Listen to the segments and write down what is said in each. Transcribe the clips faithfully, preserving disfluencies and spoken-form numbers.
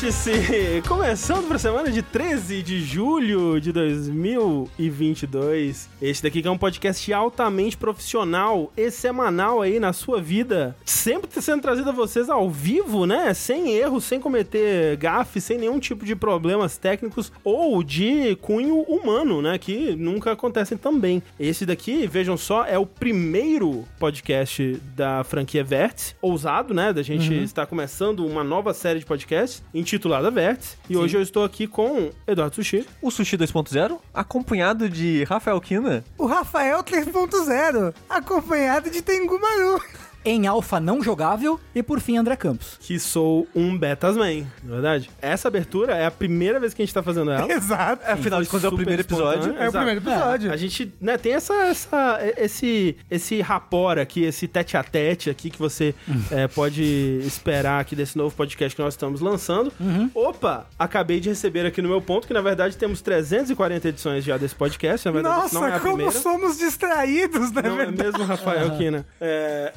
Vértice, começando para a semana de treze de julho de dois mil e vinte e dois. Este daqui que é um podcast altamente profissional e semanal aí na sua vida, sempre sendo trazido a vocês ao vivo, né? Sem erros, sem cometer gafe, sem nenhum tipo de problemas técnicos ou de cunho humano, né? Que nunca acontecem também. Esse daqui, vejam só, é o primeiro podcast da franquia Vértice, ousado, né? Da gente uhum. estar começando uma nova série de podcasts intitulada Vértice. E Sim. hoje eu estou aqui com Eduardo Sushi. O Sushi dois ponto zero, acompanhado de Rafael Kina. O Rafael três ponto zero, acompanhado de Tengu Maru. Em alfa não jogável, e por fim André Campos. Que sou um Betasman, na verdade. Essa abertura é a primeira vez que a gente tá fazendo ela. Exato. É, afinal de contas é o primeiro episódio. É o primeiro episódio. É, a gente, né, tem essa, essa, esse, esse rapport aqui, esse tete a tete aqui que você é, pode esperar aqui desse novo podcast que nós estamos lançando. Uhum. Opa, acabei de receber aqui no meu ponto que, na verdade, temos trezentas e quarenta edições já desse podcast. Na verdade, Nossa, não é a como primeira. somos distraídos, né? Não verdade? É mesmo, Rafael uhum. Kina? É...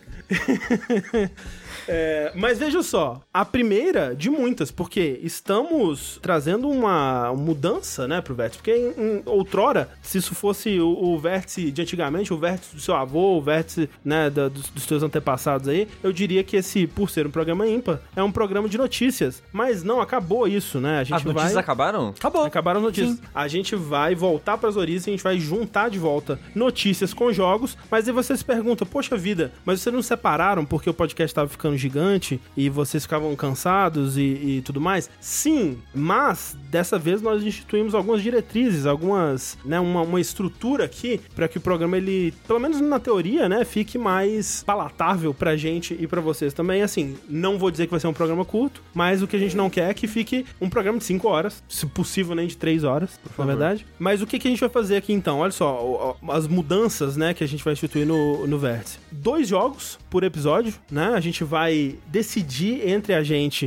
É, mas veja só, a primeira de muitas, porque estamos trazendo uma mudança, né, pro Vértice, porque em, em outrora, se isso fosse o, o Vértice de antigamente, o Vértice do seu avô, o Vértice, né, da, dos, dos seus antepassados aí, eu diria que esse, por ser um programa ímpar, é um programa de notícias, mas não, acabou isso, né, a gente As notícias vai... acabaram? Acabou. Acabaram as notícias. Sim. A gente vai voltar pras origens, a gente vai juntar de volta notícias com jogos, mas aí você se pergunta, poxa vida, mas vocês não separaram porque o podcast estava ficando gigante e vocês ficavam cansados e, e tudo mais? Sim, mas dessa vez nós instituímos algumas diretrizes, algumas, né, uma, uma estrutura aqui para que o programa, ele, pelo menos na teoria, né, fique mais palatável pra gente e pra vocês também. Assim, não vou dizer que vai ser um programa curto, mas o que a gente não quer é que fique um programa de cinco horas, se possível nem de três horas, na verdade. Mas o que, que a gente vai fazer aqui então? Olha só, as mudanças, né, que a gente vai instituir no, no Vértice. Dois jogos por episódio, né? A gente vai decidir entre a gente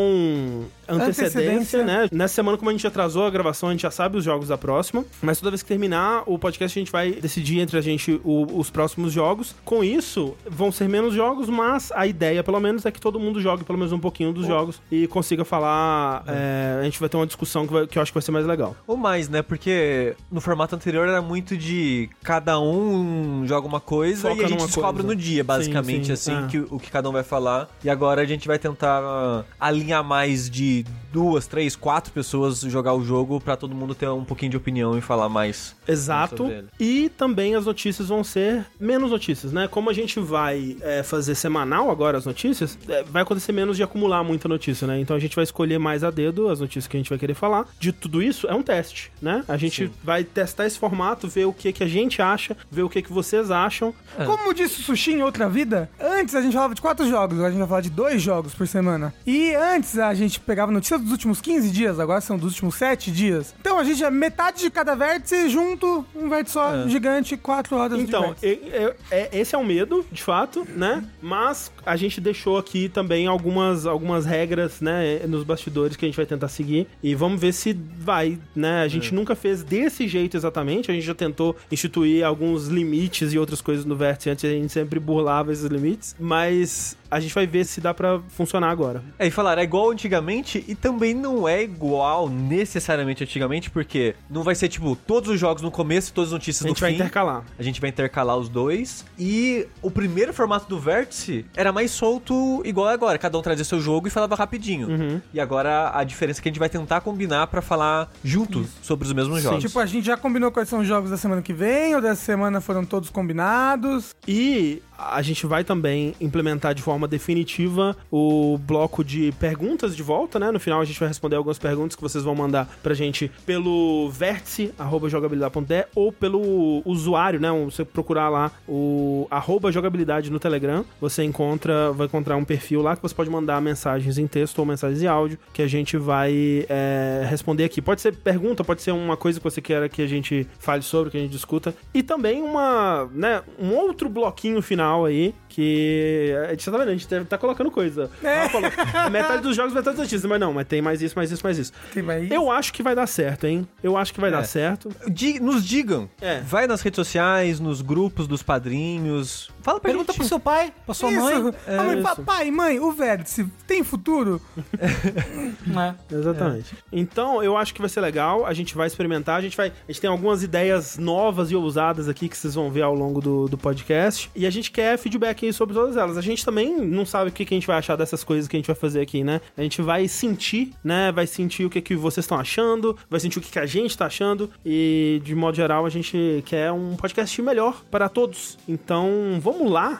com antecedência, antecedência, né? Nessa semana, como a gente atrasou a gravação, a gente já sabe os jogos da próxima, mas toda vez que terminar o podcast, a gente vai decidir entre a gente o, os próximos jogos. Com isso, vão ser menos jogos, mas a ideia, pelo menos, é que todo mundo jogue pelo menos um pouquinho dos oh. jogos e consiga falar, é. É, a gente vai ter uma discussão que, vai, que eu acho que vai ser mais legal. Ou mais, né? Porque no formato anterior era muito de cada um joga uma coisa Foca e a gente descobre coisa. no dia, basicamente, sim, sim. assim, é. que, o que cada um vai falar. E agora a gente vai tentar uh, alinhar mais de duas, três, quatro pessoas jogar o jogo pra todo mundo ter um pouquinho de opinião e falar mais. Exato. E também as notícias vão ser menos notícias, né? Como a gente vai é, fazer semanal agora as notícias, é, vai acontecer menos de acumular muita notícia, né? Então a gente vai escolher mais a dedo as notícias que a gente vai querer falar. De tudo isso, é um teste, né? A gente Sim. vai testar esse formato, ver o que, que a gente acha, ver o que, que vocês acham. É. Como disse o Sushi em outra vida, antes a gente falava de quatro jogos, agora a gente vai falar de dois jogos por semana. E antes a gente pegava notícias dos últimos quinze dias, agora são dos últimos sete dias. Então a gente é metade de cada vértice junto, um vértice só, é. gigante, quatro horas então, de vértice. Então, esse é o medo, de fato, né? Mas a gente deixou aqui também algumas, algumas regras, né, nos bastidores que a gente vai tentar seguir e vamos ver se vai, né? A gente é. nunca fez desse jeito exatamente, a gente já tentou instituir alguns limites e outras coisas no vértice antes, a gente sempre burlava esses limites, mas a gente vai ver se dá pra funcionar agora. É, e falar, é igual antigamente e também não é igual necessariamente antigamente, porque não vai ser, tipo, todos os jogos no começo e todas as notícias no fim. A gente vai intercalar. A gente vai intercalar os dois. E o primeiro formato do Vértice era mais solto, igual agora. Cada um trazia seu jogo e falava rapidinho. Uhum. E agora a diferença é que a gente vai tentar combinar pra falar junto Isso. sobre os mesmos Sim. jogos. Tipo, a gente já combinou quais são os jogos da semana que vem, ou dessa semana foram todos combinados. E a gente vai também implementar de forma definitiva o bloco de perguntas de volta, né? No final a gente vai responder algumas perguntas que vocês vão mandar pra gente pelo vértice, arroba jogabilidade ponto de ou pelo usuário, né? Você procurar lá o arroba jogabilidade no Telegram, você encontra, vai encontrar um perfil lá que você pode mandar mensagens em texto ou mensagens em áudio que a gente vai é, responder aqui. Pode ser pergunta, pode ser uma coisa que você queira que a gente fale sobre, que a gente discuta. E também uma, né, um outro bloquinho final final aí, que a gente tá vendo, a gente tá colocando coisa. É. Falou, metade dos jogos, metade das notícias, mas não, mas tem mais isso, mais isso, mais isso. Tem mais Eu acho que vai dar certo, hein? Eu acho que vai é. dar certo. D- nos digam. É. Vai nas redes sociais, nos grupos dos padrinhos. Fala pra Pergunta gente. pro seu pai, pra sua isso. mãe. É, a mãe fala, pai, mãe, o Vértice tem futuro? É. Exatamente. É. Então, eu acho que vai ser legal, a gente vai experimentar, a gente vai... A gente tem algumas ideias novas e ousadas aqui que vocês vão ver ao longo do, do podcast, e a gente quer feedback aí sobre todas elas. A gente também não sabe o que, que a gente vai achar dessas coisas que a gente vai fazer aqui, né? A gente vai sentir, né? Vai sentir o que, que vocês estão achando, vai sentir o que, que a gente tá achando, e de modo geral a gente quer um podcast melhor para todos. Então, vamos lá,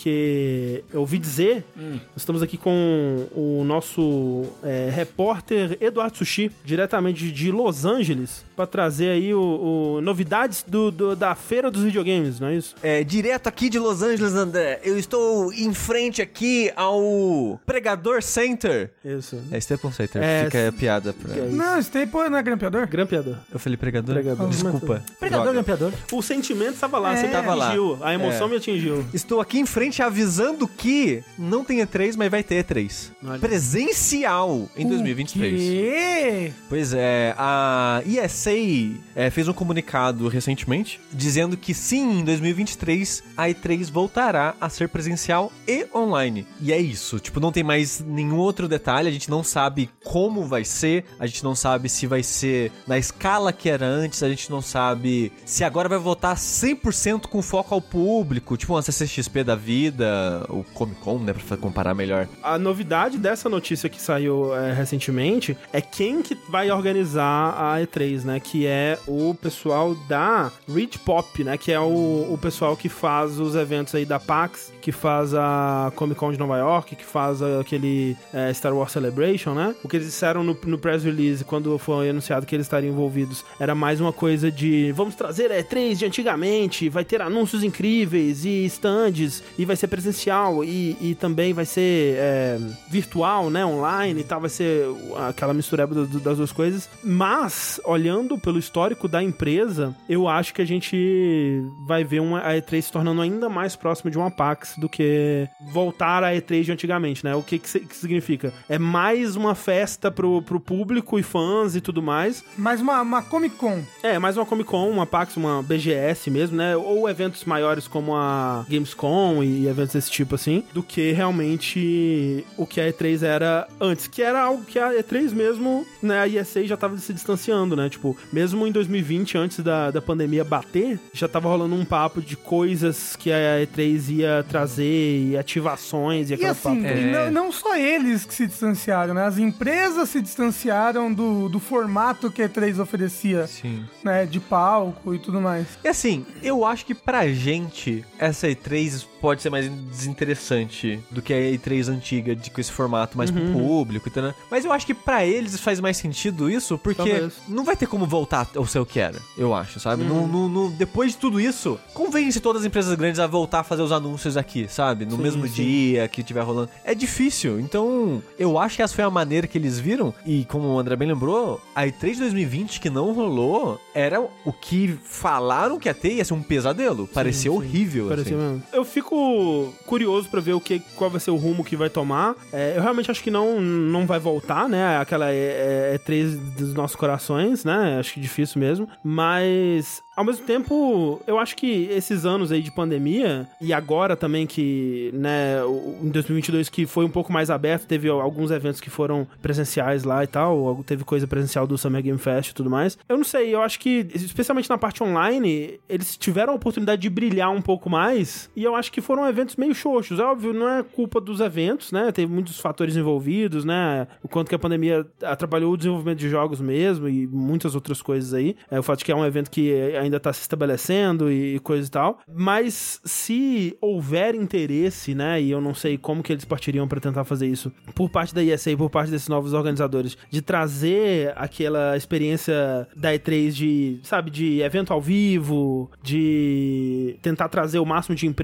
porque eu ouvi dizer, hum. estamos aqui com o nosso é, repórter Eduardo Sushi, diretamente de Los Angeles, para trazer aí o, o novidades do, do, da feira dos videogames, não é isso? É, direto aqui de Los Angeles, André. Eu estou em frente aqui ao Pregador Center. Isso. É Staples Center, é, fica a piada pra... É não, Staples não é grampeador? Grampeador. Eu falei pregador? Pregador. Desculpa. Pregador, grampeador. O sentimento estava lá, é. você tava lá. A emoção é. me atingiu. Estou aqui em frente avisando que não tem E três, mas vai ter E três. Olha. Presencial em dois mil e vinte e três. Quê? Pois é, a E S A é, fez um comunicado recentemente dizendo que sim, em dois mil e vinte e três a E três voltará a ser presencial e online. E é isso, tipo, não tem mais nenhum outro detalhe, a gente não sabe como vai ser, a gente não sabe se vai ser na escala que era antes, a gente não sabe se agora vai voltar cem por cento com foco ao público, tipo uma C C X P da vida, o Comic Con, né, pra comparar melhor. A novidade dessa notícia que saiu é, recentemente é quem que vai organizar a E três, né, que é o pessoal da Ridge Pop, né, que é o, o pessoal que faz os eventos aí da PAX, que faz a Comic Con de Nova York, que faz aquele é, Star Wars Celebration, né? O que eles disseram no, no press release, quando foi anunciado que eles estariam envolvidos, era mais uma coisa de vamos trazer a E três de antigamente, vai ter anúncios incríveis e stands, e vai ser presencial, e, e também vai ser é, virtual, né? Online e tal, vai ser aquela mistureba do, do, das duas coisas. Mas, olhando pelo histórico da empresa, eu acho que a gente vai ver uma, a E três se tornando ainda mais próxima de uma PAX do que voltar à E três de antigamente, né? O que, que, que significa? É mais uma festa pro, pro público e fãs e tudo mais. Mais uma, uma Comic Con. É, mais uma Comic Con, uma PAX, uma B G S mesmo, né? Ou eventos maiores como a Gamescom e eventos desse tipo, assim, do que realmente o que a E três era antes, que era algo que a E três mesmo, né? A E S A já tava se distanciando, né? Tipo, mesmo em dois mil e vinte, antes da, da pandemia bater, já tava rolando um papo de coisas que a E três ia trazer e ativações e, e aquela assim, papo. É... E não, não só eles que se distanciaram, né? As empresas se distanciaram do, do formato que a E três oferecia. Sim. Né? De palco e tudo mais. E assim, eu acho que pra gente, essa E três pode ser mais desinteressante do que a E três antiga, de, com esse formato mais uhum. pro público, né? Mas eu acho que pra eles faz mais sentido isso, porque Talvez. não vai ter como voltar ao seu que era, eu acho, sabe? Uhum. No, no, no, depois de tudo isso, convence todas as empresas grandes a voltar a fazer os anúncios aqui, sabe? No sim, mesmo sim. dia que tiver rolando. É difícil, então eu acho que essa foi a maneira que eles viram, e como o André bem lembrou, a E três de dois mil e vinte que não rolou, era o que falaram que ia ter, ia ser um pesadelo. Parecia sim, horrível, sim. Parecia assim. mesmo. Eu fico curioso pra ver o que, qual vai ser o rumo que vai tomar. É, eu realmente acho que não, não vai voltar, né? Aquela E três dos nossos corações, né? Acho que difícil mesmo. Mas... Ao mesmo tempo, eu acho que esses anos aí de pandemia, e agora também que, né, em dois mil e vinte e dois que foi um pouco mais aberto, teve alguns eventos que foram presenciais lá e tal, teve coisa presencial do Summer Game Fest e tudo mais. Eu não sei, eu acho que, especialmente na parte online, eles tiveram a oportunidade de brilhar um pouco mais, e eu acho que foram eventos meio xoxos. É óbvio, não é culpa dos eventos, né, teve muitos fatores envolvidos, né, o quanto que a pandemia atrapalhou o desenvolvimento de jogos mesmo, e muitas outras coisas aí. É, o fato de que é um evento que ainda tá se estabelecendo e coisa e tal, mas se houver interesse, né, e eu não sei como que eles partiriam pra tentar fazer isso, por parte da E S A e por parte desses novos organizadores, de trazer aquela experiência da E três de, sabe, de evento ao vivo, de tentar trazer o máximo de empresas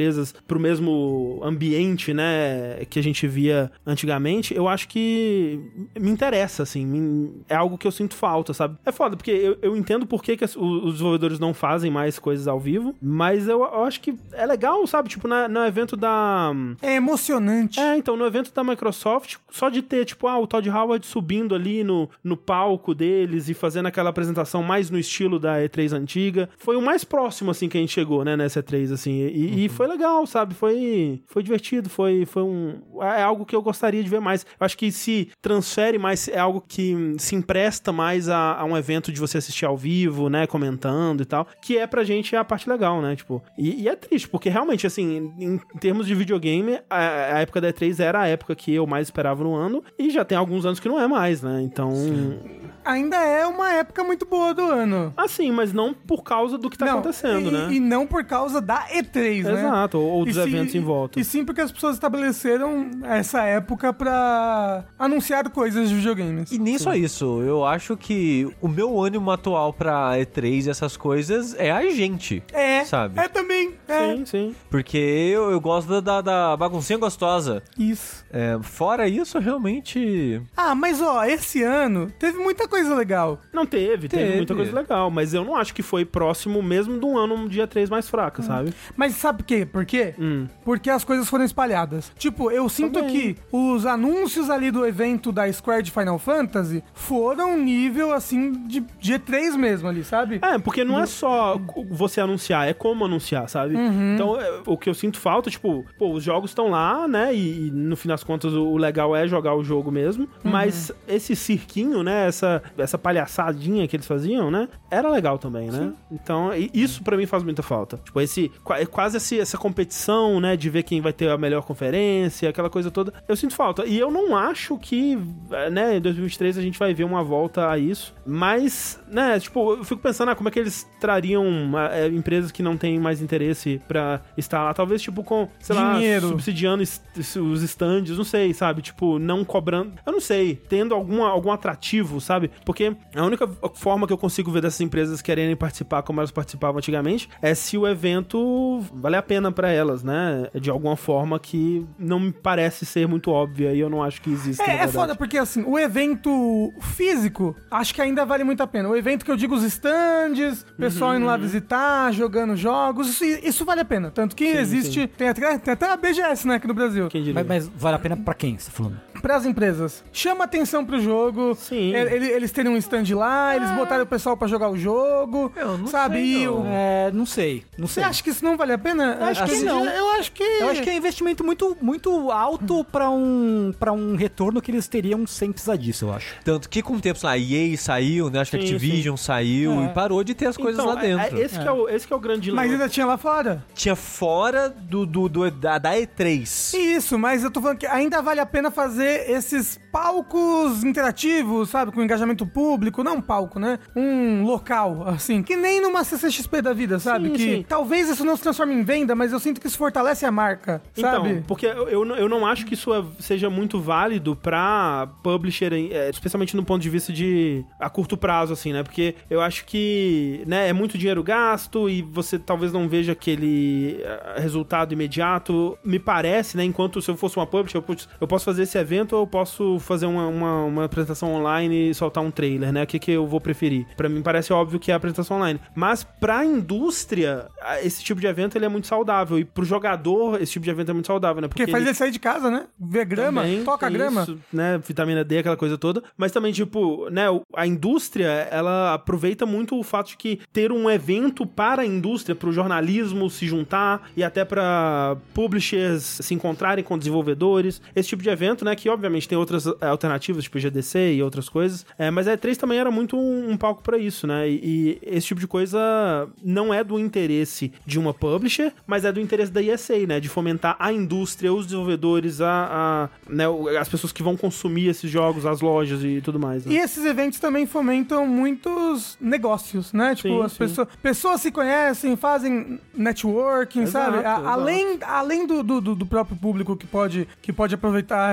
pro mesmo ambiente, né, que a gente via antigamente, eu acho que me interessa, assim, me, é algo que eu sinto falta, sabe? É foda, porque eu, eu entendo por que, que as, os desenvolvedores não fazem mais coisas ao vivo, mas eu, eu acho que é legal, sabe? Tipo, na, no evento da... É emocionante. É, então, no evento da Microsoft, só de ter, tipo, ah, o Todd Howard subindo ali no, no palco deles e fazendo aquela apresentação mais no estilo da E três antiga, foi o mais próximo, assim, que a gente chegou, né, nessa E três, assim, e, uhum. e foi legal, sabe? Foi, foi divertido, foi, foi um... É algo que eu gostaria de ver mais. Eu acho que se transfere mais, é algo que se empresta mais a, a um evento de você assistir ao vivo, né, comentando e tal, que é pra gente a parte legal, né, tipo, e, e é triste, porque realmente, assim, em, em termos de videogame, a, a época da E três era a época que eu mais esperava no ano, e já tem alguns anos que não é mais, né, então... Sim. Ainda é uma época muito boa do ano. Ah, sim, mas não por causa do que tá não, acontecendo, e, né? E não por causa da E três, né? Exato, ou, ou dos e eventos sim, em volta. E sim porque as pessoas estabeleceram essa época pra anunciar coisas de videogames. E nem sim. só isso, eu acho que o meu ânimo atual pra E três e essas coisas é a gente. É, sabe? É também. É. Sim, sim. Porque eu, eu gosto da, da baguncinha gostosa. Isso. É, fora isso, realmente... Ah, mas ó, esse ano teve muita coisa legal. Não teve, teve, teve muita coisa legal, mas eu não acho que foi próximo mesmo de um ano, um dia três mais fraca, hum. sabe? Mas sabe por quê? Por quê? Hum. Porque as coisas foram espalhadas. Tipo, eu sinto Também. que os anúncios ali do evento da Square de Final Fantasy foram nível, assim, de G três mesmo ali, sabe? É, porque não é só você anunciar, é como anunciar, sabe? Uhum. Então, é, o que eu sinto falta, tipo, pô, os jogos estão lá, né? E, e no fim das contas o, o legal é jogar o jogo mesmo, uhum. mas esse cirquinho, né? Essa, essa palhaçadinha que eles faziam, né? Era legal também, né? Sim. Então, isso pra mim faz muita falta. Tipo, esse, quase esse, essa competição, né? De ver quem vai ter a melhor conferência, aquela coisa toda. Eu sinto falta. E eu não acho que, né, em dois mil e vinte e três a gente vai ver uma volta a isso. Mas, né, tipo, eu fico pensando, ah, como é que eles trariam é, empresas que não têm mais interesse pra estar lá? Talvez, tipo, com, sei Dinheiro. lá, subsidiando os stands, não sei, sabe? Tipo, não cobrando... Eu não sei, tendo alguma, algum atrativo, sabe? Porque a única forma que eu consigo ver dessas empresas quererem participar como elas participavam antigamente é se o evento vale a pena pra elas, né? De alguma forma que não me parece ser muito óbvia e eu não acho que existe. É, é foda, porque assim, o evento físico, acho que ainda vale muito a pena. O evento que eu digo, os stands, o pessoal uhum, indo lá uhum. visitar, jogando jogos, isso, isso vale a pena. Tanto que sim, existe, sim. Tem, até, tem até a B G S, né, aqui no Brasil. Mas, mas vale a pena pra quem, você tá falando? Pras empresas. Chama atenção pro jogo. Sim. Eles, eles terem um stand lá, ah. eles botaram o pessoal pra jogar o jogo. Eu não sabe? sei, não. O... É, não sei. Não Você sei. acha que isso não vale a pena? Eu acho, acho que não. Eu acho que... Eu acho que é um investimento muito, muito alto pra um, pra um retorno que eles teriam sem precisar disso, eu acho. Tanto que com o tempo, a E A saiu, né? Acho que a Activision sim. saiu é. e parou de ter as coisas então, lá dentro. É, é, esse, é. Que é o, esse que é o grande dilema. Mas ainda tinha lá fora. Tinha fora do, do, do, da, da E três. Isso, mas eu tô falando que ainda vale a pena fazer esses palcos interativos, sabe? Com engajamento público. Não um palco, né? Um local, assim. Que nem numa C C X P da vida, sabe? Sim, que sim. talvez isso não se transforme em venda, mas eu sinto que isso fortalece a marca, sabe? Então, porque eu, eu, eu não acho que isso é, seja muito válido pra publisher, é, especialmente no ponto de vista de a curto prazo, assim, né? Porque eu acho que, né, é muito dinheiro gasto e você talvez não veja aquele uh, resultado imediato. Me parece, né? Enquanto se eu fosse uma publisher, eu, eu posso fazer esse evento ou eu posso fazer uma, uma, uma apresentação online e soltar um trailer, né? O que, que eu vou preferir? Pra mim parece óbvio que é a apresentação online. Mas pra indústria, esse tipo de evento ele é muito saudável. E pro jogador, esse tipo de evento é muito saudável, né? Porque, Porque faz ele... ele sair de casa, né? Ver grama, também, toca a grama. Isso, né? Vitamina D, aquela coisa toda. Mas também, tipo, né? A indústria, ela aproveita muito o fato de que ter um evento para a indústria, pro jornalismo se juntar e até pra publishers se encontrarem com desenvolvedores. Esse tipo de evento, né? Que obviamente tem outras alternativas, tipo G D C e outras coisas. É, mas a E três também era muito um, um palco pra isso, né? E, e esse tipo de coisa não é do interesse de uma publisher, mas é do interesse da E S A, né? De fomentar a indústria, os desenvolvedores, a, a, né? as pessoas que vão consumir esses jogos, as lojas e tudo mais. Né? E esses eventos também fomentam muitos negócios, né? Tipo, sim, as sim. Pessoas, pessoas se conhecem, fazem networking, exato, sabe? A, além além do, do, do próprio público que pode, que pode aproveitar, jogar um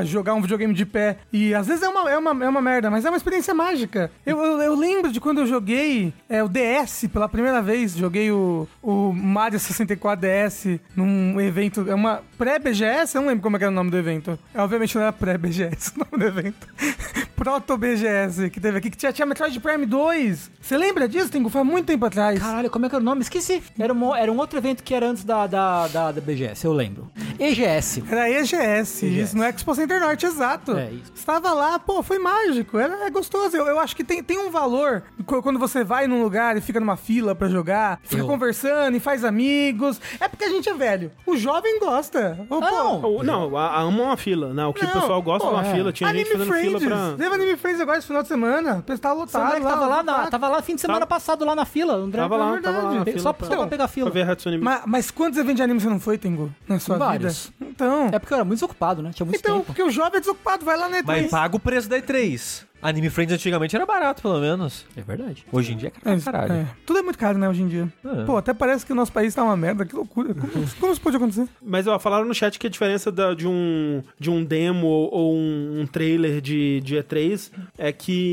videogame de pé. E às vezes é uma, é uma, é uma merda, mas é uma experiência mágica. Eu, eu, eu lembro de quando eu joguei é, o D S pela primeira vez. Joguei o, o Mario sessenta e quatro D S num evento. É uma pré-B G S? Eu não lembro como é que era o nome do evento. É, obviamente não era pré-B G S o nome do evento. Proto-B G S que teve aqui, que tinha, tinha Metroid Prime dois. Você lembra disso, Tengu? Foi há muito tempo atrás. Caralho, como é que era o nome? Esqueci. Era um, era um outro evento que era antes da, da, da, da B G S, eu lembro. E G S. Era E G S, E G S. Isso, no Expo Center Norte, exato. É, isso. Estava lá, pô, foi mágico, era, é gostoso. Eu, eu acho que tem, tem um valor quando você vai num lugar e fica numa fila pra jogar, fica eu. conversando e faz amigos. É porque a gente é velho. O jovem gosta. Oh, não, pô. não, a, a ama uma fila, né? O que não, o pessoal gosta pô, é uma fila. Tinha Anime gente fazendo Friends. fila pra... Teve Anime Friends agora esse final de semana. O pessoal tava lotado. Lá, tava, lá na, tava lá fim de semana tava... passado lá na fila. André, tava lá, tava lá na fila. Só, pra... só pra pegar fila. Pra ver a mas, mas quantos eventos de anime você não foi, Tengu? Na sua Vários. vida? Então... É porque eu era muito desocupado, né? Tinha muito então, tempo. Então, porque o jovem é desocupado, vai lá na E três. Mas paga o preço da E três. Anime Friends antigamente era barato, pelo menos. É verdade. Hoje em dia é caro, é, caralho. É. Tudo é muito caro, né, hoje em dia. É. Pô, até parece que o nosso país tá uma merda. Que loucura. Como, como isso pode acontecer? Mas, ó, falaram no chat que a diferença da, de, um, de um demo ou um, um trailer de, de E três é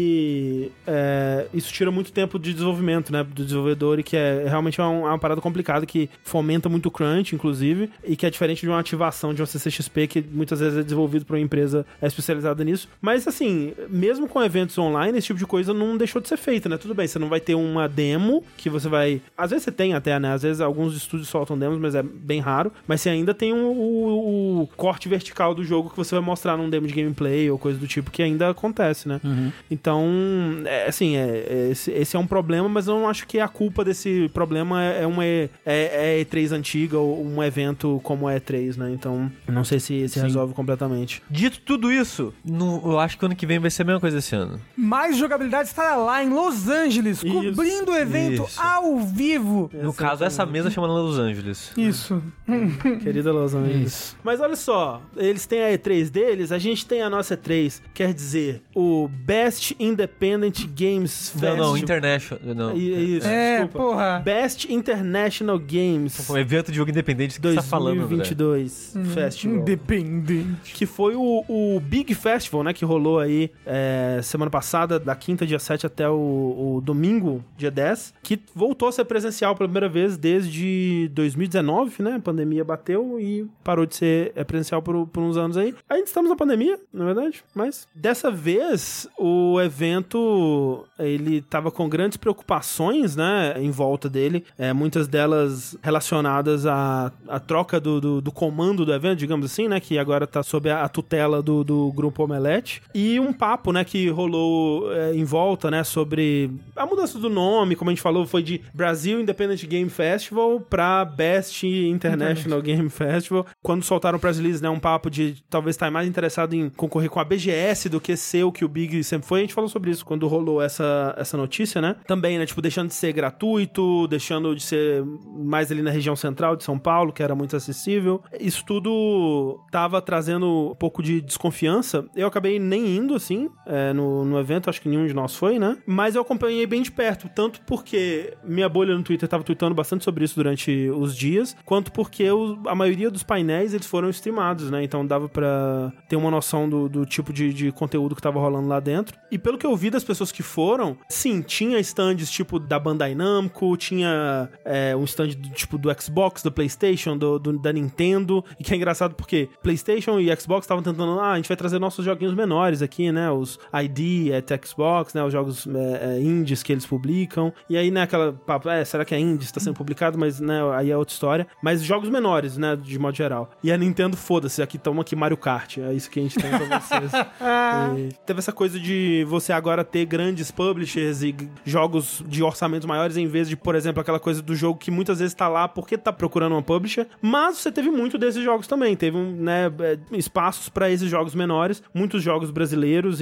que é, isso tira muito tempo de desenvolvimento, né, do desenvolvedor, e que é realmente é uma, é uma parada complicada que fomenta muito o crunch, inclusive, e que é diferente de uma ativação de uma C C X P que muitas vezes é desenvolvido por uma empresa especializada nisso. Mas, assim, mesmo com eventos online, esse tipo de coisa não deixou de ser feita, né? Tudo bem, você não vai ter uma demo que você vai... Às vezes você tem até, né? Às vezes alguns estúdios soltam demos, mas é bem raro. Mas você ainda tem o, o, o corte vertical do jogo que você vai mostrar num demo de gameplay ou coisa do tipo, que ainda acontece, né? Uhum. Então, é, assim, é, é, esse, esse é um problema, mas eu não acho que a culpa desse problema é, é uma é, é E três antiga ou um evento como a E três, né? Então, não sei se se resolve completamente. Dito tudo isso, no, eu acho que ano que vem vai ser a mesma coisa esse ano. Mais jogabilidade estará lá em Los Angeles, isso, cobrindo o evento isso. ao vivo. No Exatamente. caso, essa mesa chama Los Angeles. Isso. Querida Los Angeles. Isso. Mas olha só, eles têm a E três deles, a gente tem a nossa E três, quer dizer, o Best Independent Games Festival. Não, não, International. Não. Isso, é, desculpa. Porra. Best International Games. Um evento de jogo independente que dois você tá falando, dois mil e vinte e dois hum, Festival. Independente. Que foi o, o Big Festival, né, que rolou aí é, semana passada, da quinta, dia sete, até o, o domingo, dia dez, que voltou a ser presencial pela primeira vez desde dois mil e dezenove, né? A pandemia bateu e parou de ser é, presencial por, por uns anos aí. Ainda estamos na pandemia, na verdade, mas dessa vez o evento, ele tava com grandes preocupações, né, em volta dele, é, muitas delas relacionadas à, à troca do, do, do comando do evento, digamos assim, né, que agora tá sob a, a tutela do, do Grupo Omelete, e um papo, né, que rolou é, em volta, né, sobre a mudança do nome, como a gente falou, foi de Brasil Independent Game Festival pra Best International Internet. Game Festival. Quando soltaram o press release, né, um papo de talvez estar mais interessado em concorrer com a B G S do que ser o que o Big sempre foi. A gente falou sobre isso quando rolou essa, essa notícia, né? Também, né, tipo, deixando de ser gratuito, deixando de ser mais ali na região central de São Paulo, que era muito acessível. Isso tudo tava trazendo um pouco de desconfiança. Eu acabei nem indo, assim, é, no, no evento, acho que nenhum de nós foi, né? Mas eu acompanhei bem de perto, tanto porque minha bolha no Twitter tava tweetando bastante sobre isso durante os dias, quanto porque o, a maioria dos painéis, eles foram streamados, né? Então dava pra ter uma noção do, do tipo de, de conteúdo que tava rolando lá dentro. E pelo que eu vi das pessoas que foram, sim, tinha stands tipo da Bandai Namco, tinha é, um stand do, tipo do Xbox, do PlayStation, do, do, da Nintendo, e que é engraçado porque PlayStation e Xbox estavam tentando, ah, a gente vai trazer nossos joguinhos menores aqui, né? Os I D at Xbox, né? Os jogos é, é, indies que eles publicam. E aí, né, aquela papo, é, será que é indie? Está sendo publicado, mas, né, aí é outra história. Mas jogos menores, né, de modo geral. E a Nintendo, foda-se, aqui toma aqui Mario Kart. É isso que a gente tem pra vocês. E teve essa coisa de você agora ter grandes publishers e jogos de orçamentos maiores, em vez de, por exemplo, aquela coisa do jogo que muitas vezes tá lá porque tá procurando uma publisher. Mas você teve muito desses jogos também. Teve, um, né, espaços pra esses jogos menores. Muitos jogos brasileiros e, pelo que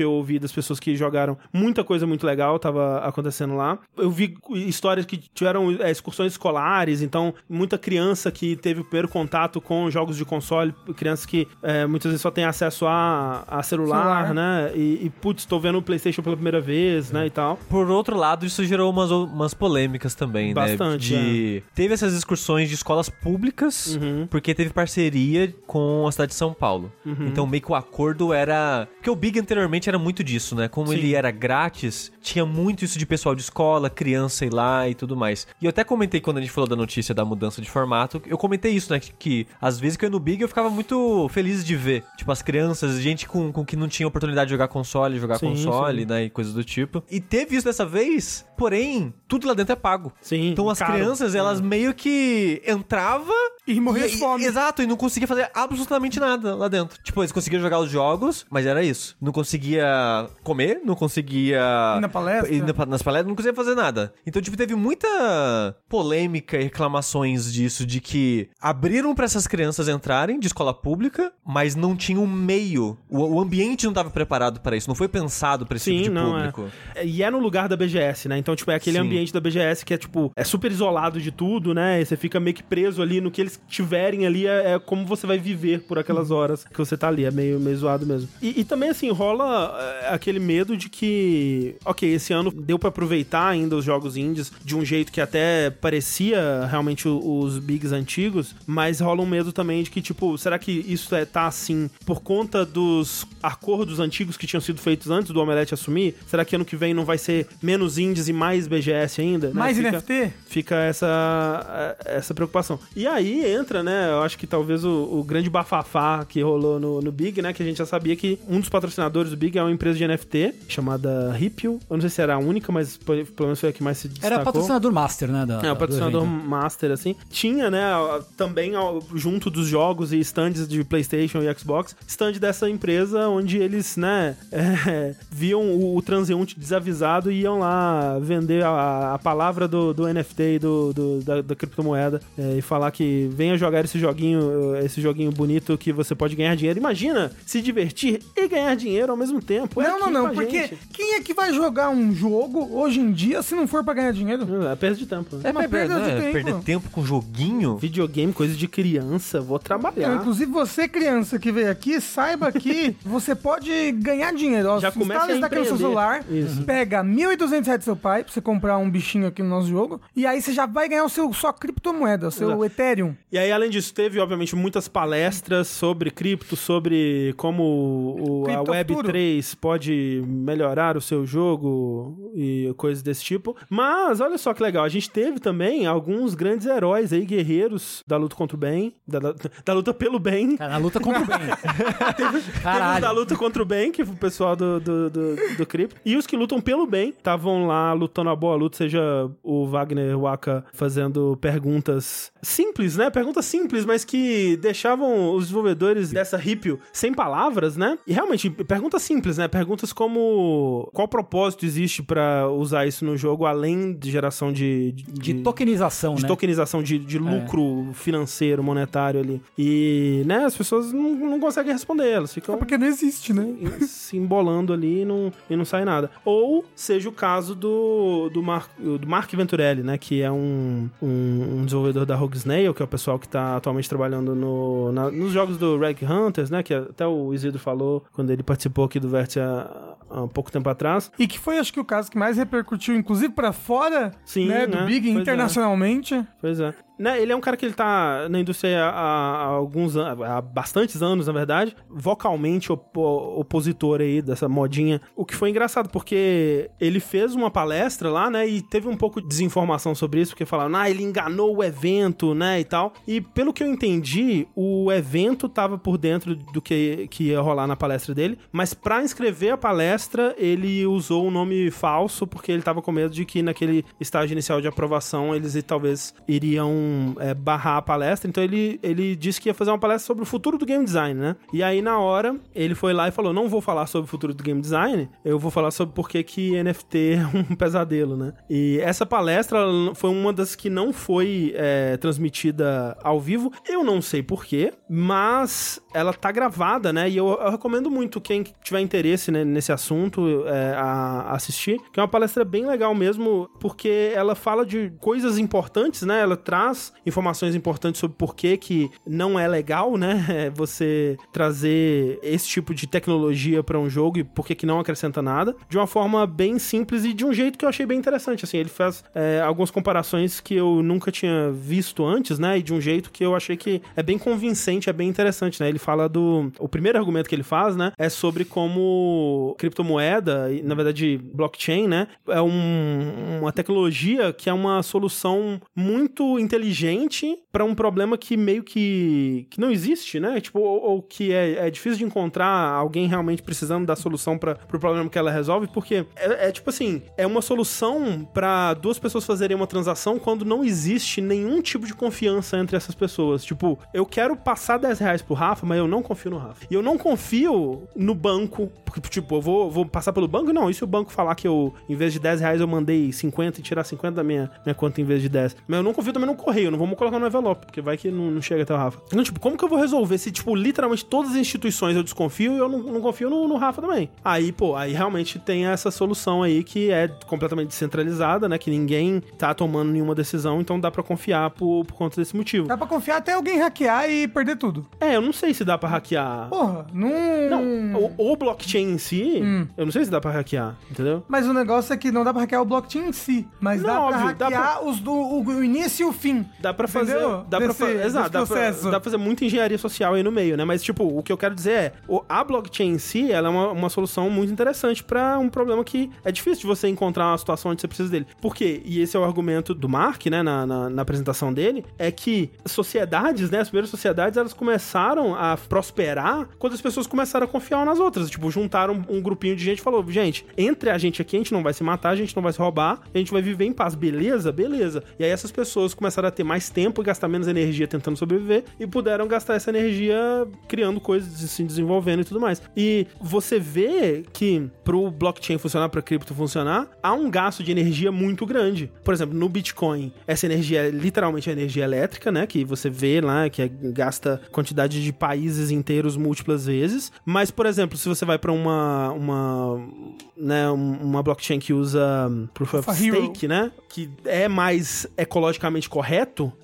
que eu ouvi das pessoas que jogaram, muita coisa muito legal tava acontecendo lá. Eu vi histórias que tiveram é, excursões escolares, então muita criança que teve o primeiro contato com jogos de console, crianças que é, muitas vezes só tem acesso a, a celular, celular, né? E, e putz, tô vendo o PlayStation pela primeira vez, é. né? E tal. Por outro lado, isso gerou umas, umas polêmicas também, Bastante, né? De... É. Teve essas excursões de escolas públicas, uhum. porque teve parceria com a cidade de São Paulo. Uhum. Então meio que o acordo era... Porque o Big anteriormente era muito disso, né? Como Sim. ele era grátis, tinha muito isso de pessoal de escola, criança ir lá e tudo mais. E eu até comentei quando a gente falou da notícia da mudança de formato, eu comentei isso, né? Que, que às vezes que eu ia no Big eu ficava muito feliz de ver. Tipo, as crianças, gente com, com que não tinha oportunidade de jogar console, jogar sim, console, sim. né? E coisas do tipo. E teve isso dessa vez, porém, tudo lá dentro é pago. Sim, então as caro. crianças, elas é. meio que entrava e morria de fome. Exato, e não conseguia fazer absolutamente nada lá dentro. Tipo, eles conseguiam jogar os jogos, mas era isso. Não conseguia comer, não conseguia... Ir na palestra. Ir na, nas palestras, não conseguia fazer nada. Então, tipo, teve muita polêmica e reclamações disso, de que abriram pra essas crianças entrarem de escola pública, mas não tinha um meio. O, o ambiente não tava preparado pra isso, não foi pensado pra esse Sim, tipo de não, público. É. E é no lugar da B G S, né? Então, tipo, é aquele Sim. ambiente da B G S que é, tipo, é super isolado de tudo, né? E você fica meio que preso ali no que eles tiverem ali, é, é como você vai viver por aquelas horas que você tá ali. É meio, meio zoado mesmo. E, e também, assim, rola é, aquele medo de que, ok, esse ano deu pra aproveitar ainda os jogos indies de um jeito que até parecia realmente os bigs antigos, mas rola um medo também de que, tipo, será que isso é, tá assim por conta dos acordos antigos que tinham sido feitos antes do Omelete assumir? Será que ano que vem não vai ser menos indies e mais B G S ainda? Mais né? N F T? Fica, fica essa, essa preocupação. E aí entra, né, eu acho que talvez o, o grande bafafá que rolou no, no Big, né, que a gente já sabia que um dos patrocinadores do Big é uma empresa de N F T chamada Ripple. Eu não sei se era a única, mas pelo menos foi a que mais se destacou. Era patrocinador master, né? Da, é, o patrocinador master, assim. Tinha, né, também junto dos jogos e stands de PlayStation e Xbox, stand dessa empresa onde eles, né, é, viam o, o transeunte desavisado e iam lá vender a, a palavra do, do N F T e do, do, da, da criptomoeda é, e falar que venha jogar esse joguinho, esse joguinho bonito que você pode ganhar dinheiro. Imagina se divertir e ganhar dinheiro ao mesmo tempo. Não, é não, não, porque gente. Quem é que vai jogar um jogo hoje em dia se não for pra ganhar dinheiro? É perda de tempo. Né? É uma perda de tempo. Perder tempo com joguinho? Videogame, coisa de criança, vou trabalhar. Então, inclusive você, criança que veio aqui, saiba que você pode ganhar dinheiro. Ó, já começa a empreender. Seu celular, Isso. pega mil e duzentos reais do seu pai pra você comprar um bichinho aqui no nosso jogo, e aí você já vai ganhar o seu só criptomoeda, o seu Exato. Ethereum. E aí, além disso, teve, obviamente, muitas palestras sobre cripto, sobre como o, a Web três pode melhorar o seu jogo e coisas desse tipo. Mas, olha só que legal, a gente teve também alguns grandes heróis aí, guerreiros da luta contra o bem, da, da, da luta pelo bem. Cara, na luta contra o bem. teve, teve da luta contra o bem, que foi o pessoal do, do, do, do cripto. E os que lutam pelo bem, estavam lá lutando a boa luta, seja o Wagner Waka fazendo perguntas simples, né? Perguntas simples, mas que deixavam os desenvolvedores dessa Ripple sem palavras, né? E realmente, perguntas simples, né? Perguntas como qual propósito existe pra usar isso no jogo, além de geração de... De, de tokenização, de né? tokenização, de, de lucro é. financeiro, monetário ali. E, né, as pessoas não, não conseguem responder, elas ficam... É porque não existe, né? Se embolando ali e não, e não sai nada. Ou seja o caso do, do, Mar, do Mark Venturelli, né? Que é um, um, um desenvolvedor da Rogue Snail, que é o pessoal que tá atualmente trabalhando no, na, nos jogos do Reg Hunters, né? Que até o Isidro falou quando ele participou aqui do Vértice há, há um pouco tempo atrás. E que foi, acho que, o caso que mais repercutiu, inclusive pra fora, Sim, né, do né? Big Pois internacionalmente. É. Pois é. Né, ele é um cara que ele tá na indústria há, há alguns anos, há bastantes anos, na verdade, vocalmente op- opositor aí dessa modinha, o que foi engraçado, porque ele fez uma palestra lá, né, e teve um pouco de desinformação sobre isso, porque falaram, ah, ele enganou o evento, né, e tal, e pelo que eu entendi, o evento tava por dentro do que, que ia rolar na palestra dele, mas pra inscrever a palestra, ele usou um nome falso, porque ele tava com medo de que naquele estágio inicial de aprovação, eles talvez iriam iam é, barrar a palestra, então ele, ele disse que ia fazer uma palestra sobre o futuro do game design, né? E aí, na hora, ele foi lá e falou, não vou falar sobre o futuro do game design, eu vou falar sobre por que que N F T é um pesadelo, né? E essa palestra foi uma das que não foi é, transmitida ao vivo, eu não sei porquê, mas ela tá gravada, né? E eu, eu recomendo muito quem tiver interesse, né, nesse assunto é, a, a assistir, que é uma palestra bem legal mesmo, porque ela fala de coisas importantes, né? Ela traz informações importantes sobre por que que não é legal, né? Você trazer esse tipo de tecnologia para um jogo e por que que não acrescenta nada, de uma forma bem simples e de um jeito que eu achei bem interessante, assim, ele faz é, algumas comparações que eu nunca tinha visto antes, né? E de um jeito que eu achei que é bem convincente, é bem interessante, né? Ele fala do... O primeiro argumento que ele faz, né? É sobre como criptomoeda, na verdade, blockchain, né? É um, uma tecnologia que é uma solução muito inteligente para um problema que meio que, que não existe, né? Tipo, ou, ou que é, é difícil de encontrar alguém realmente precisando da solução para o pro problema que ela resolve, porque é, é tipo assim, é uma solução para duas pessoas fazerem uma transação quando não existe nenhum tipo de confiança entre essas pessoas. Tipo, eu quero passar dez reais pro Rafa, mas eu não confio no Rafa. E eu não confio no banco, porque, tipo, eu vou, vou passar pelo banco? Não, e se o banco falar que eu, em vez de dez reais, eu mandei cinquenta e tirar cinquenta da minha, minha conta em vez de dez? Mas eu não confio também no correio, não vou colocar no envelope, porque vai que não, não chega até o Rafa. Então, tipo, como que eu vou resolver se, tipo, literalmente todas as instituições eu desconfio e eu não, não confio no, no Rafa também? Aí, pô, aí realmente tem essa solução aí que é completamente descentralizada, né? Que ninguém tá tomando nenhuma decisão, então dá pra confiar por, por conta desse motivo. Dá pra confiar até alguém hackear e perder tudo. É, eu não sei se dá pra hackear. Porra, não... Não, o, o blockchain em si, hum. eu não sei se dá pra hackear, entendeu? Mas o negócio é que não dá pra hackear o blockchain em si, mas não, dá pra óbvio, hackear dá pra... Os do, o, o início e o fim. Dá pra fazer... Entendeu? Dá Desse, pra fazer... Exato, dá pra, dá pra fazer muita engenharia social aí no meio, né? Mas, tipo, o que eu quero dizer é, a blockchain em si, ela é uma, uma solução muito interessante pra um problema que é difícil de você encontrar uma situação onde você precisa dele. Por quê? E esse é o argumento do Mark, né, na, na, na apresentação dele, é que sociedades, né, as primeiras sociedades, elas começaram a prosperar quando as pessoas começaram a confiar nas outras. Tipo, juntaram um, um grupinho de gente e falou, gente, entre a gente aqui, a gente não vai se matar, a gente não vai se roubar, a gente vai viver em paz. Beleza? Beleza. E aí essas pessoas começaram a ter mais tempo e gastar menos energia tentando sobreviver e puderam gastar essa energia criando coisas, se desenvolvendo e tudo mais. E você vê que pro blockchain funcionar, pra cripto funcionar, há um gasto de energia muito grande. Por exemplo, no Bitcoin, essa energia é literalmente a energia elétrica, né? Que você vê lá, que é, gasta quantidade de países inteiros múltiplas vezes. Mas, por exemplo, se você vai pra uma, uma, né, uma blockchain que usa Proof of Stake, né? Que é mais ecologicamente correto,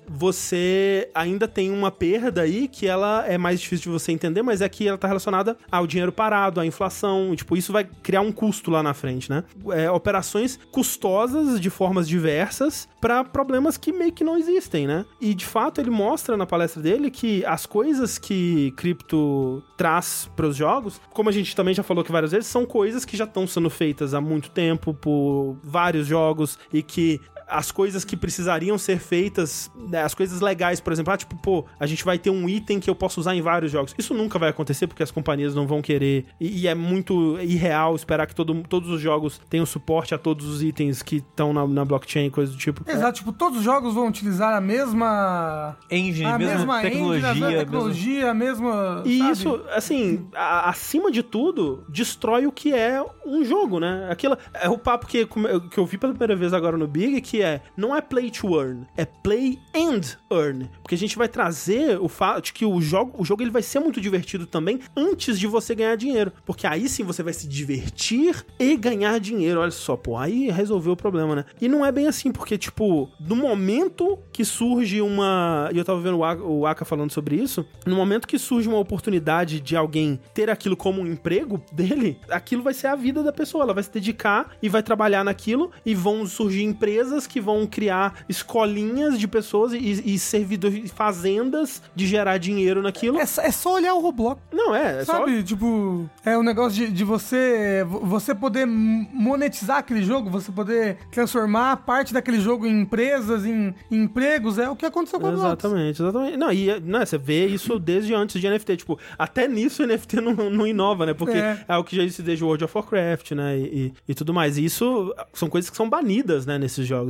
você ainda tem uma perda aí que ela é mais difícil de você entender, mas é que ela tá relacionada ao dinheiro parado, à inflação, e, tipo, isso vai criar um custo lá na frente, né? É, operações custosas de formas diversas para problemas que meio que não existem, né? E, de fato, ele mostra na palestra dele que as coisas que cripto traz para os jogos, como a gente também já falou aqui várias vezes, são coisas que já estão sendo feitas há muito tempo por vários jogos e que as coisas que precisariam ser feitas, né, as coisas legais, por exemplo, ah, tipo, pô, a gente vai ter um item que eu posso usar em vários jogos. Isso nunca vai acontecer porque as companhias não vão querer, e, e é muito irreal esperar que todo, todos os jogos tenham suporte a todos os itens que estão na, na blockchain e coisa do tipo. Exato, é. Tipo, todos os jogos vão utilizar a mesma... Engine, a mesma, mesma tecnologia. Engine, a mesma tecnologia, a mesma... E sabe? isso, assim, a, acima de tudo, destrói o que é um jogo, né? Aquilo, é o papo que, que eu vi pela primeira vez agora no Big, que é, não é play to earn, é play and earn. Porque a gente vai trazer o fato de que o jogo, o jogo ele vai ser muito divertido também antes de você ganhar dinheiro. Porque aí sim você vai se divertir e ganhar dinheiro. Olha só, pô, aí resolveu o problema, né? E não é bem assim, porque, tipo, no momento que surge uma... E eu tava vendo o Aka, o Aka falando sobre isso. No momento que surge uma oportunidade de alguém ter aquilo como um emprego dele, aquilo vai ser a vida da pessoa. Ela vai se dedicar e vai trabalhar naquilo, e vão surgir empresas que vão criar escolinhas de pessoas e, e servidores, fazendas de gerar dinheiro naquilo. É, é só olhar o Roblox. Não, é. é Sabe, só... tipo, é um negócio de, de você você poder monetizar aquele jogo, você poder transformar parte daquele jogo em empresas, em, em empregos, é o que aconteceu com o Roblox. Exatamente, exatamente. Não, e não, você vê isso desde antes de N F T, tipo, até nisso o N F T não, não inova, né? Porque é. é o que já existe desde World of Warcraft, né? E, e, e tudo mais. E isso são coisas que são banidas, né, nesses jogos.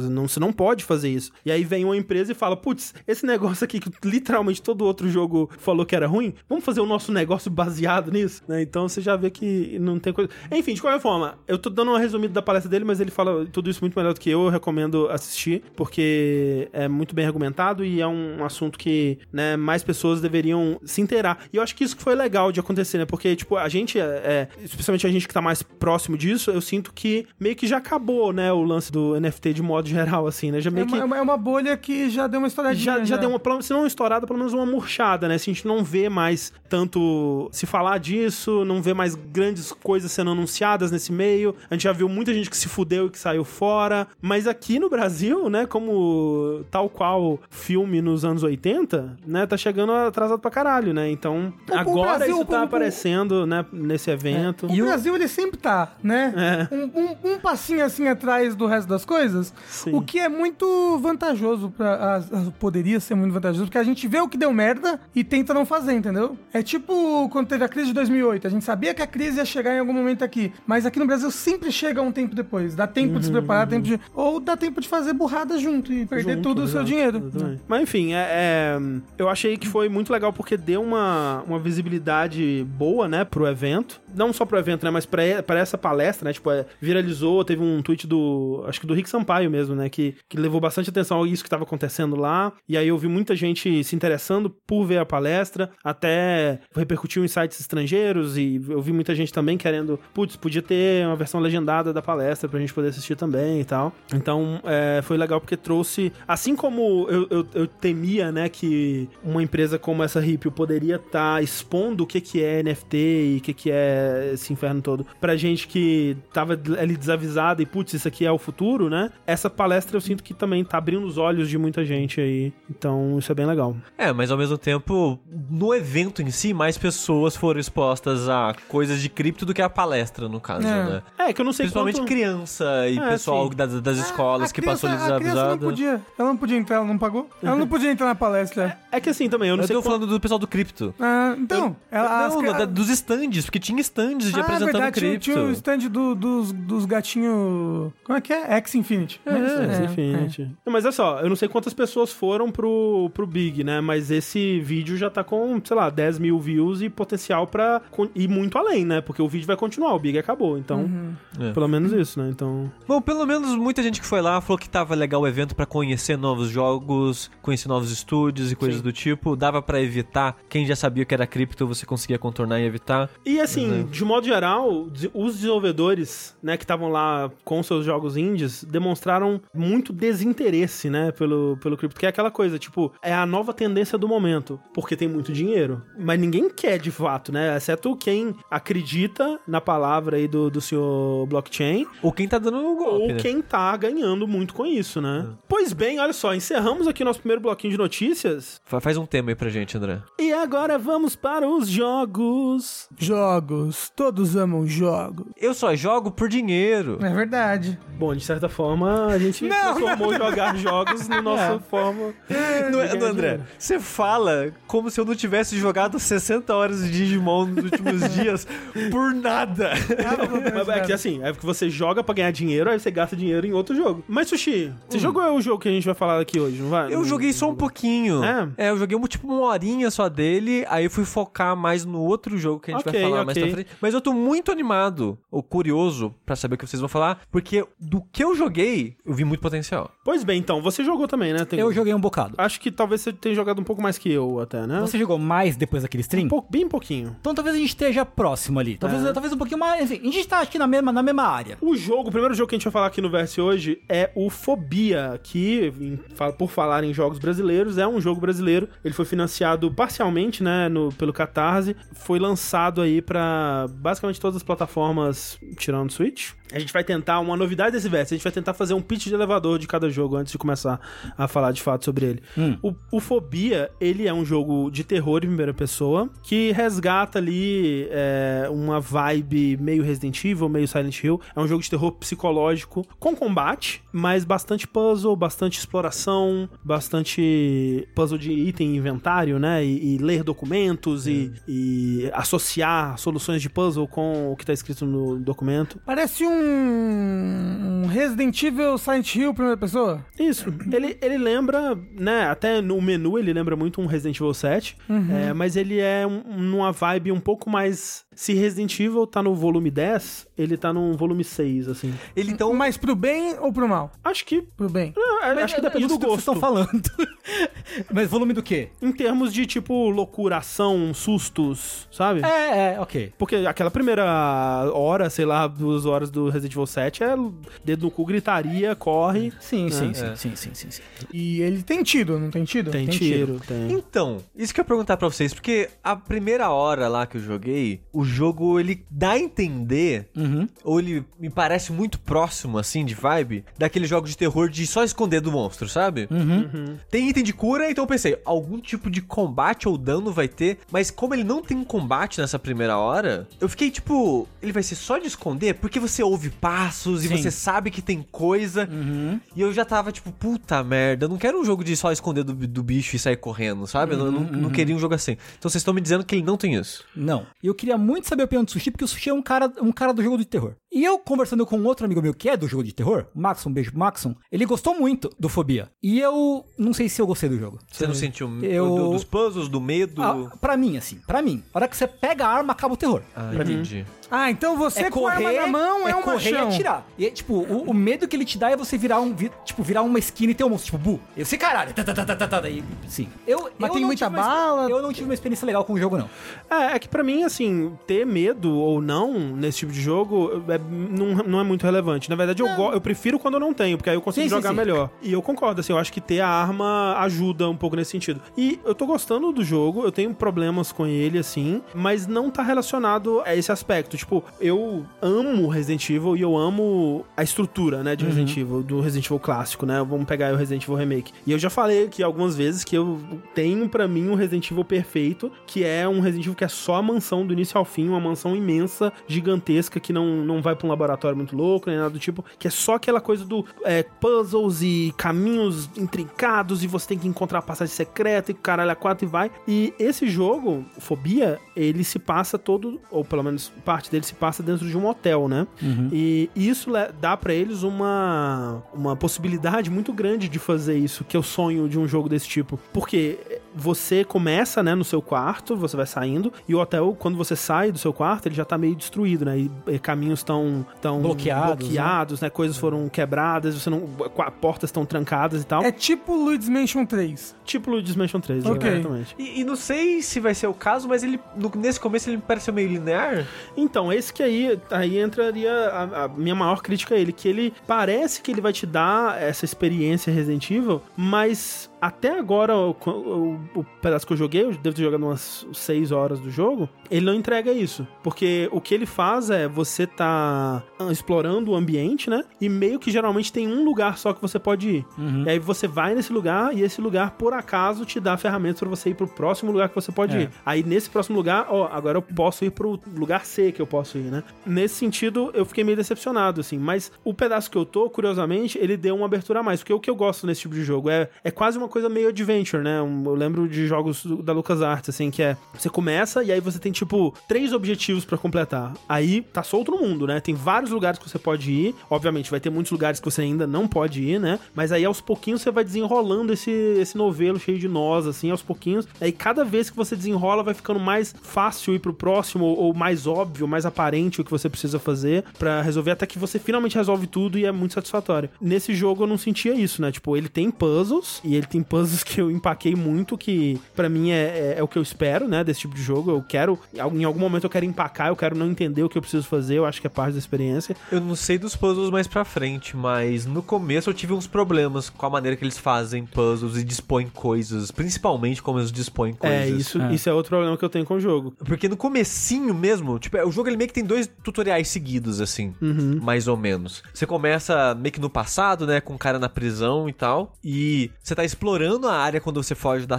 Não, você não pode fazer isso. E aí vem uma empresa e fala, putz, esse negócio aqui que literalmente todo outro jogo falou que era ruim, vamos fazer o nosso negócio baseado nisso, né? Então você já vê que não tem coisa... Enfim, de qualquer forma, eu tô dando uma resumida da palestra dele, mas ele fala tudo isso muito melhor do que eu, eu recomendo assistir, porque é muito bem argumentado e é um assunto que, né, mais pessoas deveriam se inteirar. E eu acho que isso que foi legal de acontecer, né? Porque, tipo, a gente, é, especialmente a gente que tá mais próximo disso, eu sinto que meio que já acabou, né, o lance do N F T de modo geral, assim, né? Já meio é, que... uma, é uma bolha que já deu uma estouradinha. Já, já, já deu uma, se não uma estourada, pelo menos uma murchada, né? Se a gente não vê mais tanto se falar disso, não vê mais grandes coisas sendo anunciadas nesse meio. A gente já viu muita gente que se fudeu e que saiu fora. Mas aqui no Brasil, né, como tal qual filme nos anos oitenta, né, tá chegando atrasado pra caralho, né? Então, o, agora o Brasil, isso tá o, aparecendo, o... né, nesse evento. É. E o Brasil, ele sempre tá, né? É. Um, um, um passinho assim atrás do resto das coisas. Sim. O que é muito vantajoso pra... A, a, poderia ser muito vantajoso, porque a gente vê o que deu merda e tenta não fazer, entendeu? É tipo quando teve a crise de dois mil e oito. A gente sabia que a crise ia chegar em algum momento aqui, mas aqui no Brasil sempre chega um tempo depois. Dá tempo uhum, de se preparar, uhum. tempo de... ou dá tempo de fazer burrada junto e perder junto, tudo exato, o seu dinheiro. Exatamente. Mas enfim, é, é, eu achei que foi muito legal porque deu uma, uma visibilidade boa, né, pro evento. Não só pro evento, né, mas pra, pra essa palestra, né, tipo, é, viralizou, teve um tweet do, acho que do Rick Sampaio mesmo, né, que, que levou bastante atenção a isso que tava acontecendo lá, e aí eu vi muita gente se interessando por ver a palestra, até repercutiu em sites estrangeiros, e eu vi muita gente também querendo, putz, podia ter uma versão legendada da palestra pra gente poder assistir também e tal. Então, é, foi legal porque trouxe, assim como eu, eu, eu temia, né, que uma empresa como essa Ripple poderia estar tá expondo o que que é N F T e o que que é esse inferno todo pra gente que tava ali desavisada e, putz, isso aqui é o futuro, né? Essa palestra eu sinto que também tá abrindo os olhos de muita gente aí. Então, isso é bem legal. É, mas ao mesmo tempo, no evento em si, mais pessoas foram expostas a coisas de cripto do que a palestra, no caso, é. né? É, que eu não sei Principalmente quanto... criança e é, pessoal das, das escolas é, que criança, passou ali desavisada. Ela não podia. Ela não podia entrar, ela não pagou. Ela não podia entrar na palestra. É, é que assim também, eu não eu sei tô quanto... falando do pessoal do cripto. Ah, então. Eu, ela, não, as... dos stands, porque tinha stands de ah, apresentando verdade, cripto. Tinha, tinha o stand do, dos, dos gatinhos... Como é que é? X-Infinity. É, é, X-Infinity. É. Não, mas é só, eu não sei quantas pessoas foram pro, pro Big, né? Mas esse vídeo já tá com, sei lá, dez mil views e potencial pra ir muito além, né? Porque o vídeo vai continuar, o Big acabou. Então, uhum. é. pelo menos isso, né? Então... Bom, pelo menos muita gente que foi lá falou que tava legal o evento pra conhecer novos jogos, conhecer novos estúdios e coisas Sim. do tipo. Dava pra evitar. Quem já sabia que era cripto, você conseguia contornar e evitar. E assim, uhum. de modo geral, os desenvolvedores, né, que estavam lá com seus jogos indies, demonstraram muito desinteresse, né, pelo, pelo cripto. Que é aquela coisa, tipo, é a nova tendência do momento. Porque tem muito dinheiro. Mas ninguém quer, de fato, né? Exceto quem acredita na palavra aí do, do senhor blockchain. Ou quem tá dando um golpe. Ou né? quem tá ganhando muito com isso, né? Uhum. Pois bem, olha só, encerramos aqui nosso primeiro bloquinho de notícias. Faz um tema aí pra gente, André. E agora vamos para os jogos. Jogos. Todos amam jogos. Eu só jogo por dinheiro. É verdade. Bom, de certa forma, a gente não, transformou não. jogar jogos no nosso é. forma. É, não, não, André, você fala como se eu não tivesse jogado sessenta horas de Digimon nos últimos dias por nada. Mas é que assim, é que você joga pra ganhar dinheiro, aí você gasta dinheiro em outro jogo. Mas, Sushi, você hum. jogou o jogo que a gente vai falar aqui hoje, não vai? Eu não, joguei só um pouquinho. É? É, eu joguei tipo uma horinha só dele, aí eu fui focar mais no outro jogo que a gente okay, vai falar okay. mais pra frente. Mas eu tô muito animado, ou curioso, pra saber o que vocês vão falar, porque do que eu joguei, eu vi muito potencial. Pois bem, então, você jogou também, né? Tem... Eu joguei um bocado. Acho que talvez você tenha jogado um pouco mais que eu até, né? Você jogou mais depois daquele stream? Um pouco, bem pouquinho. Então talvez a gente esteja próximo ali. Talvez, é. talvez um pouquinho mais... Enfim, a gente tá aqui na mesma, na mesma área. O jogo, o primeiro jogo que a gente vai falar aqui no Vértice hoje é o Fobia, que, em, por falar em jogos brasileiros, é um jogo brasileiro. Ele foi financiado parcialmente, né, no, pelo Catarse. Foi lançado aí pra basicamente todas as plataformas, tirando o Switch. A gente vai tentar, uma novidade desse Vértice, a gente vai tentar fazer um pitch de elevador de cada jogo antes de começar a falar de fato sobre ele. Hum. O, o Fobia, ele é um jogo de terror em primeira pessoa, que resgata ali é, uma vibe meio Resident Evil, meio Silent Hill. É um jogo de terror psicológico, com combate, mas bastante puzzle, bastante exploração, bastante puzzle de item inventário, né? E, e ler documentos hum. e, e associar soluções de puzzle com o que tá escrito no documento. Parece um um Resident Evil Silent Hill primeira pessoa? Isso. Ele, ele lembra, né, até no menu ele lembra muito um Resident Evil sete, uhum. é, mas ele é um, numa vibe um pouco mais... Se Resident Evil tá no volume dez, ele tá no volume seis, assim. Ele então... Mais pro bem ou pro mal? Acho que... Pro bem. Não, acho que depende do gosto. Que vocês estão falando. Mas volume do quê? Em termos de, tipo, loucura, ação, sustos, sabe? É, é, ok. Porque aquela primeira hora, sei lá, duas horas do Resident Evil sete é dedo no cu, gritaria, corre. Sim, né? sim, sim, é. sim, sim, sim, sim. E ele tem tiro, não tem tiro? Tem, tem tiro, tiro, tem. Então, isso que eu ia perguntar pra vocês, porque a primeira hora lá que eu joguei, o jogo, ele dá a entender, uhum. ou ele me parece muito próximo, assim, de vibe, daqueles jogos de terror de só esconder do monstro, sabe? Uhum. Uhum. Tem item de cura, então eu pensei, algum tipo de combate ou dano vai ter, mas como ele não tem combate nessa primeira hora, eu fiquei tipo, ele vai ser só de esconder? Porque você ouve passos Sim. e você sabe que tem coisa, uhum. e eu já tava tipo, puta merda, eu não quero um jogo de só esconder do, do bicho e sair correndo, sabe? Uhum, eu não, não, não queria um jogo assim. Então vocês estão me dizendo que ele não tem isso. Não. E eu queria muito saber a opinião do Sushi, porque o Sushi é um cara, um cara do jogo de terror. E eu, conversando com outro amigo meu que é do jogo de terror, Maxon, um beijo pro Maxon, ele gostou muito do Fobia. E eu não sei se eu gostei do jogo. Você não sentiu eu... do, dos puzzles, do medo? Ah, pra mim, assim, pra mim. A hora que você pega a arma, acaba o terror. Ah, pra entendi. Mim. Ah, então você é com correr, a arma na mão é, é um correr machão. E atirar. E é, tipo, o, o medo que ele te dá é você virar um, vi, tipo, virar uma esquina e ter um monstro, tipo, bu. Eu sei, caralho. Tá, tá, tá, tá, tá, daí, sim. Eu, Mas eu tem muita uma, bala? Eu não tive uma experiência legal com o jogo, não. É, é que pra mim, assim, ter medo ou não nesse tipo de jogo é, não, não é muito relevante. Na verdade, eu, go, eu prefiro quando eu não tenho, porque aí eu consigo sim, jogar sim, sim. melhor. E eu concordo, assim, eu acho que ter a arma ajuda um pouco nesse sentido. E eu tô gostando do jogo, eu tenho problemas com ele, assim, mas não tá relacionado a esse aspecto. Tipo, eu amo Resident Evil e eu amo a estrutura, né, de uhum. Resident Evil, do Resident Evil clássico, né? Vamos pegar o Resident Evil Remake. E eu já falei aqui algumas vezes que eu tenho pra mim um Resident Evil perfeito, que é um Resident Evil que é só a mansão do início ao fim, uma mansão imensa, gigantesca, que não, não vai pra um laboratório muito louco, nem nada do tipo, que é só aquela coisa do é, puzzles e caminhos intrincados e você tem que encontrar a passagem secreta e caralho a quatro e vai. E esse jogo, Fobia, ele se passa todo, ou pelo menos parte dele se passa dentro de um hotel, né? Uhum. E isso dá pra eles uma, uma possibilidade muito grande de fazer isso, que é o sonho de um jogo desse tipo. Porque você começa, né, no seu quarto, você vai saindo, e o hotel, quando você sai do seu quarto, ele já tá meio destruído, né? E, e caminhos estão bloqueados, bloqueados né? né? Coisas foram quebradas, você não, portas estão trancadas e tal. É tipo Luigi's Mansion três. Tipo Luigi's Mansion três, okay. exatamente. E, e não sei se vai ser o caso, mas ele, no, nesse começo ele me parece meio linear. Então, esse que aí, aí entraria a, a minha maior crítica a ele, que ele parece que ele vai te dar essa experiência Resident Evil, mas até agora, o, o, o pedaço que eu joguei, eu devo ter jogado umas seis horas do jogo, ele não entrega isso. Porque o que ele faz é, você tá explorando o ambiente, né? E meio que geralmente tem um lugar só que você pode ir. Uhum. E aí você vai nesse lugar e esse lugar, por acaso, te dá ferramentas pra você ir pro próximo lugar que você pode é. ir. Aí nesse próximo lugar, ó, agora eu posso ir pro lugar C que eu posso ir, né? Nesse sentido, eu fiquei meio decepcionado, assim. Mas o pedaço que eu tô, curiosamente, ele deu uma abertura a mais. Porque o que eu gosto nesse tipo de jogo é, é quase uma coisa meio adventure, né? Um, eu lembro de jogos da LucasArts, assim, que é... Você começa e aí você tem, tipo, três objetivos pra completar. Aí tá solto no mundo, né? Tem vários lugares que você pode ir. Obviamente, vai ter muitos lugares que você ainda não pode ir, né? Mas aí, aos pouquinhos, você vai desenrolando esse, esse novelo cheio de nós, assim, aos pouquinhos. Aí, cada vez que você desenrola, vai ficando mais fácil ir pro próximo, ou, ou mais óbvio, mais aparente o que você precisa fazer pra resolver, até que você finalmente resolve tudo e é muito satisfatório. Nesse jogo, eu não sentia isso, né? Tipo, ele tem puzzles, e ele tem puzzles que eu empaquei muito, que pra mim é, é, é o que eu espero, né, desse tipo de jogo. Eu quero, em algum momento eu quero empacar, eu quero não entender o que eu preciso fazer, eu acho que é parte da experiência. Eu não sei dos puzzles mais pra frente, mas no começo eu tive uns problemas com a maneira que eles fazem puzzles e dispõem coisas, principalmente como eles dispõem coisas. É, isso é. isso é outro problema que eu tenho com o jogo. Porque no comecinho mesmo, tipo, o jogo ele meio que tem dois tutoriais seguidos, assim, uhum. mais ou menos. Você começa meio que no passado, né, com o cara na prisão e tal, e você tá explorando a área quando você foge da,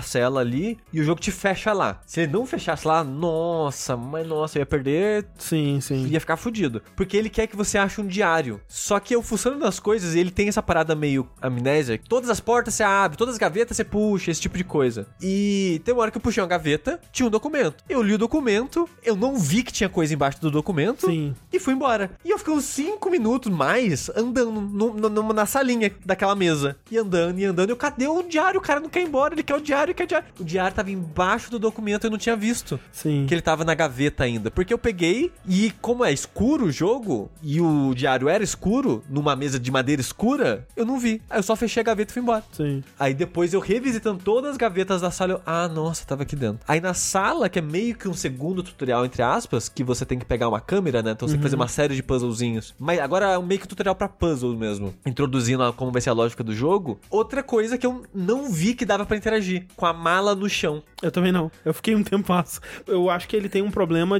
cela ali e o jogo te fecha lá. Se ele não fechasse lá, nossa, mas nossa, eu ia perder... Sim, sim. Ia ficar fudido. Porque ele quer que você ache um diário. Só que eu fuçando das coisas, ele tem essa parada meio amnésia. Todas as portas você abre, todas as gavetas você puxa, esse tipo de coisa. E tem uma hora que eu puxei uma gaveta, tinha um documento. Eu li o documento, eu não vi que tinha coisa embaixo do documento. Sim. E fui embora. E eu fiquei uns cinco minutos mais andando no, no, no, na salinha daquela mesa. E andando, e andando. Eu, cadê o diário? O cara não quer ir embora, ele quer o diário, quer o diário. O diário tava embaixo do documento, eu não tinha visto. Sim. Que ele tava na gaveta ainda. Porque eu peguei e como é escuro o jogo, e o diário era escuro, numa mesa de madeira escura, eu não vi. Aí eu só fechei a gaveta e fui embora. Sim. Aí depois eu revisitando todas as gavetas da sala, eu, ah, nossa, tava aqui dentro. Aí na sala, que é meio que um segundo tutorial, entre aspas, que você tem que pegar uma câmera, né? Então você uhum. tem que fazer uma série de puzzlezinhos. Mas agora é meio que um tutorial pra puzzle mesmo. Introduzindo a, como vai ser a lógica do jogo. Outra coisa que eu não vi que dava pra interagir, com a mala no chão. Eu também não. Eu fiquei um tempo passo. Eu acho que ele tem um problema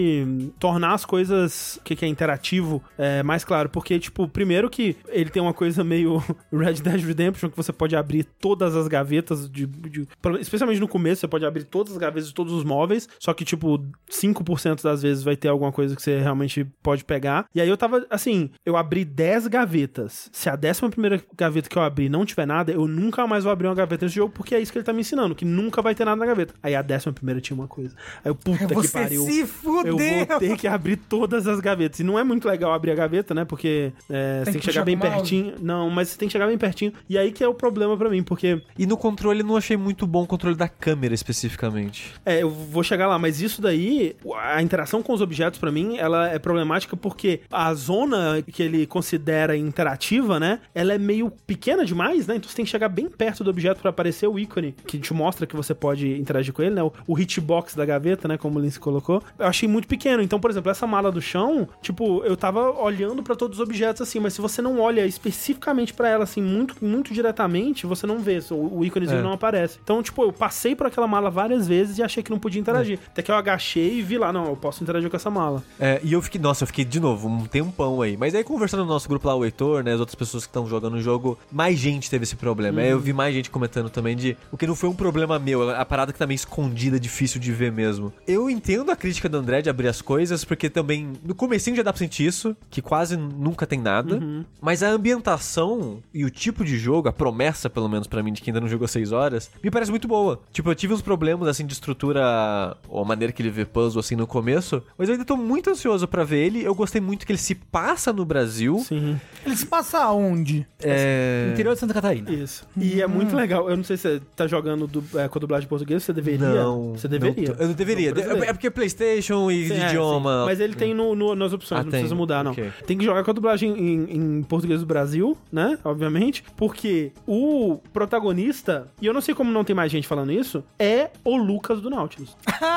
de tornar as coisas que, que é interativo é, mais claro. Porque, tipo, primeiro que ele tem uma coisa meio Red Dead Redemption, que você pode abrir todas as gavetas, de, de, especialmente no começo, você pode abrir todas as gavetas de todos os móveis, só que, tipo, cinco por cento das vezes vai ter alguma coisa que você realmente pode pegar. E aí eu tava, assim, eu abri dez gavetas. Se a décima primeira gaveta que eu abri não tiver nada, eu nunca mais vou abrir uma gaveta nesse jogo, porque é isso que ele tá me ensinando, que nunca vai ter nada na gaveta. Aí a décima primeira tinha uma coisa. Aí eu, puta Você que pariu. se fudeu. Eu vou ter que abrir todas as gavetas. E não é muito legal abrir a gaveta, né? Porque é, você tem que, que chegar bem pertinho. Não, mas você tem que chegar bem pertinho. E aí que é o problema pra mim, porque... E no controle eu não achei muito bom o controle da câmera, especificamente. É, eu vou chegar lá, mas isso daí, a interação com os objetos pra mim, ela é problemática porque a zona que ele considera interativa, né? Ela é meio pequena demais, né? Então você tem que chegar bem perto do objeto pra aparecer o ícone que te mostra que você pode interagir com ele, né? O, o hitbox da gaveta, né? Como o Lince colocou. Eu achei muito pequeno. Então, por exemplo, essa mala do chão, tipo, eu tava olhando pra todos os objetos assim, mas se você não olha especificamente pra ela, assim, muito, muito diretamente, você não vê. O, o íconezinho é. não aparece. Então, tipo, eu passei por aquela mala várias vezes e achei que não podia interagir. É. Até que eu agachei e vi lá, não, eu posso interagir com essa mala. É, e eu fiquei, nossa, eu fiquei de novo um tempão aí. Mas aí conversando no nosso grupo lá, o Heitor, né, as outras pessoas que estão jogando o jogo, mais gente teve esse problema. Hum. Aí eu vi mais gente comentando também de, o que não foi um problema meu, a parada que tá meio escondida, difícil de ver mesmo. Eu entendo a crítica do André de abrir as coisas, porque também, no comecinho já dá pra sentir isso, que quase nunca tem nada, uhum. mas a ambientação e o tipo de jogo, a promessa, pelo menos pra mim, de quem ainda não jogou seis horas, me parece muito boa. Tipo, eu tive uns problemas, assim, de estrutura, ou a maneira que ele vê puzzle, assim, no começo, mas eu ainda tô muito ansioso pra ver ele. Eu gostei muito que ele se passa no Brasil. Sim. Ele se passa aonde? É... No interior de Santa Catarina. Isso. E hum. é muito legal. Eu não sei se você tá jogando do, é, com a dublagem em português, você deveria. Não. Você deveria. Não tô, eu não deveria. Não, é porque é PlayStation e sim, idioma. É, mas ele tem no, no, nas opções, ah, não tem. Precisa mudar, não. Okay. Tem que jogar com a dublagem em, em português do Brasil, né? Obviamente. Porque o protagonista, e eu não sei como não tem mais gente falando isso, é o Lucas do Nautilus.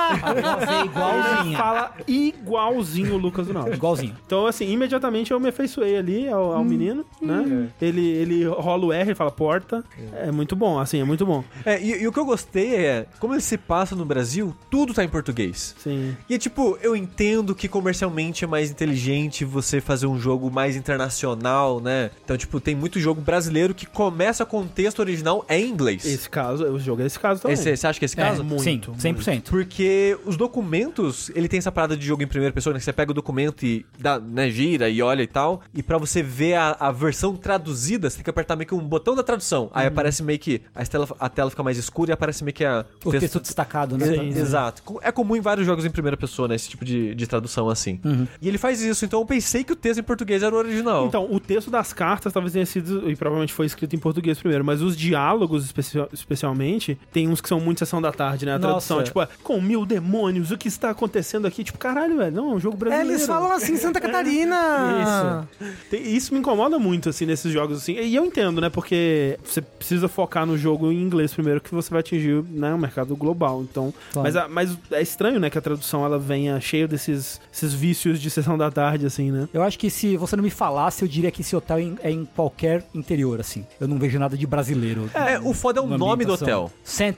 Você igualzinho. Ele fala igualzinho o Lucas do Nautilus. Igualzinho. Então, assim, imediatamente eu me afeiçoei ali ao, ao hum. menino, né? É. Ele, ele rola o R e fala porta. É. é muito bom, assim, é muito bom. É, e, e o que eu gostei é, como ele se passa no Brasil, tudo tá em português. Sim. E é tipo, eu entendo que comercialmente é mais inteligente você fazer um jogo mais internacional, né? Então, tipo, tem muito jogo brasileiro que começa com o texto original em inglês. Esse caso, o jogo é esse caso também. Esse, você acha que é esse caso? É, muito, sim, cem por cento. Porque os documentos, ele tem essa parada de jogo em primeira pessoa, né? Que você pega o documento e dá, né, gira e olha e tal. E pra você ver a, a versão traduzida, você tem que apertar meio que um botão da tradução. Uhum. Aí aparece meio que a tela, a tela fica mais escura e aparece meio que a... O texto, texto destacado, né? Sim, exato. É comum em vários jogos em primeira pessoa, né? Esse tipo de, de tradução assim. Uhum. E ele faz isso, então eu pensei que o texto em português era o original. Então, o texto das cartas talvez tenha sido, e provavelmente foi escrito em português primeiro, mas os diálogos, especi- especialmente, tem uns que são muito sessão da tarde, né? A tradução é tipo, com mil demônios, o que está acontecendo aqui? Tipo, caralho, velho, não, é um jogo brasileiro. É, eles falam assim, Santa Catarina! Isso. Tem, isso me incomoda muito, assim, nesses jogos, assim. E eu entendo, né? Porque você precisa focar no jogo em inglês primeiro, que você vai atingir, né, o mercado global. Então, claro. mas, a, mas é estranho, né, que a tradução, ela venha cheia desses esses vícios de sessão da tarde, assim, né? Eu acho que se você não me falasse, eu diria que esse hotel é em, é em qualquer interior, assim. Eu não vejo nada de brasileiro. É, o foda é o nome do hotel. Saint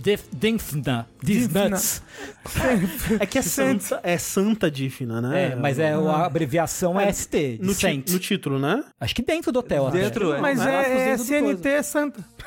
Difna. Disnuts. É que é Santa, é Santa Difna, né? É, mas é, a abreviação é, é S T, no, Saint. Ti, no título, né? Acho que dentro do hotel. Dentro, é. Mas é, é S N T Santa.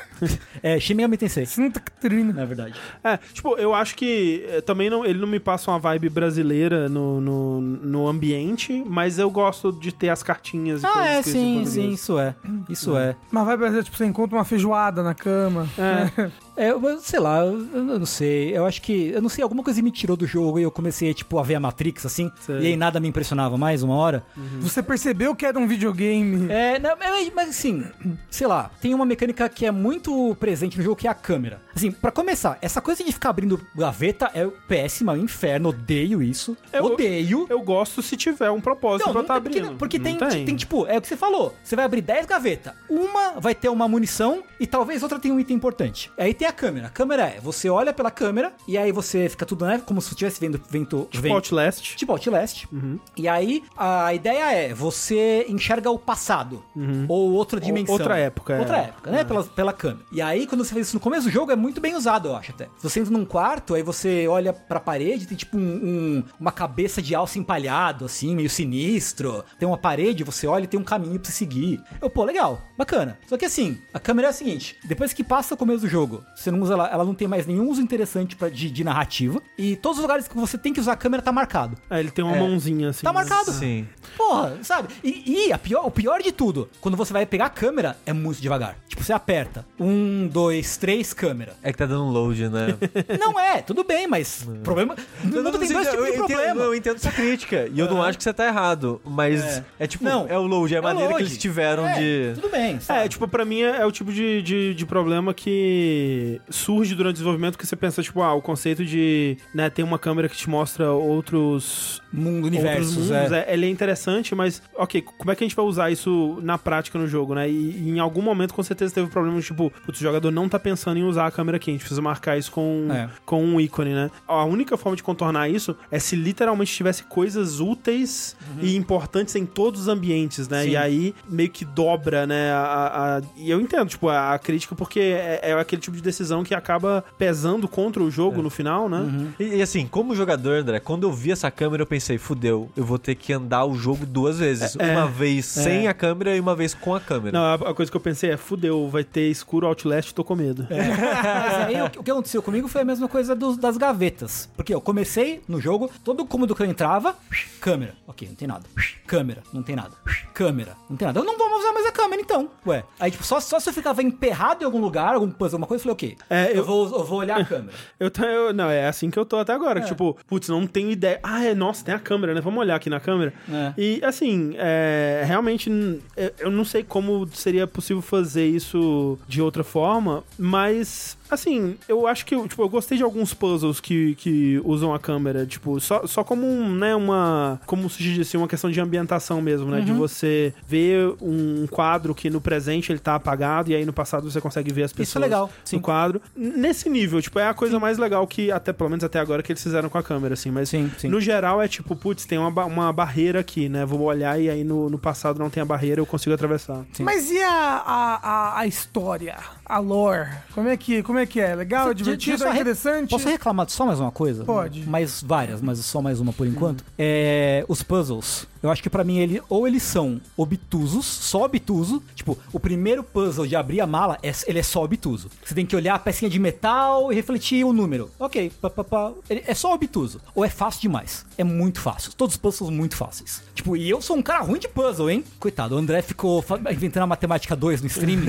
É, Shin Megami Tensei. Santa Catarina. Na verdade. É, tipo, eu acho que é, também não, ele não me passa uma vibe brasileira no, no, no ambiente, mas eu gosto de ter as cartinhas e Ah, coisas é, escritas em sim, português. sim, isso é. Isso é. Mas vai brasileiro, tipo, você encontra uma feijoada na cama. É. É, eu, sei lá, eu, eu não sei. Eu acho que. Eu não sei, alguma coisa me tirou do jogo e eu comecei, tipo, a ver a Matrix, assim. Sei. E aí nada me impressionava mais uma hora. Uhum. Você percebeu que era um videogame. É, não, é, mas assim, sei lá, tem uma mecânica que é muito presente no jogo que é a câmera. Assim, pra começar, essa coisa de ficar abrindo gaveta é péssima, é um inferno, odeio isso. Eu- odeio. Eu gosto se tiver um propósito pra não estar tem- porque, abrindo. porque tem, Não tem. tem, tipo, é o que você falou. Você vai abrir dez gavetas. Uma vai ter uma munição e talvez outra tenha um item importante. Aí tem a câmera. A câmera é, você olha pela câmera e aí você fica tudo, né, como se estivesse vendo vento. Tipo vento. Outlast. Tipo Outlast. E aí, a ideia é, você enxerga o passado. Ou outra dimensão. outra época, é. Outra época, né? Pela, pela câmera. E aí, quando você faz isso no começo do jogo, é muito bem usado, eu acho até. Você entra num quarto, aí você olha pra parede, tem tipo um, um- uma cabeça de alce empalhado, assim, meio sinistro. Tem uma parede, você olha e tem um caminho pra você seguir. Eu, pô, legal, bacana. Só que assim, a câmera é a seguinte, depois que passa o começo do jogo, você não usa ela, ela não tem mais nenhum uso interessante pra, de, de narrativa. E todos os lugares que você tem que usar a câmera tá marcado. É, ele tem uma É. mãozinha assim. Tá né? marcado. Sim. Porra, sabe? E, e a pior, o pior de tudo, quando você vai pegar a câmera, é muito devagar. Tipo, você aperta. Um, dois, três, câmera. É que tá dando um load, né? Não é, tudo bem, mas problema. No mundo tem dois tipos de eu, entendo, problema. eu entendo essa crítica. E eu não acho que você tá errado. Mas É. é, tipo, Não. é o load, é a É o maneira load. que eles tiveram É, de. Tudo bem, sabe? É, tipo, pra mim é, é o tipo de, de, de problema que surge durante o desenvolvimento que você pensa, tipo, ah, o conceito de, né, ter uma câmera que te mostra outros... Mundo, outros universos, mundos, é. é, ele é interessante, mas, ok, como é que a gente vai usar isso na prática no jogo, né? E, e em algum momento, com certeza, teve problema de, tipo, putz, o jogador não tá pensando em usar a câmera aqui, a gente precisa marcar isso com, É. com um ícone, né? A única forma de contornar isso é se literalmente tivesse coisas úteis e importantes em todos os ambientes, né? Sim. E aí, meio que dobra, né? A, a- a- e eu entendo, tipo, a, a crítica, porque é, é aquele tipo de decisão que acaba pesando contra o jogo no final, né? E, e assim, como jogador, André, quando eu vi essa câmera, eu pensei, fudeu, eu vou ter que andar o jogo duas vezes. É, uma é, vez sem a câmera e uma vez com a câmera. Não, a, a coisa que eu pensei é, fudeu, vai ter escuro Outlast, tô com medo. Mas aí o, que- o que aconteceu comigo foi a mesma coisa dos- das gavetas. Porque eu comecei no jogo, todo cômodo que eu entrava, câmera. Ok, não tem nada. Câmera, não tem nada. Câmera, não tem nada. Eu não vou usar mais a câmera então. Ué. Aí, tipo, só, só se eu ficava emperrado em algum lugar, algum puzzle, alguma coisa, eu falei, ok. É, eu, eu- vou, eu vou olhar a câmera. Eu, tô- eu Não, é assim que eu tô até agora. que, Tipo, putz, não tenho ideia. Ah, é, nossa, tem a câmera, né? Vamos olhar aqui na câmera. É. E, assim, é, realmente, n- eu- eu não sei como seria possível fazer isso de outra forma, mas, assim, eu acho que, eu, tipo, eu gostei de alguns puzzles que, que usam a câmera, tipo, só, só como, um, né, uma, como se diz assim, uma questão de ambientação mesmo, né? De você ver um quadro que no presente ele tá apagado e aí no passado você consegue ver as pessoas Isso é legal, sim. no quadro. Nesse nível, tipo, é a coisa mais legal que, até pelo menos até agora, que eles fizeram com a câmera, assim. Mas Sim, sim. no geral é tipo, putz, tem uma, ba- uma barreira aqui, né? Vou olhar e aí no, no passado não tem a barreira, eu consigo atravessar. Mas e a, a, a, a história? A lore? Como é que, como é, que é? Legal? É Deixa- divertido? deixa eu É só re- interessante? Posso reclamar de só mais uma coisa? Pode. Mais várias, mas só mais uma por enquanto. É, os puzzles. Eu acho que pra mim, ele, ou eles são obtusos, só obtuso. Tipo, o primeiro puzzle de abrir a mala, é, ele é só obtuso. Você tem que olhar a pecinha de metal e refletir o número. Ok, pá, pá, pá. Ele é só obtuso. Ou é fácil demais. É muito fácil. Todos os puzzles são muito fáceis. Tipo, e eu sou um cara ruim de puzzle, hein? Coitado, o André ficou fa- inventando a matemática dois no streaming.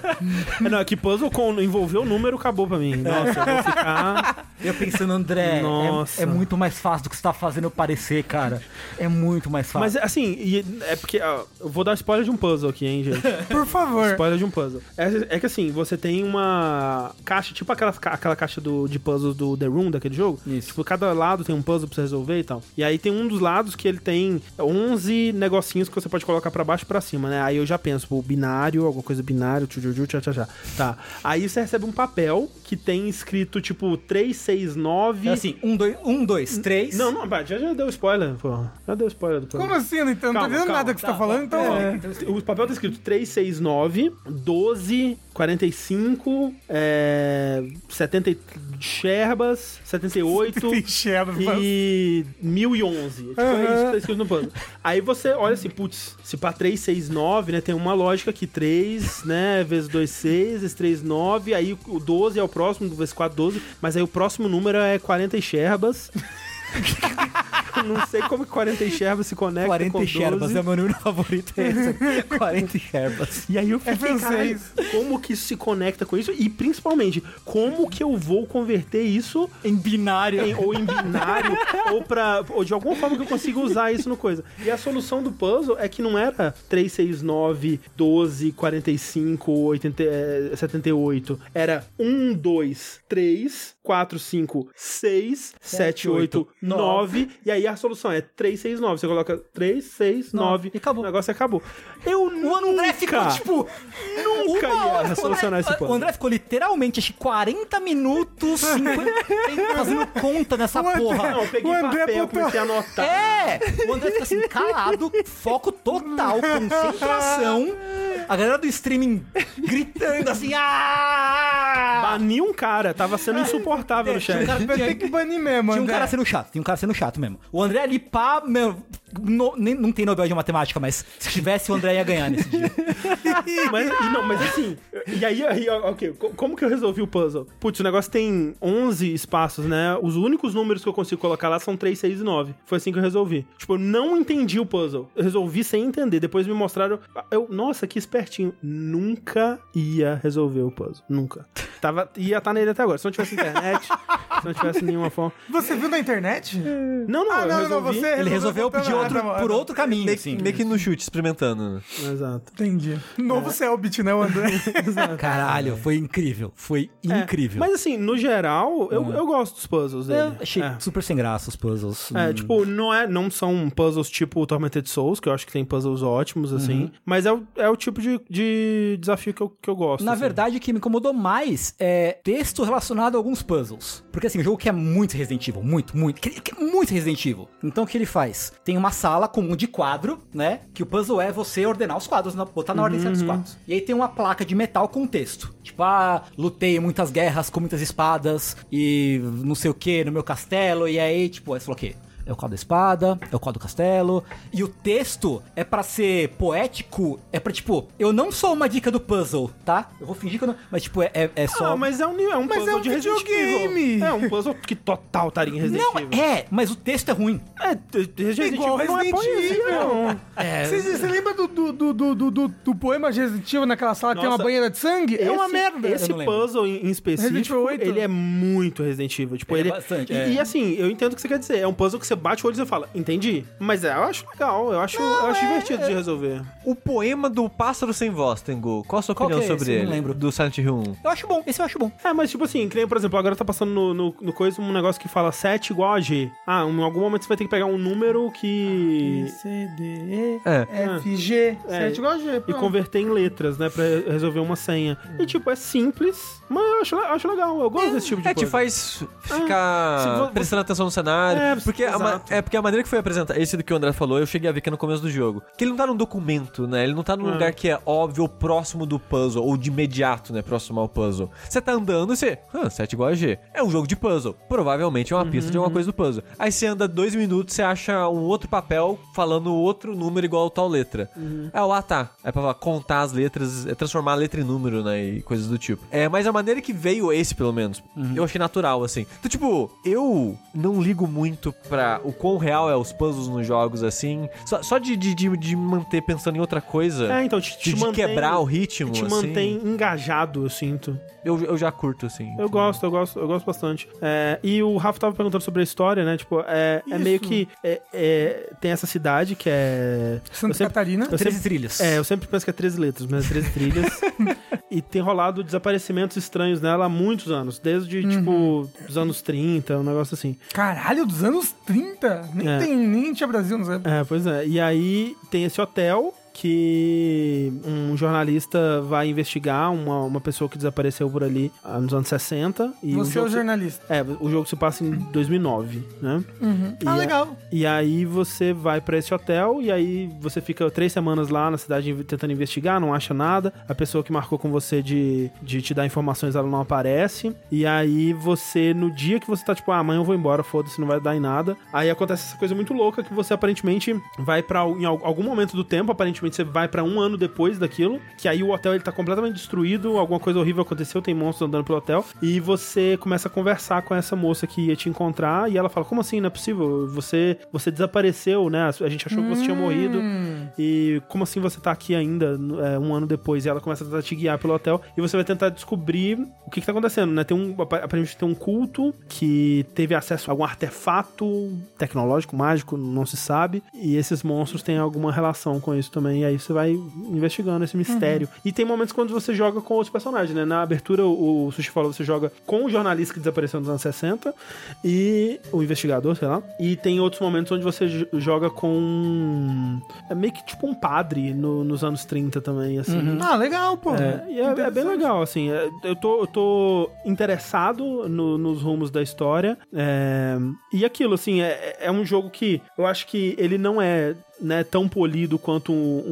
É, não, é que puzzle com envolver o número acabou pra mim. Nossa, eu vou ficar... Eu pensando, André, Nossa. é, é muito mais fácil do que você tá fazendo eu parecer, cara. É muito mais fácil. Mas assim, e é porque... ó, eu vou dar spoiler de um puzzle aqui, hein, gente? Por favor. Spoiler de um puzzle. É, é que assim, você tem uma caixa, tipo aquela, aquela caixa do, de puzzles do The Room, daquele jogo. Isso. Tipo, cada lado tem um puzzle pra você resolver e tal. E aí tem um dos lados que ele tem onze negocinhos que você pode colocar pra baixo e pra cima, né? Aí eu já penso, pô, binário, alguma coisa binário, tchujuju, tchá, tchá, tchá. Tá. Aí você recebe um papel que tem escrito, tipo, três seis nove... É assim, um, dois, um, dois, três. Não, não, já, já deu spoiler, pô. Já deu spoiler do puzzle. Como assim? Eu não entendo. Não tô Calma, entendendo calma. nada que você Tá, tá falando, então... É, o papel tá escrito três seis nove, doze, quarenta e cinco, é, setenta sherbas, setenta e oito e mil e onze. Tipo, uhum. É isso que tá escrito no puzzle. Aí você olha assim, putz, se pra três, seis, nove, né, tem uma lógica aqui, três, né, vezes dois, seis, vezes três, nove, aí o doze é o próximo, vezes quatro, doze, mas aí o próximo número é quarenta sherbas. Não sei como que quarenta sherbas se conecta quarenta com doze. sherbas é o meu número favorito. É esse. quarenta sherbas. E aí eu fiquei, é cara, como que isso se conecta com isso? E principalmente, como que eu vou converter isso em binário? Em, ou em binário, ou, pra, ou de alguma forma que eu consiga usar isso no coisa. E a solução do puzzle é que não era três, seis, nove, doze, quarenta e cinco, oitenta, setenta e oito. Era um, dois, três, quatro, cinco, seis, sete, oito, nove. E aí a solução é três, seis, nove. Você coloca três, seis, nove. E acabou. O negócio acabou. Eu o André nunca, ficou, tipo, nunca ia solucionar esse ponto. O André ficou literalmente, acho que quarenta minutos, cinquenta, fazendo conta nessa o porra. André, não, eu peguei papel, comecei a anotar. É! O André fica assim, calado, foco total, concentração. A galera do streaming gritando assim, ah! Bani um cara, tava sendo insuportável no chat. Vai ter que banir mesmo, Tinha um André. cara sendo chato, tinha um cara sendo chato mesmo. O André ali, pá, meu, no, nem, não tem Nobel de Matemática, mas se tivesse, o André ia ganhar nesse dia. mas, e não, mas assim, e aí, aí ok, como que eu resolvi o puzzle? Putz, o negócio tem onze espaços, né? Os únicos números que eu consigo colocar lá são três, seis e nove. Foi assim que eu resolvi. Tipo, eu não entendi o puzzle. Eu resolvi sem entender. Depois me mostraram, eu, nossa, que espertinho. Nunca ia resolver o puzzle. Nunca. Tava, ia estar nele até agora. Se não tivesse internet, se não tivesse nenhuma forma. Você viu na internet? Não, não, ah, eu não, resolvi. não, você Ele resolveu pedir outro, por outro caminho, meio, assim. Meio que no chute, experimentando. Exato. Entendi. Novo é. Selbit, né, o André? Exato. Caralho, foi incrível. Foi é. incrível. Mas assim, no geral, eu, eu gosto dos puzzles dele. Eu achei é. super sem graça os puzzles. É, hum. tipo, não, é, não são puzzles tipo Tormented Souls, que eu acho que tem puzzles ótimos, assim. Uhum. Mas é o, é o tipo de, de desafio que eu, que eu gosto. Na assim. verdade, o que me incomodou mais é texto relacionado a alguns puzzles. Porque assim, o jogo que é muito Resident Evil, muito, muito, que, que é muito Resident Evil. Então o que ele faz? Tem uma sala comum de quadro, né? Que o puzzle é você ordenar os quadros, botar na ordem certa dos quadros. E aí tem uma placa de metal com texto. Tipo, ah, lutei em muitas guerras com muitas espadas e não sei o que no meu castelo. E aí, tipo, aí você falou o quê? É o quadro da espada, é o quadro do castelo. E o texto é pra ser poético, é pra, tipo, eu não sou uma dica do puzzle, tá? Eu vou fingir que eu não... Mas, tipo, é, é, é só... Ah, mas é um, é um mas puzzle é um de Resident Evil. É um puzzle que total estaria em Resident não, Evil. É, mas o texto é ruim. É, Resident Igual Evil não é poesia, não. É. Você, você lembra do, do, do, do, do, do poema de Resident Evil naquela sala que Nossa, tem uma banheira de sangue? Esse, é uma merda. Esse puzzle em específico, ele é muito Resident Evil. Tipo, ele, ele é bastante, e, é. e assim, eu entendo o que você quer dizer. É um puzzle que você bate o olho e você fala, entendi. Mas é, eu acho legal, eu acho, não, eu acho é, divertido é. de resolver. O poema do Pássaro Sem Voz, Tengu, qual a sua qual opinião é sobre esse? ele? Eu não lembro. Do Silent Hill um. Eu acho bom, esse eu acho bom. É, mas tipo assim, que nem, por exemplo, agora tá passando no, no, no coisa um negócio que fala sete igual a G. Ah, em algum momento você vai ter que pegar um número que... A, B, C, D, E, é. F, G, é. sete igual a G. E converter em letras, né, pra resolver uma senha. Hum. E tipo, é simples, mas eu acho, acho legal, eu gosto é, desse tipo de é, coisa. É, te faz ficar é. prestando atenção no cenário. É, porque a, é porque a maneira que foi apresentada, esse do que o André falou, eu cheguei a ver que é no começo do jogo. Que ele não tá num documento, né? Ele não tá num é. lugar que é óbvio ou próximo do puzzle, ou de imediato, né? Próximo ao puzzle. Você tá andando e você... Ah, sete igual a G. É um jogo de puzzle. Provavelmente é uma uhum. pista de alguma coisa do puzzle. Aí você anda dois minutos, você acha um outro papel falando outro número igual a tal letra. Uhum. Aí, ah, tá. É pra contar as letras, é transformar a letra em número, né? E coisas do tipo. É, mas a maneira que veio esse, pelo menos, uhum. eu achei natural, assim. Então, tipo, eu não ligo muito pra o quão real é os puzzles nos jogos, assim. Só, só de, de, de, de manter pensando em outra coisa. É, então, te, te de, mantém, de quebrar o ritmo, te assim. mantém engajado, eu sinto. Eu, eu já curto, assim. Eu gosto, eu gosto, eu gosto bastante. É, e o Rafa tava perguntando sobre a história, né? Tipo, é, é meio que... É, é, tem essa cidade que é... Santa sempre, Catarina. treze trilhas. É, eu sempre penso que é treze letras, mas é treze trilhas. E tem rolado desaparecimentos estranhos nela há muitos anos. Desde, uhum. tipo, dos anos trinta, um negócio assim. Caralho, dos anos trinta? Nem, é. tem, nem tinha Brasil, não sei. É, pois é. E aí tem esse hotel... que um jornalista vai investigar uma, uma pessoa que desapareceu por ali ah, nos anos sessenta. E Você é o jornalista. Se, é, o jogo se passa em dois mil e nove, né? Uhum. Ah, e legal. A, e aí você vai pra esse hotel e aí você fica três semanas lá na cidade tentando investigar, não acha nada. A pessoa que marcou com você de, de te dar informações, ela não aparece. E aí você, no dia que você tá tipo, ah, amanhã eu vou embora, foda-se, não vai dar em nada. Aí acontece essa coisa muito louca que você aparentemente vai pra, em algum momento do tempo, aparentemente você vai pra um ano depois daquilo, que aí o hotel ele tá completamente destruído, alguma coisa horrível aconteceu, tem monstros andando pelo hotel, e você começa a conversar com essa moça que ia te encontrar, e ela fala, como assim, não é possível? Você, você desapareceu, né? A gente achou que você tinha morrido, e como assim você tá aqui ainda, é, um ano depois? E ela começa a tentar te guiar pelo hotel, e você vai tentar descobrir o que que tá acontecendo, né? Tem um, aparentemente tem um culto que teve acesso a algum artefato tecnológico, mágico, não se sabe, e esses monstros têm alguma relação com isso também, e aí você vai investigando esse mistério. Uhum. E tem momentos quando você joga com outros personagens, né? Na abertura, o, o Sushi falou, você joga com o jornalista que desapareceu nos anos sessenta e o investigador, sei lá, e tem outros momentos onde você joga com é meio que tipo um padre no, nos anos trinta também, assim. Uhum. Ah, legal, pô. É, e é, é bem legal, assim. É, eu, tô, eu tô interessado no, nos rumos da história, é, e aquilo, assim, é, é um jogo que eu acho que ele não é, né, tão polido quanto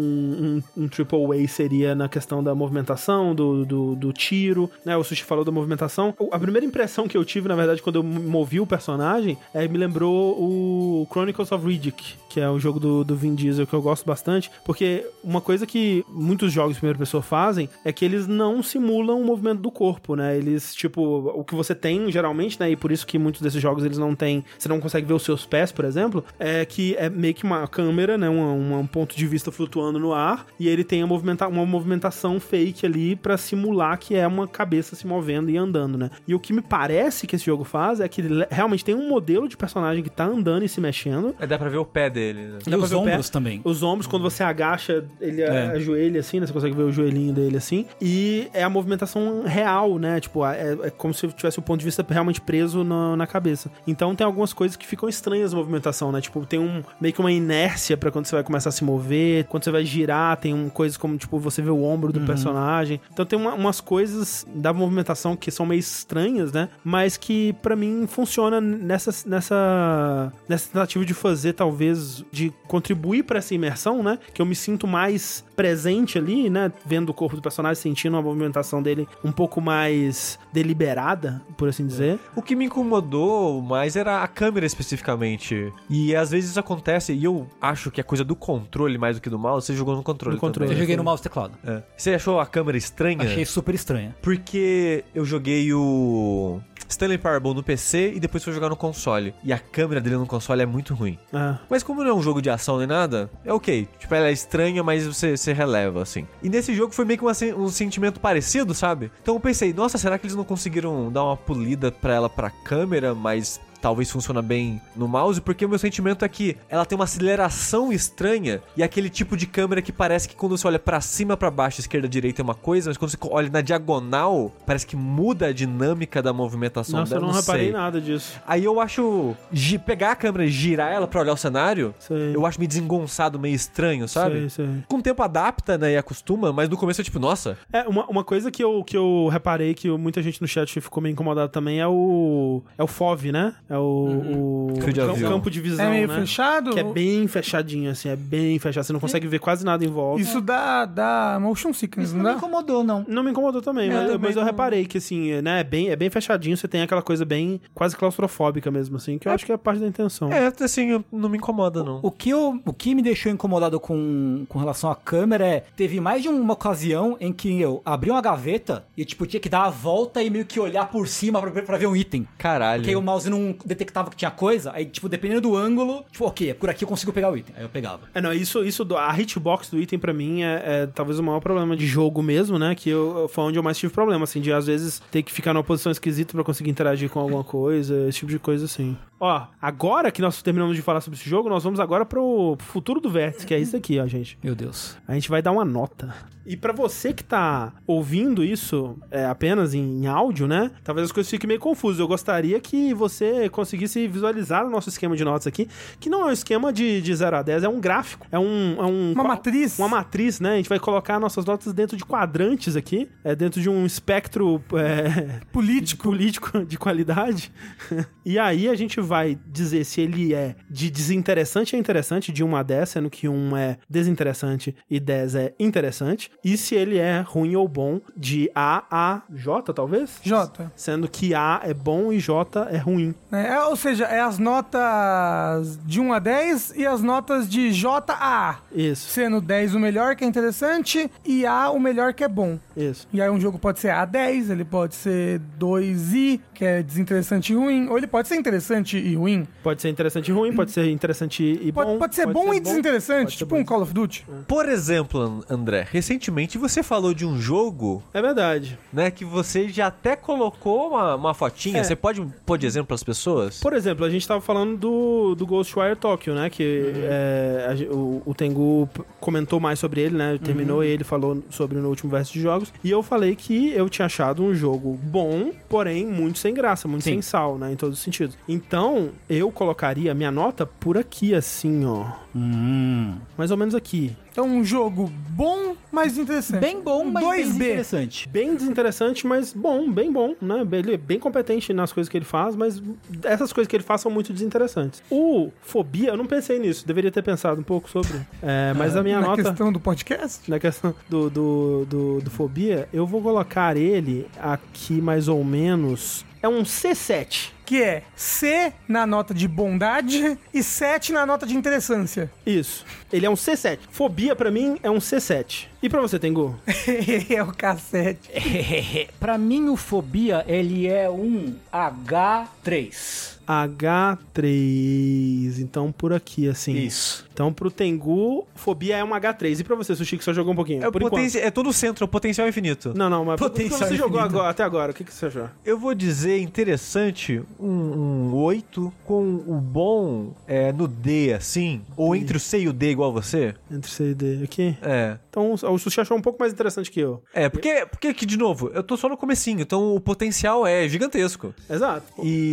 um, um, um Triple A seria na questão da movimentação, do, do, do tiro, né? O Sushi falou da movimentação. A primeira impressão que eu tive, na verdade, quando eu movi o personagem, é, me lembrou o Chronicles of Riddick, que é um jogo do, do Vin Diesel que eu gosto bastante, porque uma coisa que muitos jogos de primeira pessoa fazem é que eles não simulam o movimento do corpo, né? Eles, tipo, o que você tem geralmente, né? E por isso que muitos desses jogos eles não têm, você não consegue ver os seus pés, por exemplo, é que é meio que uma câmera, né, um, um ponto de vista flutuando no ar, e ele tem a movimenta- uma movimentação fake ali pra simular que é uma cabeça se movendo e andando, né? E o que me parece que esse jogo faz é que ele realmente tem um modelo de personagem que tá andando e se mexendo. É, dá pra ver o pé dele, né? E os ombros também. Os ombros, quando você agacha, ele é. ajoelha assim, né? Você consegue ver o joelhinho dele assim. E é a movimentação real, né? Tipo, é, é como se tivesse o ponto de vista realmente preso na, na cabeça. Então tem algumas coisas que ficam estranhas na movimentação, né? Tipo, tem um meio que uma inércia pra quando você vai começar a se mover, quando você vai girar, tem um, coisas como, tipo, você vê o ombro do uhum. personagem. Então tem uma, umas coisas da movimentação que são meio estranhas, né? Mas que pra mim funciona nessa, nessa, nessa tentativa de fazer, talvez, de contribuir pra essa imersão, né? Que eu me sinto mais presente ali, né? Vendo o corpo do personagem, sentindo a movimentação dele um pouco mais deliberada, por assim dizer. O que me incomodou mais era a câmera especificamente. E às vezes isso acontece, e eu acho que é coisa do controle mais do que do mouse. Você jogou no controle, no controle. também. Eu joguei no mouse e teclado. É. Você achou a câmera estranha? Achei super estranha. Porque eu joguei o Stanley Parable no P C e depois fui jogar no console. E a câmera dele no console é muito ruim. Ah. Mas como não é um jogo de ação nem nada, é ok. Tipo, ela é estranha, mas você, você releva, assim. E nesse jogo foi meio que uma, um sentimento parecido, sabe? Então eu pensei, nossa, será que eles não conseguiram dar uma polida pra ela pra câmera, mas talvez funciona bem no mouse, porque o meu sentimento é que ela tem uma aceleração estranha e aquele tipo de câmera que parece que quando você olha pra cima, pra baixo, esquerda, direita é uma coisa, mas quando você olha na diagonal, parece que muda a dinâmica da movimentação Nossa, dela. eu não, não reparei sei. nada disso. Aí eu acho, pegar a câmera e girar ela pra olhar o cenário, sei. eu acho meio desengonçado, meio estranho, sabe? Sei, sei. Com o tempo adapta, né, e acostuma, mas no começo é tipo, nossa. É, uma, uma coisa que eu, que eu reparei, que muita gente no chat ficou meio incomodado também, é o é o F O V, né? É o, uhum. o campo, campo de visão, é meio né? fechado? Que é bem fechadinho, assim, é bem fechado. Você não consegue é. ver quase nada em volta. Isso dá, dá motion sickness, Isso não, não dá? me incomodou, não. Não me incomodou também, é, mas, também mas eu não... reparei que, assim, né, é bem, é bem fechadinho, você tem aquela coisa bem quase claustrofóbica mesmo, assim, que eu é. acho que é parte da intenção. É, assim, não me incomoda, não. O, o, que, eu, o que me deixou incomodado com, com relação à câmera é, teve mais de uma ocasião em que eu abri uma gaveta e, tipo, tinha que dar a volta e meio que olhar por cima pra, pra ver um item. Caralho. Porque aí o mouse não detectava que tinha coisa, aí, tipo, dependendo do ângulo, tipo, ok, por aqui eu consigo pegar o item. Aí eu pegava. É, não, isso, isso a hitbox do item pra mim é, é talvez o maior problema de jogo mesmo, né, que eu, foi onde eu mais tive problema, assim, de às vezes ter que ficar numa posição esquisita pra conseguir interagir com alguma coisa, esse tipo de coisa, assim. Ó, agora que nós terminamos de falar sobre esse jogo, nós vamos agora pro futuro do Vértice, que é isso aqui, ó, gente. Meu Deus. A gente vai dar uma nota. E pra você que tá ouvindo isso é, apenas em áudio, né? Talvez as coisas fiquem meio confusas. Eu gostaria que você conseguisse visualizar o nosso esquema de notas aqui, que não é um esquema de, de zero a dez, é um gráfico. É um... É um uma matriz. Uma matriz, né? A gente vai colocar nossas notas dentro de quadrantes aqui, é, dentro de um espectro é, político. político de qualidade. E aí a gente vai dizer se ele é de desinteressante a interessante, de um a dez, sendo que um é desinteressante e dez é interessante. E se ele é ruim ou bom, de A a J, talvez? J. Sendo que A é bom e J é ruim. É, ou seja, é as notas de um a dez e as notas de J a A. Isso. Sendo dez o melhor, que é interessante, e A o melhor, que é bom. Isso. E aí um jogo pode ser A dez, ele pode ser dois i, que é desinteressante e ruim, ou ele pode ser interessante e ruim. Pode ser interessante e ruim, pode ser interessante e pode, bom. Pode ser pode bom ser e bom, desinteressante, tipo um Call of Duty. Por exemplo, André, recentemente você falou de um jogo... É verdade. Né, que você já até colocou uma, uma fotinha. É. Você pode pôr de exemplo as pessoas? Por exemplo, a gente tava falando do, do Ghostwire Tokyo, né? Que uhum. é, a, o, o Tengu comentou mais sobre ele, né? Terminou uhum. e ele falou sobre no último verso de jogos. E eu falei que eu tinha achado um jogo bom, porém muito sem graça, muito Sim. sem sal, né? Em todos os sentidos. Então, eu colocaria a minha nota por aqui, assim, ó. Hum. Mais ou menos aqui. É um jogo bom, mas interessante. Bem bom, mas bem desinteressante. Bem desinteressante, mas bom, bem bom, né? Ele é bem competente nas coisas que ele faz, mas essas coisas que ele faz são muito desinteressantes. O Fobia, eu não pensei nisso, deveria ter pensado um pouco sobre. É, mas a minha na nota... Na questão do podcast? Na questão do, do, do, do Fobia, eu vou colocar ele aqui mais ou menos... É um C sete. Que é C na nota de bondade e sete na nota de interessância. Isso. Ele é um C sete. Fobia, pra mim, é um C sete. E pra você, Tengu? É o K sete. Pra mim, o Fobia, ele é um H três. H três. Então, por aqui, assim. Isso. Então, pro Tengu, Fobia é um H três. E pra você, Sushi, que só jogou um pouquinho? É, por poten- é todo o centro, é o potencial infinito. Não, não, mas potencial você infinito. jogou agora, até agora, o que, que você achou? Eu vou dizer interessante um, um oito com o bom é, no D, assim. Ou entre o C e o D, igual você. Entre o C e o D, aqui? É. Então, o Sushi achou um pouco mais interessante que eu. É, porque, porque aqui, de novo, eu tô só no comecinho, então o potencial é gigantesco. Exato.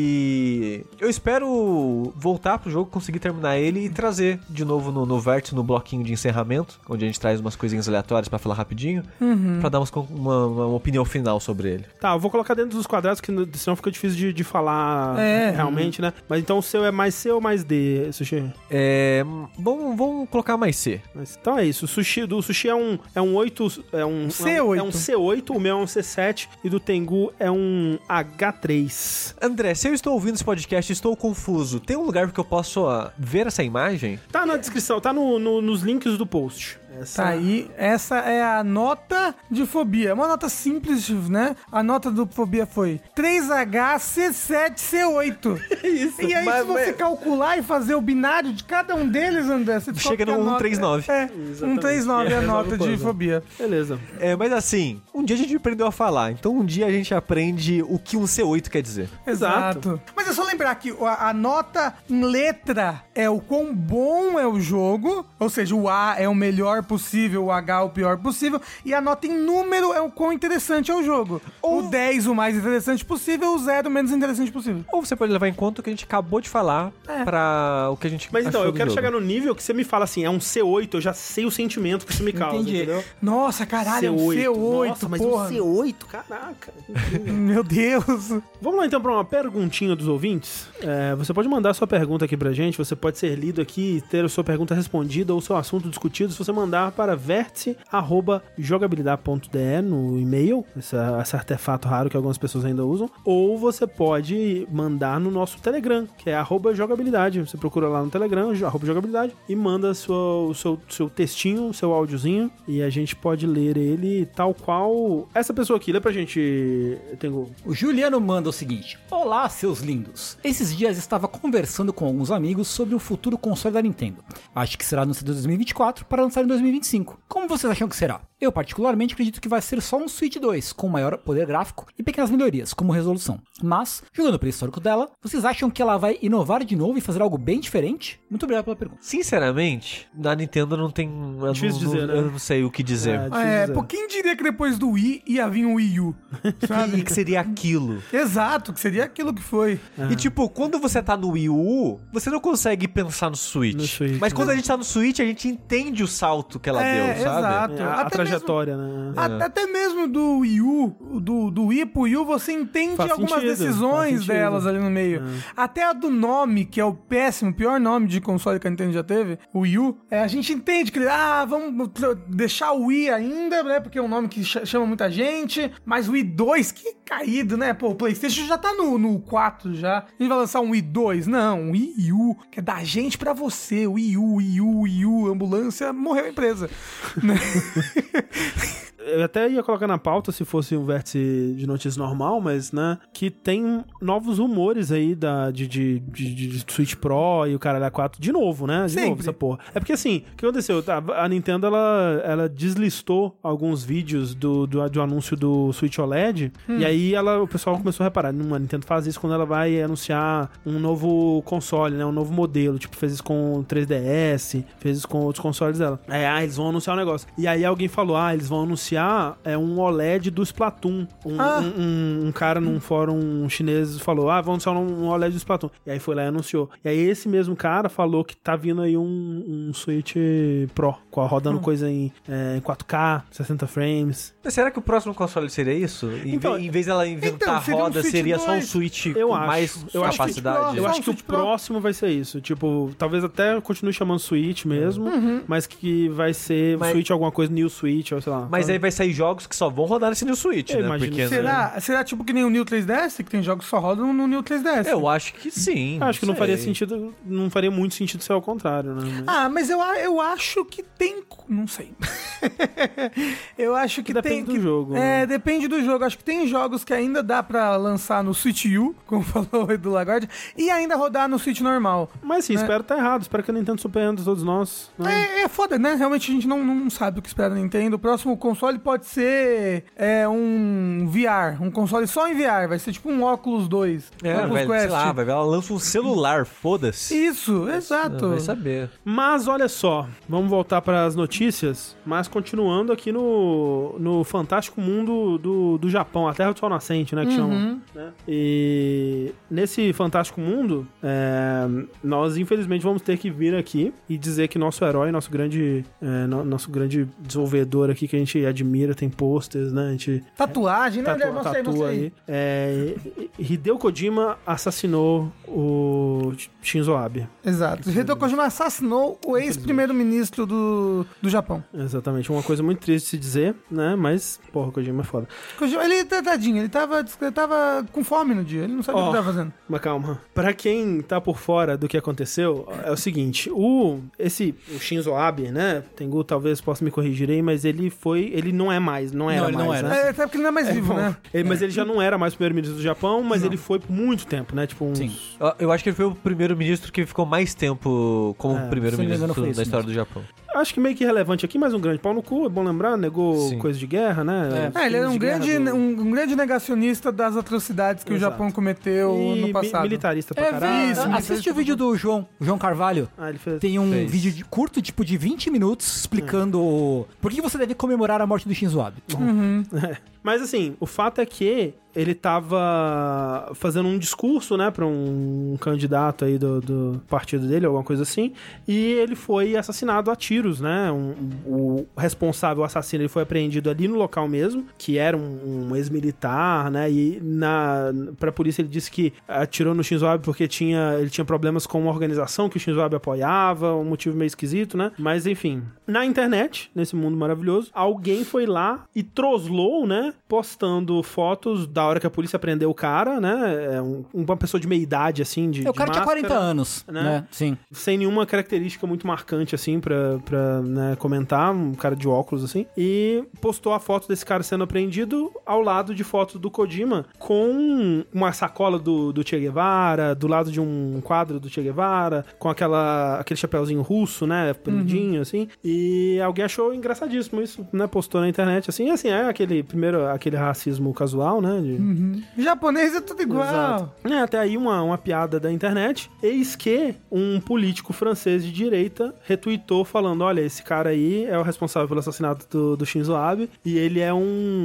E eu espero voltar pro jogo, conseguir terminar ele e trazer de novo no, no vértice, no bloquinho de encerramento, onde a gente traz umas coisinhas aleatórias pra falar rapidinho, uhum. pra dar umas, uma, uma opinião final sobre ele. Tá, eu vou colocar dentro dos quadrados, que senão fica difícil de, de falar é. realmente, né? Mas então o seu é mais C ou mais D, Sushi? É... Vamos, vamos colocar mais C. Mas, então é isso, o Sushi, do Sushi é um, é um oito, é um C oito. É um C oito, o meu é um C sete e do Tengu é um H três. André, se eu estou ouvindo esse podcast e estou confuso, tem um lugar que eu posso uh, ver essa imagem? Tá na descrição, tá no, no, nos links do post. Essa... Tá aí, essa é a nota de Fobia. Uma nota simples, né? A nota do Fobia foi três H C sete C oito. Isso. E aí, mas, se você mas... calcular e fazer o binário de cada um deles, André, você chega no cento e trinta e nove. É, cento e trinta e nove é a nota de Fobia. Beleza. É, mas assim, um dia a gente aprendeu a falar, então um dia a gente aprende o que um C oito quer dizer. Exato. Mas é só lembrar que a, a nota em letra é o quão bom é o jogo, ou seja, o A é o melhor possível, o H o pior possível, e a nota em número é o quão interessante é o jogo. Ou o dez o mais interessante possível, o zero o menos interessante possível. Ou você pode levar em conta o que a gente acabou de falar é. pra o que a gente Mas então, eu quero jogo. chegar no nível que você me fala assim, é um C oito, eu já sei o sentimento que isso me causa, Entendi. Entendeu? Nossa, caralho, é um C oito, Nossa, mas porra. um C oito, caraca. Meu Deus. Vamos lá então pra uma perguntinha dos ouvintes. É, você pode mandar sua pergunta aqui pra gente, você pode ser lido aqui, ter a sua pergunta respondida ou seu assunto discutido, se você mandar para vértice arroba jogabilidade ponto d e no e-mail, esse, esse artefato raro que algumas pessoas ainda usam, ou você pode mandar no nosso Telegram, que é arroba jogabilidade. Você procura lá no Telegram, arroba jogabilidade, e manda sua, o seu, seu textinho, seu áudiozinho, e a gente pode ler ele tal qual essa pessoa aqui. Lê pra gente, Tengu. O Juliano manda o seguinte: olá, seus lindos. Esses dias estava conversando com alguns amigos sobre o futuro console da Nintendo. Acho que será anunciado em dois mil e vinte e quatro para lançar em dois mil dois mil e vinte e cinco. Como vocês acham que será? Eu, particularmente, acredito que vai ser só um Switch dois, com maior poder gráfico e pequenas melhorias, como resolução. Mas, jogando pelo histórico dela, vocês acham que ela vai inovar de novo e fazer algo bem diferente? Muito obrigado pela pergunta. Sinceramente, na Nintendo não tem... Eu difícil não, dizer, não, né? Eu não sei o que dizer. É, é pô, quem diria que depois do Wii ia vir um Wii U, sabe? E que seria aquilo. Exato, que seria aquilo que foi. E tipo, quando você tá no Wii U, você não consegue pensar no Switch. No Switch, Mas quando né? a gente tá no Switch, a gente entende o salto que ela É, deu, sabe? exato. É, a, Até a trajetória, né? mesmo, a- Até mesmo do Wii U, do, do Wii pro Wii U, você entende Faz algumas sentido, decisões faz sentido. delas ali no meio. Até a do nome, que é o péssimo, pior nome de console que a Nintendo já teve, o Wii U, é, a gente entende que, ah, vamos deixar o Wii ainda, né, porque é um nome que ch- chama muita gente, mas o Wii dois, que caído, né? Pô, o PlayStation já tá no, no quatro já. A gente vai lançar um Wii dois? Não, um Wii U, que é da gente pra você. Wii U, Wii U, Wii U, ambulância, morreu a empresa. Né? Eu até ia colocar na pauta se fosse um vértice de notícias normal, mas, né, que tem novos rumores aí da, de, de, de, de Switch Pro e o caralho A quatro de novo, né? De Sempre. novo essa porra. É porque, assim, o que aconteceu? A, a Nintendo, ela, ela deslistou alguns vídeos do, do, do anúncio do Switch O L E D, hum. e aí ela, o pessoal começou a reparar, a Nintendo faz isso quando ela vai anunciar um novo console, né? Um novo modelo, tipo, fez isso com o três D S, fez isso com outros consoles dela. É, ah, eles vão anunciar um negócio. E aí alguém falou, ah, eles vão anunciar é um O L E D do Splatoon. Um, Ah. um, um, um cara num fórum chinês falou, ah, vamos anunciar um O L E D do Splatoon. E aí foi lá e anunciou. E aí esse mesmo cara falou que tá vindo aí um, um Switch Pro, com a rodando hum. coisa em, é, em quatro K, sessenta frames. Mas será que o próximo console seria isso? Em, Então, ve- em vez dela inventar então, seria um roda, Switch seria só um dois. Switch Eu com acho. mais Eu acho que capacidade? Eu Só acho um que o Switch Pro. próximo vai ser isso. Tipo, talvez até continue chamando Switch mesmo, mas que vai ser Mas- Switch alguma coisa, New Switch, ou sei lá. Mas sabe? aí vai sair jogos que só vão rodar nesse New Switch, Eu né? imagino Porque, que Será, será tipo que nem o New três D S, que tem jogos que só rodam no New três D S? Eu acho que sim. Acho que não sei. faria sentido, não faria muito sentido ser ao contrário, né? Mas- Ah, mas eu, a- eu acho que tem... Não sei. eu acho que Depende tem... do que- jogo, É, né? depende do jogo. Acho que tem jogos que ainda dá pra lançar no Switch U, como falou o Edu Lagarde, e ainda rodar no Switch normal. Mas sim, né? espero estar errado. Espero que a Nintendo surpreenda todos nós. Né? É, é foda, né? Realmente a gente não, não sabe o que esperar da Nintendo. O próximo console pode ser é, um V R, um console só em V R. Vai ser tipo um Oculus dois. É, Oculus vai, sei Quest. lá, vai ver, ela lança um celular, foda-se. Isso, exato. Vai saber. Mas olha só, vamos voltar para as notícias, mas continuando aqui no, no fantástico mundo do, do Japão, a Terra do Sol Nascente, né, que chamam. Né? E nesse fantástico mundo, é, nós infelizmente vamos ter que vir aqui e dizer que nosso herói, nosso grande, é, no- nosso grande desenvolvedor aqui, que a gente admira, tem posters, né, a gente Tatuagem, né? tatua, Não sei, não tatua sei. aí. É, Hideo Kojima assassinou o Shinzo Abe. Exato. Hideo Kojima assassinou o ex-primeiro-ministro do, do Japão. Exatamente, uma coisa muito triste de se dizer, né? Mas, porra, o Kojima é foda. Kojima, ele, tadinho, ele tava, ele tava com fome no dia, ele não sabia Ó, o que tava fazendo. Mas calma. Pra quem tá por fora do que aconteceu, é o seguinte, o esse o Shinzo Abe, né? Tengu talvez possa me corrigir aí, mas ele foi, ele não é mais, não era Não, ele não mais, era. né? É, até porque ele não é mais vivo, Bom, né? ele- mas ele já não era mais primeiro-ministro do Japão, mas ele foi por muito tempo, né? Tipo uns... Sim. Eu- Eu acho que ele foi o primeiro-ministro que ficou mais tempo como É, se não me primeiro-ministro engano, foi da isso história mesmo. do Japão. Acho que meio que relevante aqui, mas um grande pau no cu, é bom lembrar, negou Sim. coisa de guerra, né? É, ele era um de guerra grande, do- um, um grande negacionista das atrocidades que Exato. o Japão cometeu E no mi- passado. militarista pra É, caralho. isso, vi- assiste o vídeo do João, João Carvalho. Ah, ele fez... Tem um Fez. vídeo de- curto, tipo de vinte minutos, explicando por que você deve comemorar a morte do Shinzo Abe. Uhum. Mas assim, o fato é que ele tava fazendo um discurso, né, pra um candidato aí do, do partido dele, alguma coisa assim, e ele foi assassinado a tiros, né, um- o responsável, o assassino, ele foi apreendido ali no local mesmo, que era um, um ex-militar, né, e na, pra polícia ele disse que atirou no Shinzo Abe porque tinha, ele tinha problemas com uma organização que o Shinzo Abe apoiava, um motivo meio esquisito, né, mas enfim. Na internet, nesse mundo maravilhoso, alguém foi lá e troslou, né, né, postando fotos da hora que a polícia prendeu o cara, né, é um, uma pessoa de meia idade, assim, de é, O cara de tinha máscara, quarenta anos, né? né? Sim. Sem nenhuma característica muito marcante, assim, pra, pra né, comentar, um cara de óculos, assim, e postou a foto desse cara sendo apreendido ao lado de fotos do Kojima com uma sacola do, do Che Guevara, do lado de um quadro do Che Guevara, com aquela, aquele chapeuzinho russo, né, peludinho, uhum. assim, e alguém achou engraçadíssimo isso, né, postou na internet, assim, e assim, é aquele, primeiro, aquele racismo casual, né, de... uhum. Japonês é tudo igual. Exato. É, até aí uma, uma piada da internet, eis que um político francês de direita retweetou falando, olha, esse cara aí é o responsável pelo assassinato do, do Shinzo Abe, e ele é um,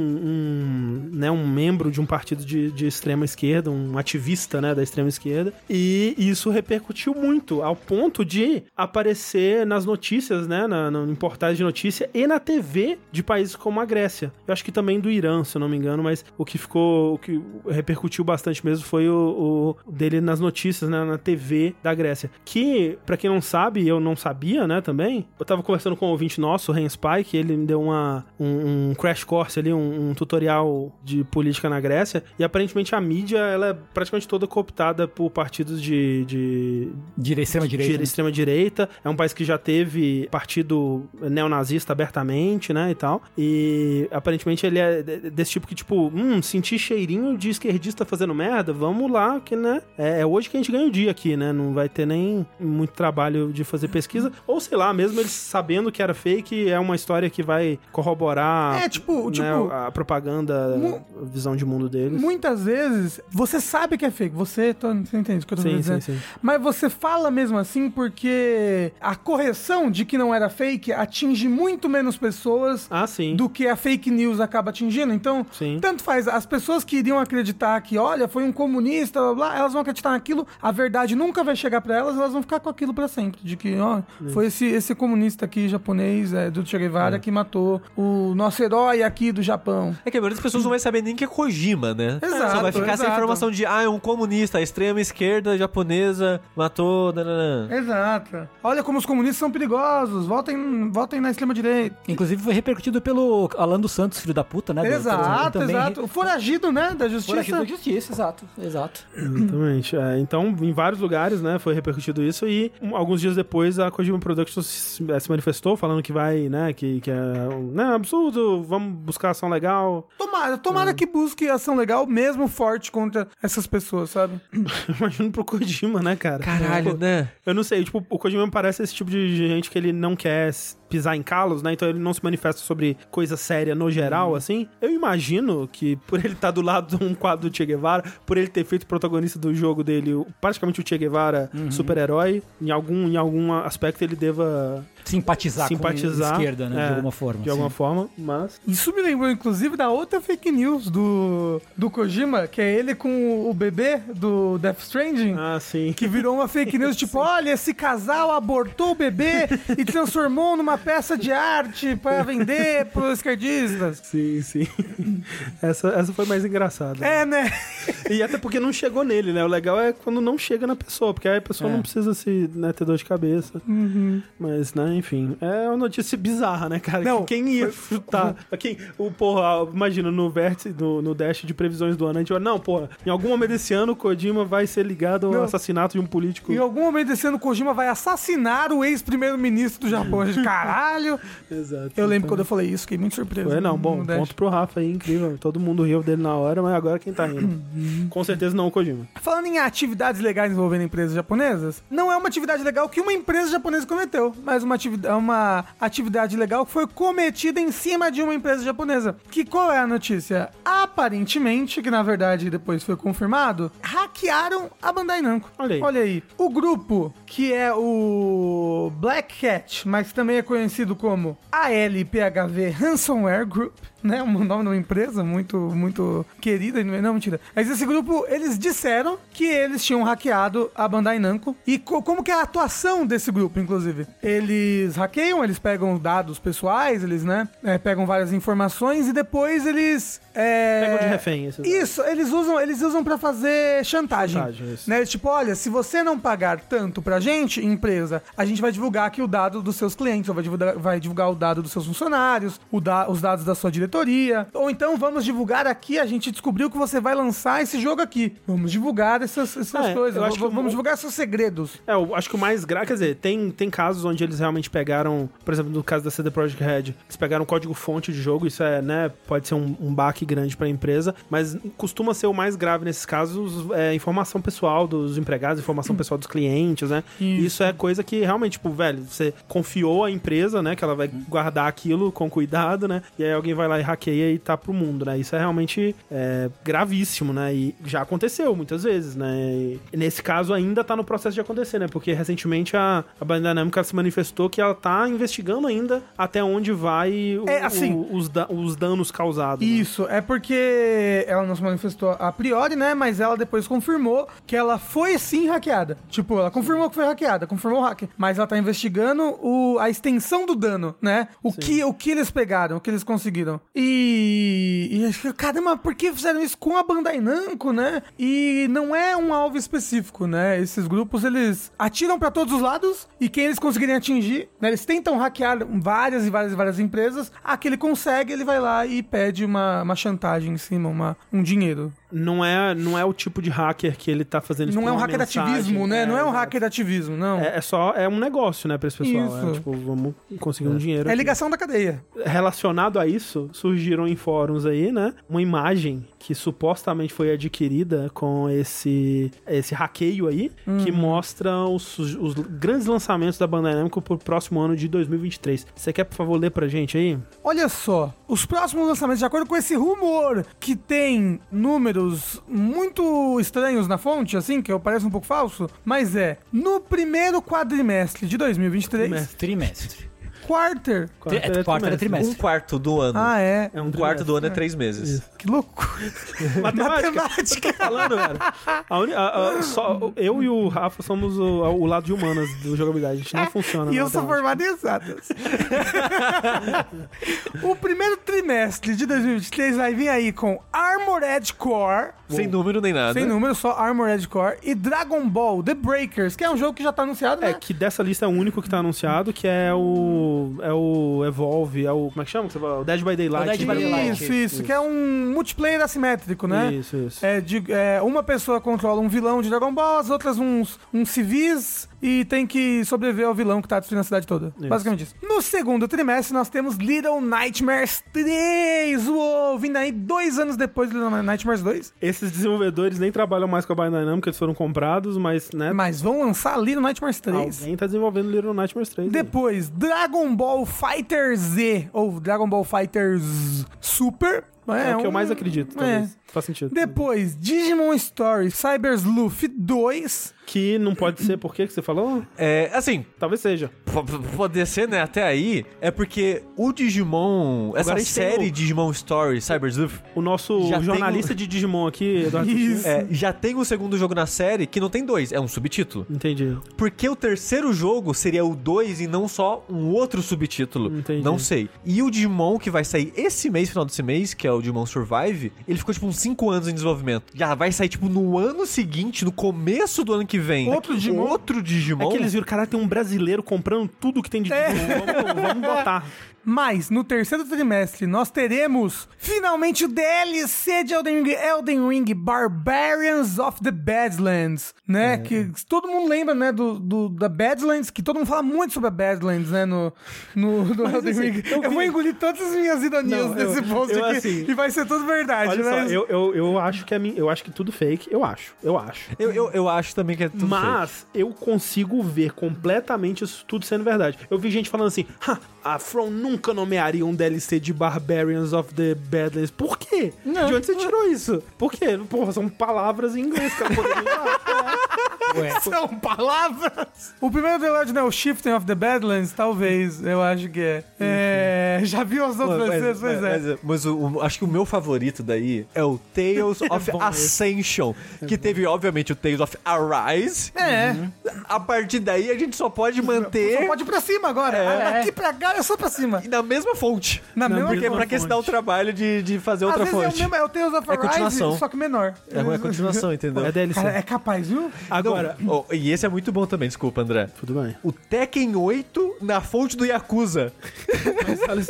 um, né, um membro de um partido de, de extrema esquerda, um ativista, né, da extrema esquerda, e isso repercutiu muito, ao ponto de aparecer nas notícias, né, na, na, em portais de notícia e na T V de países como a Grécia. Eu acho que também do Irã, se eu não me engano, mas o que ficou, o que repercutiu bastante mesmo foi o, o dele nas notícias, né, na T V da Grécia. Que, pra quem não sabe, eu não sabia, né, também, eu tava conversando com um ouvinte nosso, o Ren Spy, que ele me deu uma, um, um crash course ali, um, um tutorial de política na Grécia, e aparentemente a mídia, ela é praticamente toda cooptada por partidos de... de, de extrema direita. De extrema direita. É um país que já teve partido neonazista abertamente, né, e tal. E aparentemente ele é desse tipo que, tipo, hum, senti cheirinho de esquerdista fazendo merda, vamos lá, que, né, é, é hoje que a gente ganha o dia aqui, né, não vai ter nem muito trabalho de fazer pesquisa, ou sei lá, mesmo eles sabendo que era fake, é uma história que vai corroborar é, tipo, né, tipo, a propaganda, mu- a visão de mundo deles. Muitas vezes, você sabe que é fake, você, tô, você entende o que eu tô sim, dizendo, sim, sim. Mas você fala mesmo assim porque a correção de que não era fake atinge muito menos pessoas ah, sim. do que a fake news acaba atingindo. Então, sim. tanto faz, as pessoas que iriam acreditar que, olha, foi um comunista, blá, blá, elas vão acreditar naquilo, a verdade nunca vai chegar pra elas, elas vão ficar com aquilo pra sempre, de que, ó, sim. foi esse, esse comunista aqui, japonês, é, do Che Guevara, é. que matou o nosso herói aqui do Japão. É que a maioria das pessoas não vai saber nem que é Kojima, né? Exato. Só vai ficar exato. essa informação de, ah, é um comunista, a extrema esquerda japonesa matou... Nanana. Exato. Olha como os comunistas são perigosos, votem, votem na extrema direita. Inclusive foi repercutido pelo Alan dos Santos, filho da puta, né? Exato, também... exato. O foragido, né, da justiça. Foragido da justiça, exato, exato. Exatamente. É, então, em vários lugares, né, foi repercutido isso e um, alguns dias depois a Kojima Productions se, se manifestou falando que vai, né, que, que é né, absurdo, vamos buscar ação legal. Tomara, tomara hum. que busque ação legal mesmo forte contra essas pessoas, sabe? Imagino pro Kojima, né, cara? Caralho, tipo, né? Eu não sei, tipo, o Kojima parece esse tipo de gente que ele não quer pisar em calos, né? Então ele não se manifesta sobre coisa séria no geral, hum. assim. Eu imagino que por ele estar do lado de um quadro do Che Guevara, por ele ter feito o protagonista do jogo dele, praticamente o Che Guevara uhum. super-herói, em algum, em algum aspecto ele deva... Simpatizar, simpatizar com a esquerda, né? É, de alguma forma. De sim. alguma forma, mas... Isso me lembrou, inclusive, da outra fake news do, do Kojima, que é ele com o bebê do Death Stranding. Ah, sim. Que virou uma fake news, tipo, olha, esse casal abortou o bebê e transformou numa peça de arte para vender pros esquerdistas. Sim, sim. Essa, essa foi mais engraçada. É, né? E até porque não chegou nele, né? O legal é quando não chega na pessoa, porque aí a pessoa é. não precisa se, né, ter dor de cabeça. Uhum. Mas, né, enfim. É uma notícia bizarra, né, cara? Não, quem ia foi... chutar? Quem, o, porra, imagina, no vértice, no, no dash de previsões do ano, a gente vai, não, porra, em algum momento desse ano o Kojima vai ser ligado ao não. assassinato de um político. Em algum momento desse ano o Kojima vai assassinar o ex-primeiro-ministro do Japão. A gente, caralho! Exato. Eu lembro então... quando eu falei isso, fiquei muito surpreso. Foi, não, bom, ponto pro Rafa aí, incrível. Todo mundo riu dele na hora, mas agora quem tá rindo? Com certeza não o Kojima. Falando em atividades legais envolvendo empresas japonesas, não é uma atividade legal que uma empresa japonesa cometeu, mas uma atividade, uma atividade legal que foi cometida em cima de uma empresa japonesa. Que qual é a notícia? Aparentemente, que na verdade depois foi confirmado, hackearam a Bandai Namco. Olha aí. Olha aí. O grupo, que é o Black Cat, mas também é conhecido como A L P H V Ransomware Group, né? O nome de uma empresa muito, muito querida. Não, mentira. Mas esse grupo, eles disseram que eles tinham hackeado a Bandai Namco. E co- como que é a atuação desse grupo, inclusive? Eles hackeiam, eles pegam dados pessoais, eles, né? É, pegam várias informações e depois eles... É... Pegam de refém. Isso, isso, eles usam, eles usam pra fazer chantagem. chantagem isso. Né? Tipo, olha, se você não pagar tanto pra gente, empresa, a gente vai divulgar aqui o dado dos seus clientes, ou vai divulgar, vai divulgar o dado dos seus funcionários, o da, os dados da sua diretoria, auditoria. Ou então, vamos divulgar aqui, a gente descobriu que você vai lançar esse jogo aqui. Vamos divulgar essas, essas é, coisas, vamos, vamos divulgar seus segredos. É, eu acho que o mais grave, quer dizer, tem, tem casos onde eles realmente pegaram, por exemplo, no caso da C D Projekt Red, eles pegaram o código-fonte de jogo, isso é, né, pode ser um, um baque grande pra empresa, mas costuma ser o mais grave nesses casos, é, informação pessoal dos empregados, informação pessoal dos clientes, né? Isso. Isso é coisa que realmente, tipo, velho, você confiou a empresa, né, que ela vai guardar aquilo com cuidado, né, e aí alguém vai lá e hackeia e tá pro mundo, né? Isso é realmente é, gravíssimo, né? E já aconteceu muitas vezes, né? E nesse caso ainda tá no processo de acontecer, né? Porque recentemente a, a Bandai Namco se manifestou que ela tá investigando ainda até onde vai o, é, assim, o, os, da, os danos causados. Isso, né? É porque ela não se manifestou a priori, né? Mas ela depois confirmou que ela foi sim hackeada. Tipo, ela confirmou que foi hackeada, confirmou o hack. Mas ela tá investigando o, a extensão do dano, né? O que, o que eles pegaram, o que eles conseguiram. E... e caramba, por que fizeram isso com a Bandai Namco, né? E não é um alvo específico, né? Esses grupos, eles atiram pra todos os lados e quem eles conseguirem atingir, né? Eles tentam hackear várias e várias e várias empresas. A que ele consegue, ele vai lá e pede uma, uma chantagem em cima, uma, um dinheiro. Não é, não é o tipo de hacker que ele tá fazendo isso. Não é um hacker mensagem, ativismo, né? É, não é um é, hacker ativismo, não. É, é só é um negócio, né, pra esse pessoal. Isso. É, tipo, vamos conseguir um dinheiro. É aqui. ligação da cadeia. Relacionado a isso, surgiram em fóruns aí, né, uma imagem que supostamente foi adquirida com esse, esse hackeio aí, hum. que mostra os, os grandes lançamentos da Bandai Namco pro próximo ano de dois mil e vinte e três. Você quer, por favor, ler pra gente aí? Olha só, os próximos lançamentos, de acordo com esse rumor, que tem números muito estranhos na fonte, assim, que parece um pouco falso, mas é, no primeiro quadrimestre de dois mil e vinte e três... Trimestre. Trimestre. Quarter. Quarter é, quarter é trimestre. Um quarto do ano. Ah, é. é um, um quarto do ano é três meses. Isso. Que loucura. Matemática. Matemática. Eu tô falando, velho. A uni, a, a, só, eu e o Rafa somos o, o lado de humanas do jogabilidade. A gente não funciona. E eu sou formado em exatas. O primeiro trimestre de dois mil e vinte e três vai vir aí com Armored Core. Sem número nem nada. Sem número, só Armored Core. E Dragon Ball The Breakers, que é um jogo que já tá anunciado, né? É, que dessa lista é o único que tá anunciado, que é o... é o Evolve, é o... como é que chama? O Dead by Daylight. O Dead by Daylight. Isso, isso, isso, que é um multiplayer assimétrico, né? Isso, isso. É, de, é, uma pessoa controla um vilão de Dragon Ball, as outras uns, uns civis, e tem que sobreviver ao vilão que tá destruindo a cidade toda. Isso. Basicamente isso. No segundo trimestre, nós temos Little Nightmares três. Uou, vindo aí dois anos depois de Little Nightmares dois. Esses desenvolvedores nem trabalham mais com a Bandai Namco, eles foram comprados, mas, né? Mas vão lançar Little Nightmares três. Alguém tá desenvolvendo Little Nightmares três. Depois, aí. Dragon Ball Fighter Z, ou Dragon Ball Fighters Super. É, é o que um... eu mais acredito, talvez. É. Faz sentido. Depois, Digimon Story Cyber Sleuth dois. Que não pode ser, por que que você falou? É, assim... Talvez seja. Pode ser, né? Até aí, é porque o Digimon... Essa série o... Digimon Story Cyber Sleuth... O nosso já jornalista o... de Digimon aqui, Eduardo. Isso. É, já tem o segundo jogo na série, que não tem dois, é um subtítulo. Entendi. Porque o terceiro jogo seria o dois e não só um outro subtítulo. Entendi. Não sei. E o Digimon, que vai sair esse mês, final desse mês, que é o Digimon Survive, ele ficou tipo uns cinco anos em desenvolvimento. Já vai sair tipo no ano seguinte, no começo do ano que vem. Outro Aqui, Digimon? Outro Digimon. É que eles viram, cara, tem um brasileiro comprando tudo que tem de Digimon. É. Vamos, vamos botar. Mas, no terceiro trimestre, nós teremos, finalmente, o D L C de Elden Ring, Elden Ring Barbarians of the Badlands, né? É. Que todo mundo lembra, né, do, do, da Badlands, que todo mundo fala muito sobre a Badlands, né, no, no, no Elden assim, Ring. Eu, eu vou engolir todas as minhas ironias Não, desse eu, post eu, aqui assim, e vai ser tudo verdade, olha né? Só, eu, eu, eu, acho que é, eu acho que tudo fake, eu acho, eu acho. Eu, eu, eu acho também que é tudo Mas fake. eu consigo ver completamente isso tudo sendo verdade. Eu vi gente falando assim, a From nunca nomearia um D L C de Barbarians of the Badlands. Por quê? Não. De onde você tirou isso? Por quê? Porra, são palavras em inglês que eu poderia usar. Ué. São palavras? O primeiro The Legend é o Shifting of the Badlands, talvez, eu acho que é. é já viu as outras vezes? Pois é. Mas, mas o, o, acho que o meu favorito daí é o Tales of é Ascension, é que bom. Teve, obviamente, o Tales of Arise. É. Uhum. A partir daí, a gente só pode manter... Só pode ir pra cima agora. É. Daqui pra cá é só pra cima. E na mesma fonte. Na, na mesma Porque fonte. Pra que se dá o trabalho de, de fazer Às outra vezes fonte? É o, mesmo, é o Tales of é Arise, só que menor. É uma continuação, entendeu? É D L C. Cara, é capaz, viu? Agora... Oh, e esse é muito bom também, desculpa, André. Tudo bem. O Tekken oito na fonte do Yakuza. Mas olha só,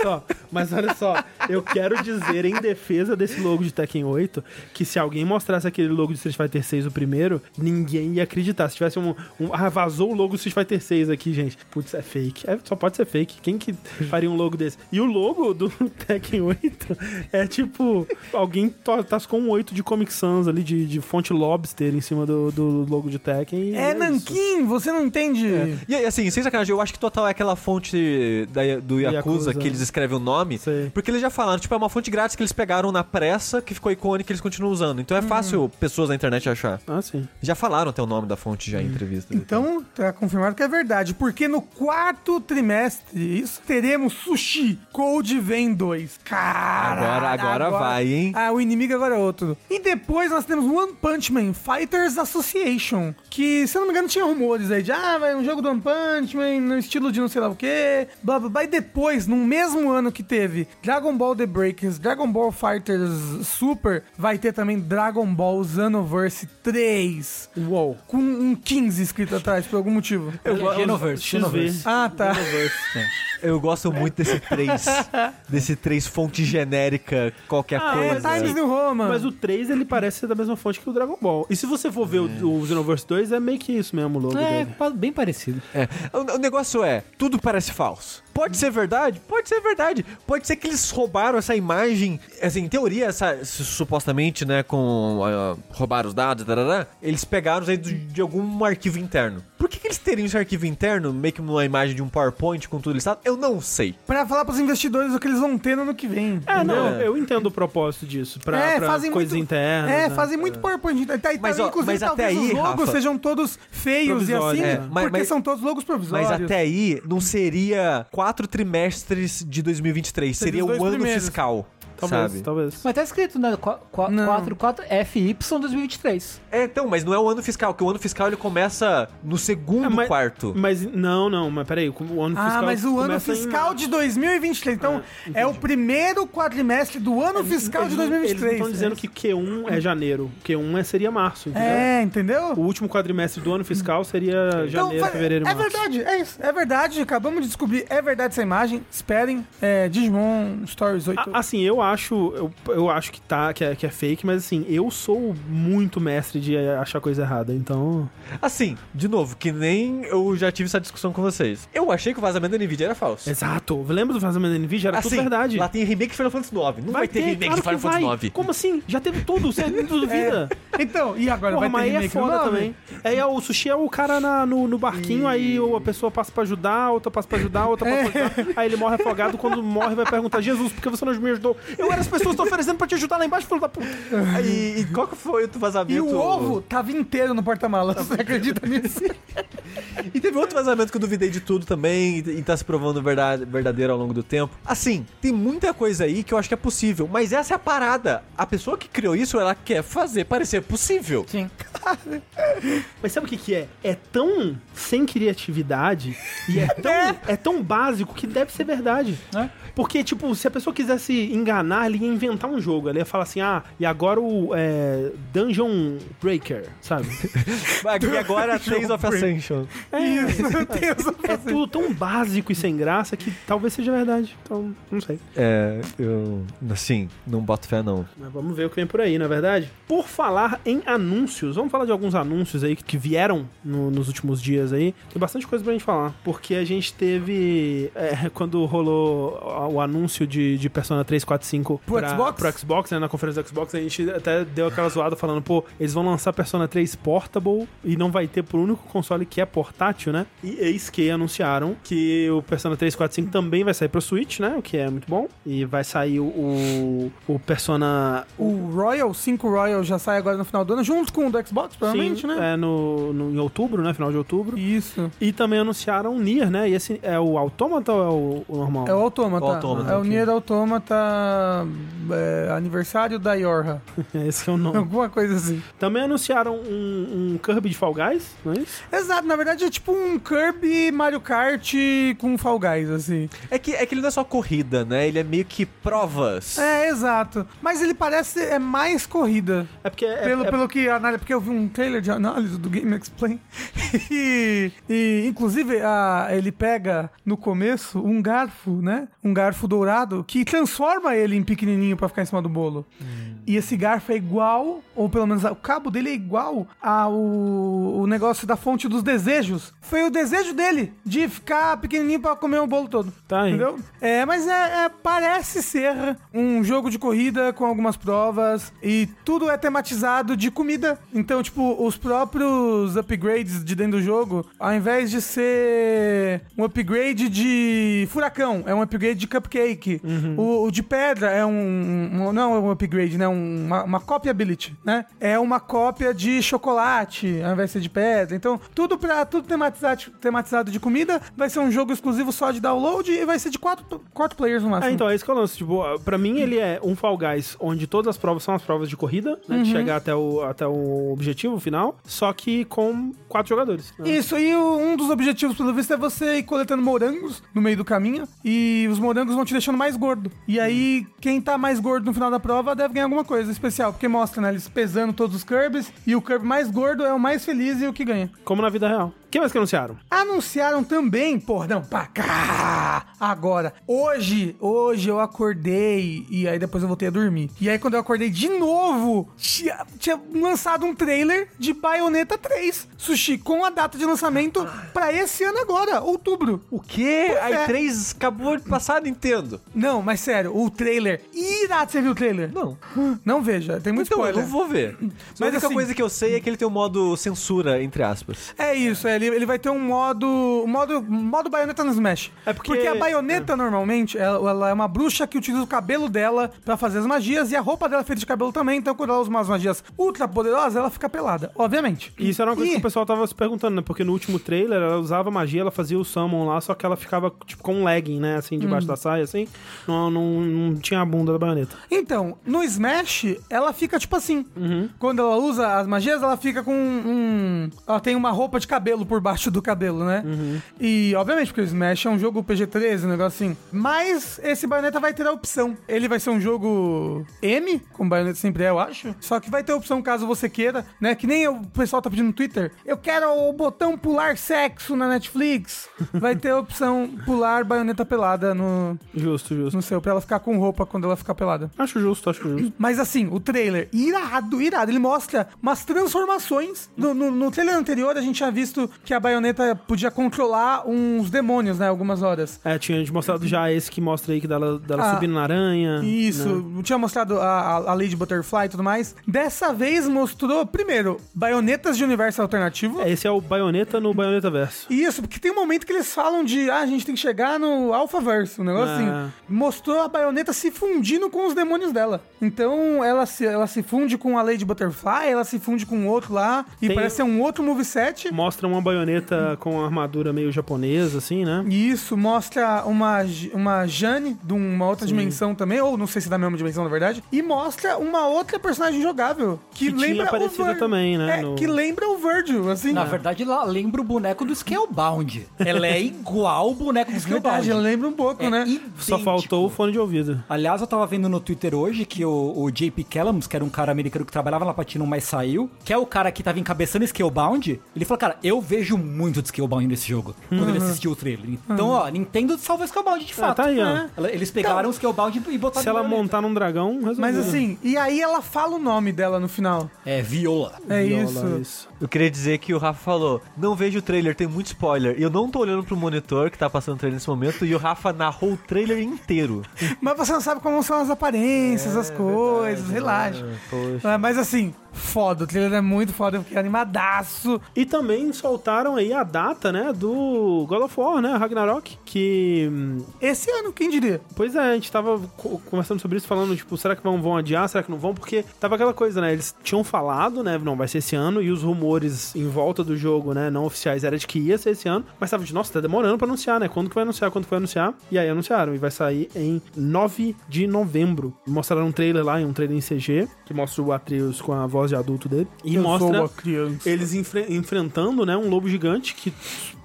Mas olha só, eu quero dizer em defesa desse logo de Tekken oito, que se alguém mostrasse aquele logo de Street Fighter seis, o primeiro, ninguém ia acreditar. Se tivesse um... um ah, vazou o logo do Street Fighter seis aqui, gente. Putz, é fake. É, só pode ser fake. Quem que faria um logo desse? E o logo do Tekken oito é tipo... Alguém tascou um oito de Comic Sans ali, de, de fonte Lobster em cima do, do logo de Tekken. É, é Nankin, você não entende. É. E assim, sem sacanagem, eu acho que total é aquela fonte da, do Yakuza, Yakuza que eles escrevem o nome, sei. Porque eles já falaram, tipo, é uma fonte grátis que eles pegaram na pressa, que ficou icônica e eles continuam usando. Então é hum. fácil pessoas na internet achar. Ah, sim. Já falaram até o nome da fonte já em entrevista. Então, tá confirmado que é verdade, porque no quarto trimestre, isso, teremos Sushi Code Vein dois. Cara, agora, agora, agora vai, hein? Ah, o inimigo agora é outro. E depois nós temos One Punch Man Fighters Association, que, se eu não me engano, tinha rumores aí de, ah, vai um jogo do One Punch Man no estilo de não sei lá o que, blá blá blá. E depois, no mesmo ano que teve Dragon Ball The Breakers, Dragon Ball Fighters Super, vai ter também Dragon Ball Xenoverse três. Uou. Com um quinze escrito atrás, por algum motivo. Eu gosto. Xenoverse. Xenoverse. Ah, tá. Xenoverse. É. Eu gosto muito desse três. Desse três fonte genérica, qualquer ah, coisa. É, Times New Roman. Mas o três, ele parece ser da mesma fonte que o Dragon Ball. E se você for ver é. o, o Xenoverse dois, é meio que isso mesmo o logo é, dele. É, bem parecido. É. O, o negócio é, tudo parece falso. Pode ser verdade? Pode ser verdade. Pode ser que eles roubaram essa imagem. Assim, em teoria, essa, supostamente, né, com uh, roubaram os dados, tarará, eles pegaram aí de algum arquivo interno. Por que, que eles teriam esse arquivo interno, meio que uma imagem de um PowerPoint com tudo listado? Eu não sei. Pra falar pros investidores o que eles vão ter no ano que vem. É, entendeu? Não, eu entendo o propósito disso. Pra, é, pra coisas muito, internas. É, né? fazem muito PowerPoint. Tá, mas, ó, inclusive, mas até talvez aí, os logos Rafa, sejam todos feios e assim, é, mas, porque mas, são todos logos provisórios. Mas até aí, não seria quatro trimestres de dois mil e vinte e três. Seria o ano primeiros. fiscal. Talvez, sabe? talvez. Mas tá escrito, né? quatro quatro F Y dois mil e vinte e três. É, então, mas não é o ano fiscal, porque o ano fiscal ele começa no segundo é, mas, quarto. Mas, não, não, mas peraí, o ano fiscal... Ah, mas o ano fiscal em... de dois mil e vinte e três, então é, é o primeiro quadrimestre do ano fiscal eles, de dois mil e vinte e três. Eles estão dizendo que Q um é janeiro, Q um é, seria março, entendeu? É, entendeu? O último quadrimestre do ano fiscal seria então, janeiro, fevereiro e março. É verdade, é isso, é verdade, acabamos de descobrir, é verdade essa imagem, esperem, é, Digimon Stories oito. A, assim, eu acho... Eu, eu acho que tá, que é, que é fake, mas assim, eu sou muito mestre de achar coisa errada, então... Assim, de novo, que nem eu já tive essa discussão com vocês. Eu achei que o vazamento da NVIDIA era falso. Exato. Lembra do vazamento da NVIDIA? Era assim, tudo verdade. Lá tem remake de Final Fantasy nove. Não vai, vai ter, ter remake claro de Final Fantasy nove. Como assim? Já teve tudo, você não duvida. É. Então, e agora Porra, vai ter remake é foda também. Aí é, o Sushi é o cara na, no, no barquinho, e... aí a pessoa passa pra ajudar, outra passa pra ajudar, outra passa é. pra ajudar. Aí ele morre afogado, quando morre vai perguntar, Jesus, por que você não me ajudou? Eu era as pessoas que estão oferecendo pra te ajudar lá embaixo, filho da puta. E, e qual que foi o vazamento? E o ovo tava inteiro no porta-malas. Você acredita nisso? E teve outro vazamento que eu duvidei de tudo também e tá se provando verdade, verdadeiro ao longo do tempo. Assim, tem muita coisa aí que eu acho que é possível, mas essa é a parada. A pessoa que criou isso, ela quer fazer parecer possível. Sim. Mas sabe o que que é? É tão sem criatividade e é tão, é. é tão básico que deve ser verdade. É. Porque, tipo, se a pessoa quisesse enganar, ele ia inventar um jogo. Ela ia falar assim, ah, e agora o é, Dungeon Breaker, sabe? E agora Tales of Ascension. É, isso, é, é tudo tão básico e sem graça que talvez seja verdade. Então, não sei. É, eu, assim, não boto fé, não. Mas vamos ver o que vem por aí, não é verdade? Por falar em anúncios, vamos falar de alguns anúncios aí que vieram no, nos últimos dias aí. Tem bastante coisa pra gente falar. Porque a gente teve, é, quando rolou o anúncio de, de Persona três, quatro, cinco pro pra, Xbox? pro Xbox, né, na conferência do Xbox, a gente até deu aquela zoada falando, pô, eles vão lançar Persona três Portable e não vai ter por único console que é portátil, né? E eis que anunciaram que o Persona três, quatro, cinco também vai sair pro Switch, né, o que é muito bom. E vai sair o, o Persona... O Royal, cinco Royal já sai agora no final do ano, junto com o do Xbox, provavelmente, Sim, né? é no, no, em outubro, né, final de outubro. Isso. E também anunciaram o Nier, né, e esse é o Automata ou é o, o normal? É o Automata. O Automata. É o Nier Automata é, aniversário da Yorha. Esse é o nome. Alguma coisa assim. Também anunciaram um, um Kirby de Fall Guys, não é isso? Exato, na verdade é tipo um Kirby Mario Kart com Fall Guys, assim. É que, é que ele não é só corrida, né? Ele é meio que provas. É, exato. Mas ele parece é mais corrida. É porque... É, pelo, é... pelo que análise, porque eu vi um trailer de análise do Game Explain e, e inclusive a, ele pega no começo um garfo, né? Um garfo dourado que transforma ele em pequenininho pra ficar em cima do bolo. Hum. E esse garfo é igual, ou pelo menos o cabo dele é igual ao o negócio da fonte dos desejos. Foi o desejo dele de ficar pequenininho pra comer o bolo todo. Tá aí. Entendeu? É, mas é, é, parece ser um jogo de corrida com algumas provas e tudo é tematizado de comida. Então, tipo, os próprios upgrades de dentro do jogo, ao invés de ser um upgrade de furacão, é um upgrade de cupcake. Uhum. O, o de pedra é um, um... Não é um upgrade, né? Um, uma, uma copy ability, né? É uma cópia de chocolate, ao invés de ser de pedra. Então, tudo, pra, tudo tematizado, tematizado de comida. Vai ser um jogo exclusivo só de download e vai ser de quatro, quatro players no máximo. É, então, é isso que eu lanço. Tipo, pra mim, ele é um Fall Guys onde todas as provas são as provas de corrida, né? Uhum. De chegar até o, até o objetivo final, só que com quatro jogadores. Né? Isso, e o, um dos objetivos, pelo visto, é você ir coletando morangos no meio do caminho e os morangos vão te deixando mais gordo. E aí, quem tá mais gordo no final da prova deve ganhar alguma coisa especial, porque mostra, né, eles pesando todos os Kirbys e o Kirby mais gordo é o mais feliz e o que ganha. Como na vida real. O que mais que anunciaram? Anunciaram também, porra, não, pra cá, agora. Hoje, hoje eu acordei e aí depois eu voltei a dormir. E aí quando eu acordei de novo, tinha, tinha lançado um trailer de Bayonetta três, Sushi, com a data de lançamento pra esse ano agora, outubro. O quê? A E três acabou de passar, Nintendo. Não, mas sério, o trailer, irado, você viu o trailer? Não. Não veja, tem muito então, spoiler. eu não vou ver. Mas a única assim, coisa que eu sei é que ele tem um modo censura, entre aspas. É isso, é, ele, ele vai ter um modo, um modo, modo Bayonetta no Smash. É porque, porque a Bayonetta, é. normalmente, ela, ela é uma bruxa que utiliza o cabelo dela pra fazer as magias e a roupa dela é feita de cabelo também, então quando ela usa umas magias ultra poderosas, ela fica pelada, obviamente. E isso era uma coisa e... que o pessoal tava se perguntando, né? Porque no último trailer, ela usava magia, ela fazia o summon lá, só que ela ficava, tipo, com um legging, né? Assim, debaixo hum. da saia, assim. Não, não, não tinha a bunda da Bayonetta. Então, no Smash, ela fica, tipo assim. Uhum. Quando ela usa as magias, ela fica com um... Ela tem uma roupa de cabelo por baixo do cabelo, né? Uhum. E, obviamente, porque o Smash é um jogo P G treze, um negócio assim. Mas esse Bayonetta vai ter a opção. Ele vai ser um jogo M, como Bayonetta sempre é, eu acho. Só que vai ter a opção caso você queira, né? Que nem o pessoal tá pedindo no Twitter. Eu quero o botão pular sexo na Netflix. Vai ter a opção pular Bayonetta pelada no... Justo, justo. No seu, pra ela ficar com roupa quando ela ficar pelada. Acho justo, acho justo. Mas assim, o trailer, irado, irado. Ele mostra umas transformações. No, no, no trailer anterior, a gente tinha visto que a Bayonetta podia controlar uns demônios, né? Algumas horas. É, tinha mostrado já esse que mostra aí que dela, dela ah, subindo na aranha. Isso. Né? Tinha mostrado a, a Lady Butterfly e tudo mais. Dessa vez mostrou, primeiro, baionetas de universo alternativo. É, esse é o Bayonetta no Bayonetta Verso. Isso, porque tem um momento que eles falam de, ah, a gente tem que chegar no Alphaverse, um negócio é. assim. Mostrou a Bayonetta se fundindo com os demônios dela. Então, ela se, ela se funde com a Lady Butterfly, ela se funde com outro lá, e tem, parece ser um outro moveset. Mostra uma Bayonetta com uma armadura meio japonesa, assim, né? Isso, mostra uma, uma Jane de uma outra Sim. dimensão também, ou não sei se da mesma dimensão, na verdade, e mostra uma outra personagem jogável, que, que lembra tinha aparecido o também, né? É, no... que lembra o Virgil, assim. Na verdade, ela lembra o boneco do Scalebound. Ela é igual o boneco do Scalebound. Verdade, ela lembra um pouco, é né? Idêntico. Só faltou o fone de ouvido. Aliás, eu tava vendo no Twitter hoje que o, o J P Callums, que era um cara americano que trabalhava na Platinum, mas saiu, que é o cara que tava encabeçando Scalebound, ele falou, cara, eu vejo muito de Scalebound nesse jogo, quando uhum. ele assistiu o trailer. Então, uhum. ó, Nintendo salva Scalebound de fato. Ah, tá aí, ó. É. Eles pegaram então, o Scalebound e botaram... Se ela montar num dragão, resolvido. Mas assim, e aí ela fala o nome dela no final. É Viola. É Viola, isso. isso. Eu queria dizer que o Rafa falou, não vejo o trailer, tem muito spoiler. E eu não tô olhando pro monitor que tá passando o trailer nesse momento, e o Rafa narrou o trailer inteiro. Mas você não sabe como são as aparências, é, as coisas, verdade, relaxa. É, mas assim, foda, o trailer é muito foda, porque é animadaço. E também soltaram aí a data, né, do God of War, né, Ragnarok, que... Esse ano, quem diria? Pois é, a gente tava conversando sobre isso, falando, tipo, será que vão, vão adiar, será que não vão? Porque tava aquela coisa, né, eles tinham falado, né, não, vai ser esse ano, e os rumores em volta do jogo, né, não oficiais, era de que ia ser esse ano, mas tava de, nossa, tá demorando pra anunciar, né, quando que vai anunciar, quando que vai anunciar? E aí anunciaram, e vai sair em nove de novembro. Mostraram um trailer lá, um trailer em C G, que mostra o Atreus com a voz de adulto dele, e Eu mostra sou uma criança. eles enfre- enfrentando, né, um lobo gigante que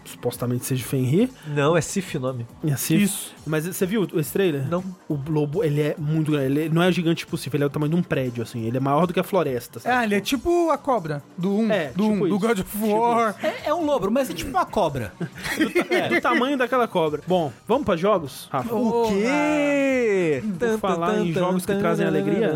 supostamente seja Fenrir. Não, é Sif o nome. É Sif. Isso. Mas você viu esse trailer? Não. O lobo, ele é muito grande. Ele não é gigante tipo Sif, ele é o tamanho de um prédio, assim. Ele é maior do que a floresta, sabe? É, ele é tipo a cobra do um, é, do, tipo um, do God of War. Tipo é, é um lobo, mas é tipo uma cobra. do, é, do tamanho daquela cobra. Bom, vamos pra jogos, Rafa? O quê? Vou falar em jogos que trazem alegria.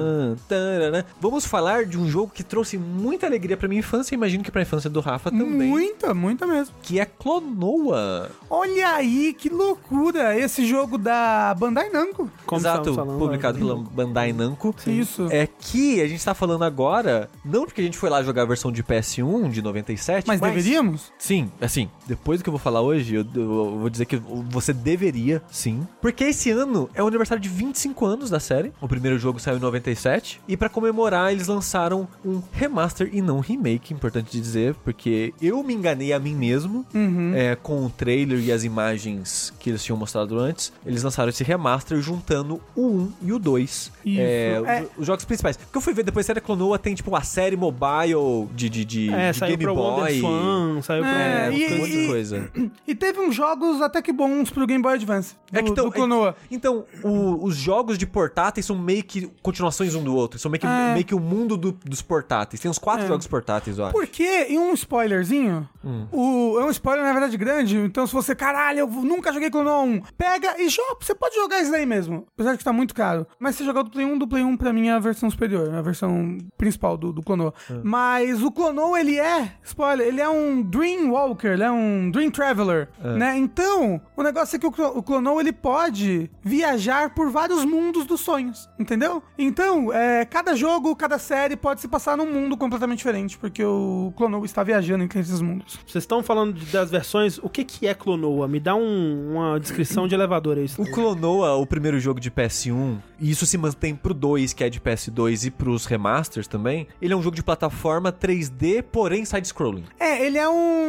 Vamos falar de um jogo que trouxe muita alegria pra minha infância, imagino que pra infância do Rafa também. Muita, muita mesmo. Que é Klonoa. Olha aí, que loucura. Esse jogo da Bandai Namco. Como Exato, falando, publicado pela Bandai Namco. Sim. Isso. É que a gente tá falando agora, não porque a gente foi lá jogar a versão de P S um de noventa e sete, mas, mas deveríamos? Sim, assim, depois do que eu vou falar hoje, eu, eu vou dizer que você deveria, sim. Porque esse ano é o aniversário de vinte e cinco anos da série. O primeiro jogo saiu em noventa e sete. E pra comemorar, eles lançaram um remaster e não remake, importante dizer, porque eu me enganei a mim mesmo uhum. é, com o trailer e as imagens que eles tinham mostrado antes. Eles lançaram esse remaster juntando o um e o dois. Isso. É, É. Os, os jogos principais. Porque eu fui ver depois, a série Klonoa tem tipo a série mobile de, de, de, é, de saiu Game pro Boy. Swan, saiu é, pra e, um monte de coisa. E teve uns jogos até que bons pro Game Boy Advance. Do, é que tão, do Klonoa. É, então, o, os jogos de portáteis são meio que continuações um do outro. São meio que, é. meio que o mundo do, dos portáteis. Tem uns quatro é. jogos portáteis, eu acho. Porque, e um spoilerzinho, hum. o, é um spoiler na verdade grande, então se você, caralho, eu nunca joguei Klonoa um, pega e joga, você pode jogar isso daí mesmo, apesar de que tá muito caro. Mas se jogar do Play um, do Play um pra mim é a versão superior, a versão principal do, do Klonoa. Hum. Mas o Klonoa, ele é, spoiler, ele é um Dream Walker, ele é um Dream Traveler, hum. né? Então, o negócio é que o, o Klonoa, ele pode viajar por vários mundos dos sonhos, entendeu? Então, é, cada jogo, cada série pode se passar num mundo completamente diferente, porque o Klonoa está viajando entre esses mundos. Vocês estão falando de, das versões, o que que é Klonoa? Me dá um, uma descrição de elevador aí. O Klonoa, o primeiro jogo de P S um, e isso se mantém pro dois, que é de P S dois, e pros remasters também, ele é um jogo de plataforma três D, porém side-scrolling. É, ele é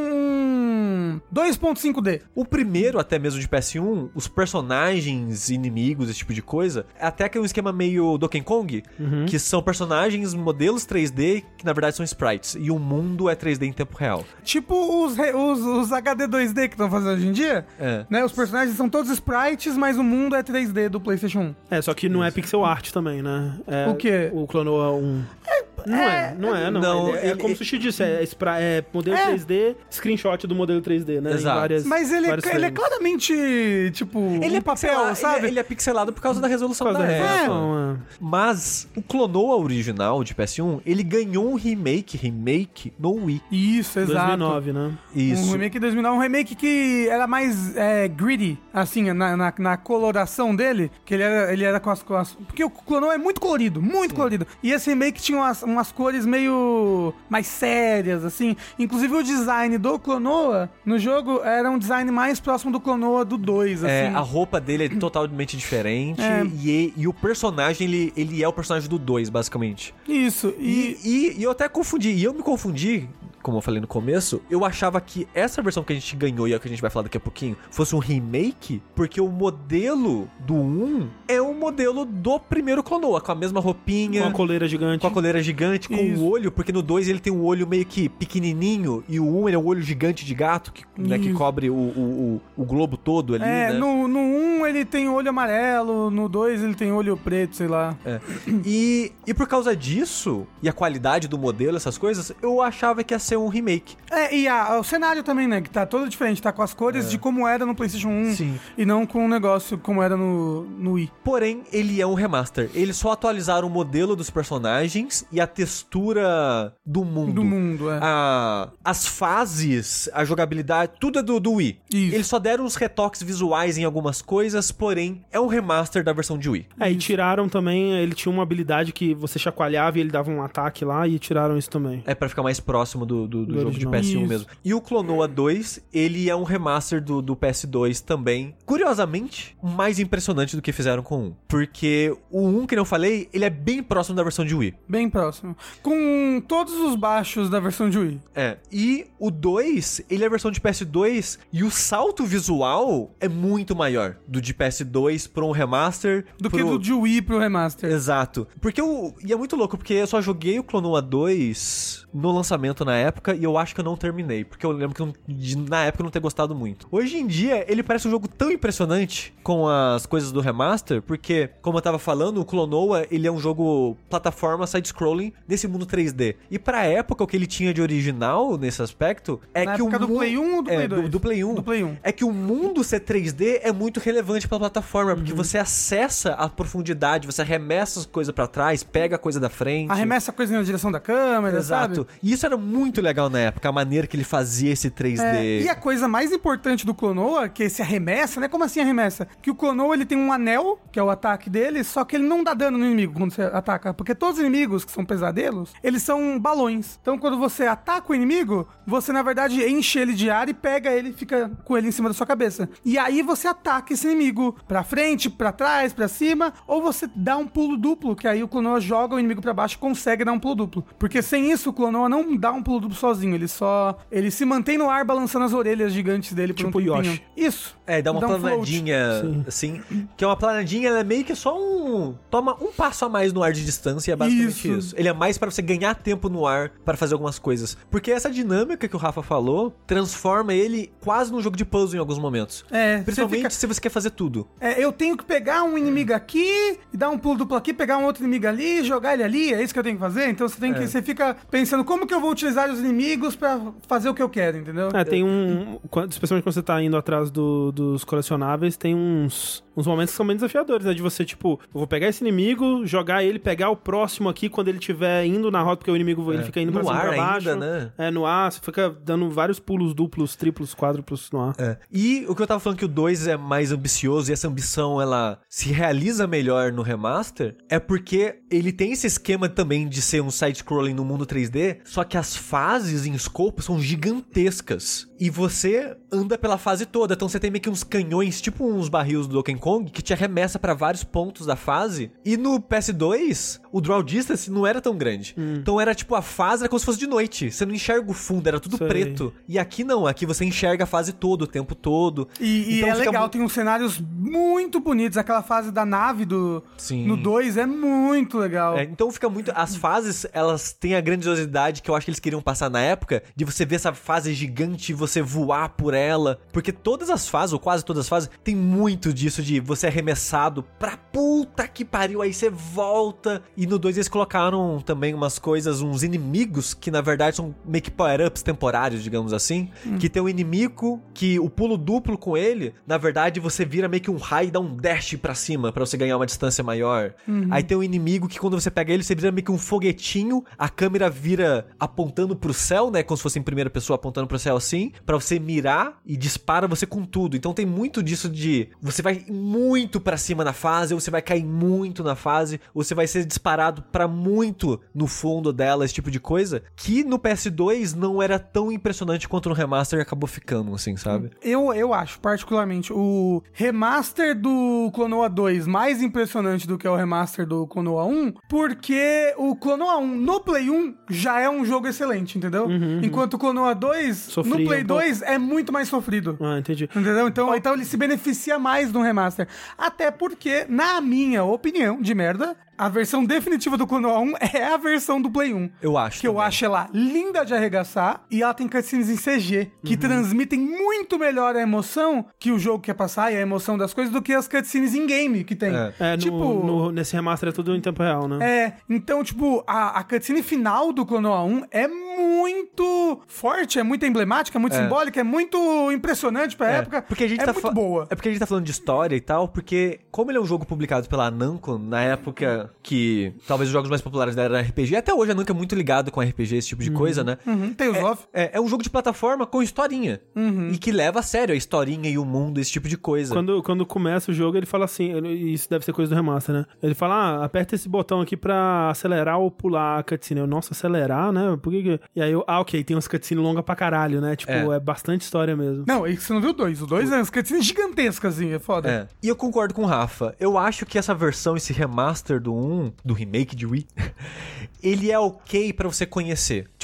um dois ponto cinco D. O primeiro, até mesmo de P S um, os personagens, inimigos, esse tipo de coisa, é até que é um esquema meio Donkey Kong, uhum. que são personagens, modelos três D, que na verdade são sprites, e o mundo é três D em tempo real. Tipo os, os, os H D dois D que estão fazendo hoje em dia, é. né? Os personagens são todos sprites, mas o mundo é três D do PlayStation um. É, só que não é pixel art também, né? É, o quê? O Klonoa um... É, não é, é, não é, não. não ele, é, ele, é como o Sushi disse, é, é modelo é. três D, screenshot do modelo três D, né? Exato. Em várias, mas ele, é, ele é claramente, tipo, ele um é papel, pixelado, sabe? Ele é, ele é pixelado por causa da resolução da, da resolução. É. Mas o Klonoa original de P S um, ele ganhou um remake, remake no Wii. Isso, exato. dois mil e nove, né? Isso. Um remake de dois mil e nove, um remake que era mais é, gritty, assim, na, na, na coloração dele, que ele era, ele era com as, com as... Porque o Klonoa é muito colorido, muito Sim. colorido. E esse remake tinha umas, umas cores meio mais sérias, assim. Inclusive o design do Klonoa no jogo era um design mais próximo do Klonoa do dois, assim. É, a roupa dele é totalmente diferente é. e, e o personagem, ele, ele é o personagem do dois, basicamente. Isso. E, e, e, e eu até confundi, e eu me confundi, como eu falei no começo, eu achava que essa versão que a gente ganhou e é a que a gente vai falar daqui a pouquinho, fosse um remake, porque o modelo do um é o modelo do primeiro Klonoa, com a mesma roupinha. Com a coleira gigante. Com a coleira gigante, com Isso. o olho, porque no dois ele tem um olho meio que pequenininho e o um ele é um olho gigante de gato, que, né, que cobre o, o, o, o globo todo ali, É, né? no, no um ele tem olho amarelo, no dois ele tem olho preto, sei lá. É. E, e por causa disso, e a qualidade do modelo, essas coisas, eu achava que ia ser um remake. É, e a, o cenário também, né? Que tá todo diferente, tá com as cores é. de como era no PlayStation um. Sim. E não com o negócio como era no, no Wii. Porém, ele é um remaster. Eles só atualizaram o modelo dos personagens e a textura do mundo. Do mundo, é. A, as fases, a jogabilidade, tudo é do, do Wii. Isso. Eles só deram uns retoques visuais em algumas coisas, porém, é um remaster da versão de Wii. É, e tiraram também, ele tinha uma habilidade que você chacoalhava e ele dava um ataque lá, e tiraram isso também. É pra ficar mais próximo do, do, do, do jogo original. de P S um Isso. mesmo. E o Klonoa dois, ele é um remaster do, do P S dois também. Curiosamente, mais impressionante do que fizeram com o um. Porque o um, que eu falei, ele é bem próximo da versão de Wii. Bem próximo. Com todos os baixos da versão de Wii. É. E o dois, ele é a versão de P S dois e o salto visual é muito maior do de P S dois pra um remaster. Do pro... que do de Wii pro remaster. Exato. Porque eu... E é muito louco, porque eu só joguei o Klonoa dois no lançamento na época. época e eu acho que eu não terminei, porque eu lembro que eu, de, na época eu não ter gostado muito. Hoje em dia, ele parece um jogo tão impressionante com as coisas do remaster, porque, como eu tava falando, o Klonoa, ele é um jogo plataforma side-scrolling nesse mundo três D. E pra época, o que ele tinha de original nesse aspecto é na que o época do Play um ou do Play é, dois? Do, do Play um. Do Play um. É que o mundo ser três D é muito relevante pra plataforma, uhum. porque você acessa a profundidade, você arremessa as coisas pra trás, pega a coisa da frente. Arremessa a coisa na direção da câmera, Exato. sabe? E isso era muito legal na época, a maneira que ele fazia esse três D. É, e a coisa mais importante do Klonoa, que é esse arremessa, né? Como assim arremessa? Que o Klonoa, ele tem um anel, que é o ataque dele, só que ele não dá dano no inimigo quando você ataca. Porque todos os inimigos que são pesadelos, eles são balões. Então, quando você ataca o inimigo, você, na verdade, enche ele de ar e pega ele e fica com ele em cima da sua cabeça. E aí você ataca esse inimigo pra frente, pra trás, pra cima, ou você dá um pulo duplo, que aí o Klonoa joga o inimigo pra baixo e consegue dar um pulo duplo. Porque sem isso, o Klonoa não dá um pulo duplo sozinho, ele só... ele se mantém no ar balançando as orelhas gigantes dele por tipo um tempinho. Yoshi. Isso. É, dá uma dá um planadinha, float. assim, que é uma planadinha, ela é meio que só um... toma um passo a mais no ar de distância e é basicamente isso. isso. Ele é mais pra você ganhar tempo no ar para fazer algumas coisas. Porque essa dinâmica que o Rafa falou, transforma ele quase num jogo de puzzle em alguns momentos. É, principalmente você fica... se você quer fazer tudo. É, eu tenho que pegar um inimigo aqui, dar um pulo duplo aqui, pegar um outro inimigo ali, jogar ele ali, é isso que eu tenho que fazer? Então você tem que, é. você fica pensando como que eu vou utilizar os inimigos pra fazer o que eu quero, entendeu? É, tem um... especialmente quando você tá indo atrás do, dos colecionáveis, tem uns, uns momentos que são bem desafiadores, né? De você, tipo, eu vou pegar esse inimigo, jogar ele, pegar o próximo aqui quando ele estiver indo na rota, porque o inimigo é. ele fica indo no pra cima ar pra baixo. Ainda, né? É, no ar, você fica dando vários pulos duplos, triplos, quádruplos no ar. É. E o que eu tava falando que o dois é mais ambicioso e essa ambição, ela se realiza melhor no remaster, é porque ele tem esse esquema também de ser um side-scrolling no mundo três D, só que as fases em escopo são gigantescas. E você anda pela fase toda, então você tem meio que uns canhões, tipo uns barris do Donkey Kong, que te arremessa pra vários pontos da fase. E no P S dois, o draw distance não era tão grande. Hum. Então era tipo, a fase era como se fosse de noite. Você não enxerga o fundo, era tudo Sei. preto. E aqui não, aqui você enxerga a fase toda, o tempo todo. E, então e é legal, mu- tem uns cenários muito bonitos. Aquela fase da nave do Sim. no dois é muito legal. É, então fica muito... As fases, elas têm a grandiosidade que eu acho que eles queriam passar na época, de você ver essa fase gigante e você voar por ela. Porque todas as fases, ou quase todas as fases, tem muito disso de você arremessado pra puta que pariu, aí você volta. E no dois eles colocaram também umas coisas, uns inimigos que na verdade são meio que power-ups temporários, digamos assim. Hum. Que tem um inimigo que o pulo duplo com ele, na verdade você vira meio que um raio e dá um dash pra cima pra você ganhar uma distância maior. Uhum. Aí tem um inimigo que quando você pega ele, você vira meio que um foguetinho, a câmera vira apontando pro céu, né? Como se fosse em primeira pessoa apontando pro céu assim, pra você mirar e dispara você com tudo. Então tem muito disso de você vai muito pra cima na fase, ou você vai cair muito na fase, ou você vai ser disparado pra muito no fundo dela, esse tipo de coisa, que no P S dois não era tão impressionante quanto no remaster acabou ficando, assim, sabe? Eu, eu acho, particularmente, o remaster do Klonoa dois mais impressionante do que o remaster do Klonoa um, porque o Klonoa um no Play um já é um jogo excelente, entendeu? Uhum, Enquanto o Klonoa dois Sofria no Play um dois pouco. É muito mais sofrido. Ah, entendi. Entendeu? Então, então ele se beneficia mais do remaster. Até porque, na minha opinião, de merda, a versão definitiva do Klonoa um é a versão do Play um. Eu acho. Que também. eu acho ela linda de arregaçar e ela tem cutscenes em C G que uhum. transmitem muito melhor a emoção que o jogo quer passar e a emoção das coisas do que as cutscenes em game que tem. É, é tipo, no, no, nesse remaster é tudo em tempo real, né? É, então, tipo, a, a cutscene final do Klonoa um é muito forte, é muito emblemática, é muito é. simbólica, é muito impressionante pra é, época. Porque a gente é tá muito fa- boa. É porque a gente tá falando de história e tal, porque como ele é um jogo publicado pela Namco, na época que talvez os jogos mais populares dela eram R P G, até hoje a Namco é muito ligado com R P G, esse tipo de uhum. coisa, né? Uhum. Tem os é, off. É, é um jogo de plataforma com historinha. Uhum. E que leva a sério a historinha e o mundo, esse tipo de coisa. Quando, quando começa o jogo, ele fala assim, isso deve ser coisa do remaster, né? Ele fala, ah, aperta esse botão aqui pra acelerar ou pular a cutscene. Eu, nossa, acelerar, né? Por que que... E aí eu, ah, ok, tem umas cutscenes longas pra caralho, né? Tipo, é. é bastante história mesmo. Não, e você não viu o dois. O dois é umas cutscenes gigantescas, assim, é foda. É. E eu concordo com o Rafa. Eu acho que essa versão, esse remaster do um, do remake de Wii, ele é ok pra você conhecer.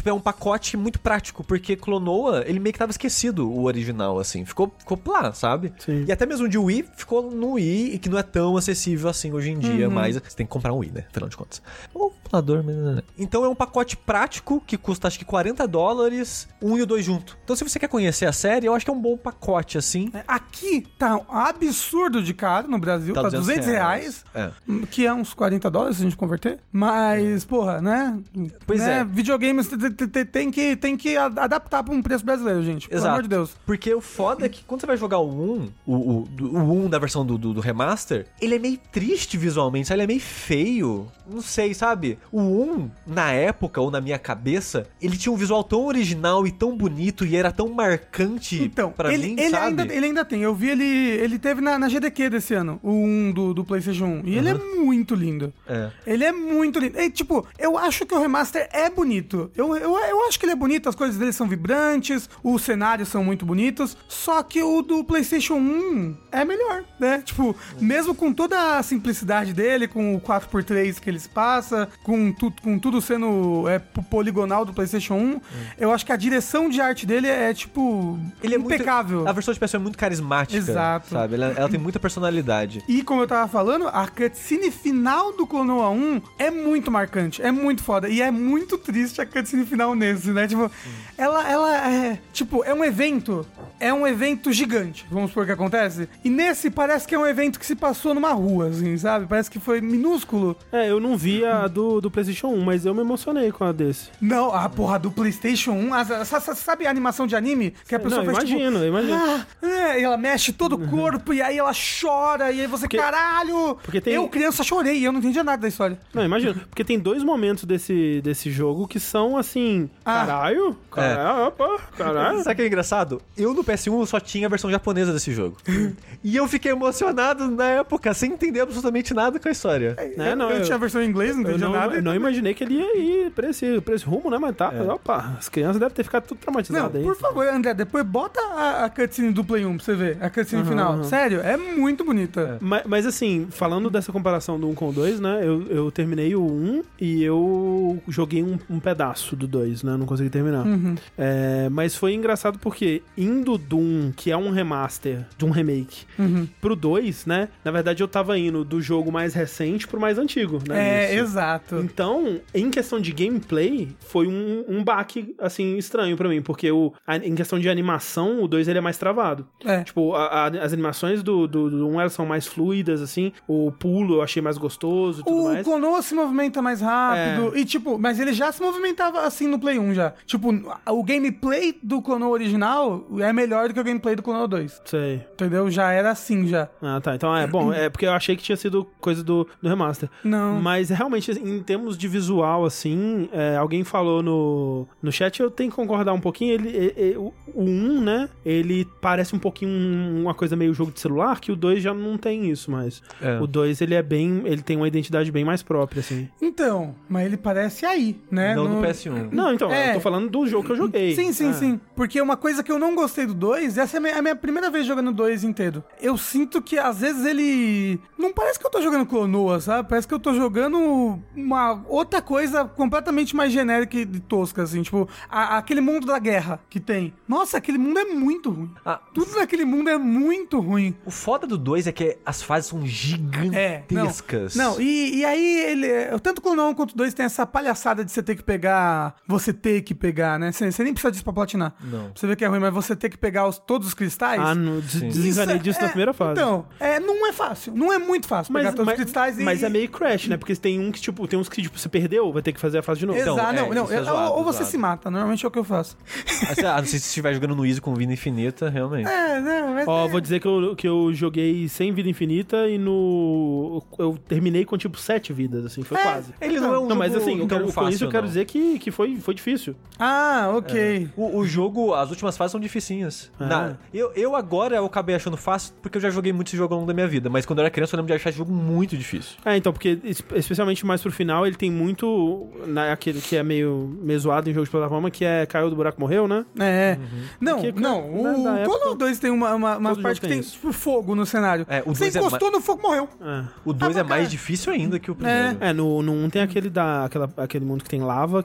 tipo, é um pacote muito prático, porque Klonoa, ele meio que tava esquecido, o original, assim. Ficou, ficou lá, sabe? Sim. E até mesmo de Wii, ficou no Wii, e que não é tão acessível assim hoje em dia, uhum. mas você tem que comprar um Wii, né? Afinal de contas. Um emulador, mas... Então é um pacote prático, que custa acho que quarenta dólares, um e o dois junto. Então se você quer conhecer a série, eu acho que é um bom pacote, assim. Aqui tá um absurdo de caro no Brasil, tá, tá duzentos reais, é. que é uns quarenta dólares se a gente converter. Mas, porra, né? Pois né? é. Videogames tem que, tem que adaptar pra um preço brasileiro, gente. Pelo Exato. amor de Deus. Porque o foda é que quando você vai jogar o um, o, o, o um da versão do, do, do remaster, ele é meio triste visualmente, sabe? Ele é meio feio. Não sei, sabe? O um, na época, ou na minha cabeça, ele tinha um visual tão original e tão bonito e era tão marcante então, pra ele, mim, ele sabe? Ainda, ele ainda tem. Eu vi ele... Ele teve na, na G D Q desse ano, o um do, do PlayStation um. E uhum. ele é muito lindo. É. Ele é muito lindo. E, tipo, eu acho que o remaster é bonito. Eu, eu, eu acho que ele é bonito, as coisas dele são vibrantes, os cenários são muito bonitos, só que o do PlayStation um é melhor, né? Tipo, mesmo com toda a simplicidade dele, com o quatro por três que eles passam, com, tu, com tudo sendo é, poligonal do PlayStation um, hum. eu acho que a direção de arte dele é, tipo, ele impecável. É muito, a versão de P S é muito carismática. Exato. Sabe? Ela, ela tem muita personalidade. E como eu tava falando, a cutscene final do Klonoa um é muito marcante, é muito foda. E é muito triste a cutscene final nesse, né? Tipo, hum. ela, ela é, tipo, é um evento, é um evento gigante, vamos supor que acontece. E nesse parece que é um evento que se passou numa rua, assim, sabe? Parece que foi minúsculo. É, eu não vi a do, do PlayStation um, mas eu me emocionei com a desse. Não, a porra do PlayStation um, a, a, a, sabe a animação de anime? Que a pessoa não, faz, imagino, tipo, imagino. Ah, é, e ela mexe todo o corpo, e aí ela chora, e aí você, porque, caralho! Porque tem... Eu, criança, chorei, e eu não entendia nada da história. Não, imagino. Porque tem dois momentos desse, desse jogo que são, assim, ah. caralho, caralho, é. opa, caralho. Sabe o que é engraçado? Eu no P S um só tinha a versão japonesa desse jogo. E eu fiquei emocionado na época, sem entender absolutamente nada com a história. É, não, eu, eu tinha a versão em inglês, não entendia eu não, nada. Eu não imaginei que ele ia ir pra esse, pra esse rumo, né? Mas tá, é. opa, as crianças devem ter ficado tudo traumatizadas aí. Por favor, André, depois bota a, a cutscene do Play um pra você ver, a cutscene uhum, final. Uhum. Sério, é muito bonita. É. Mas, mas assim, falando dessa comparação do um com o dois, né? Eu, eu terminei o um e eu joguei um, um pedaço do dois, né? Não consegui terminar. Uhum. É, mas foi engraçado porque indo do um, que é um remaster, de um remake, uhum. pro dois, né? Na verdade, eu tava indo do jogo mais recente pro mais antigo, né? É, nisso. Exato. Então, em questão de gameplay, foi um, um baque, assim, estranho pra mim, porque o, a, em questão de animação, o dois ele é mais travado. É. Tipo, a, a, as animações do, do, do um são mais fluidas, assim, o pulo eu achei mais gostoso e tudo o mais. O Klonoa se movimenta mais rápido, é. e tipo, mas ele já se movimentava assim no Play um já. Tipo, o gameplay do Klonoa original é melhor do que o gameplay do Klonoa dois. Sei. Entendeu? Já era assim, já. Ah, tá. Então, é bom, é porque eu achei que tinha sido coisa do, do remaster. Não. Mas, realmente, em termos de visual, assim, é, alguém falou no, no chat, eu tenho que concordar um pouquinho, ele, ele, ele, o um, né, ele parece um pouquinho uma coisa meio jogo de celular, que o dois já não tem isso, mas é. o dois, ele é bem, ele tem uma identidade bem mais própria, assim. Então, mas ele parece aí, né? Não no, no P S um. Não, então, é. eu tô falando do jogo que eu joguei. Sim, sim, é. sim. Porque uma coisa que eu não gostei do dois, essa é a minha, a minha primeira vez jogando o dois inteiro. Eu sinto que, às vezes, ele... Não parece que eu tô jogando Klonoa, sabe? Parece que eu tô jogando uma outra coisa completamente mais genérica e tosca, assim. Tipo, a, aquele mundo da guerra que tem. Nossa, aquele mundo é muito ruim. Ah, Tudo naquele mundo é muito ruim. O foda do dois é que as fases são gigantescas. É, não, não e, e aí, ele, tanto o Klonoa quanto o dois tem essa palhaçada de você ter que pegar... Você ter que pegar, né? Você, você nem precisa disso pra platinar. Não. Você vê que é ruim, mas você ter que pegar os, todos os cristais... Ah, não, des- desenganei disso é, na primeira fase. Então, é, não é fácil. Não é muito fácil mas, pegar todos mas, os cristais e... Mas é meio Crash, né? Porque tem um que, tipo, tem uns que, tipo, você perdeu, vai ter que fazer a fase de novo. Exato, então, não, é, não. é zoado, ou, ou você zoado. se mata, normalmente é o que eu faço. Ah, não sei se você estiver jogando no Easy com vida infinita, realmente. É, não, mas... Ó, é. vou dizer que eu, que eu joguei sem vida infinita e no... Eu terminei com, tipo, sete vidas, assim, foi é, quase. Ele não é um Não, mas jogo assim, eu quero, fácil, com isso eu quero não. dizer que, que foi, foi difícil. Ah, ok. É. O, o jogo, as últimas fases são dificinhas. É. Na, eu, eu agora eu acabei achando fácil porque eu já joguei muito esse jogo ao longo da minha vida, mas quando eu era criança eu lembro de achar esse jogo muito difícil. É, então, porque especialmente mais pro final, ele tem muito, né, aquele que é meio, meio zoado em jogo de plataforma, que é caiu do buraco, morreu, né? É. Uhum. Não, Porque, não. O da época, Klonoa dois tem uma, uma, uma todo parte jogo que tem tem isso. tipo, fogo no cenário. É, o você dois é encostou ma- no fogo, morreu. É. O dois Ah, é mais cara. difícil ainda que o primeiro. É, no, no um tem aquele, da, aquela, aquele mundo que tem lava, que é meio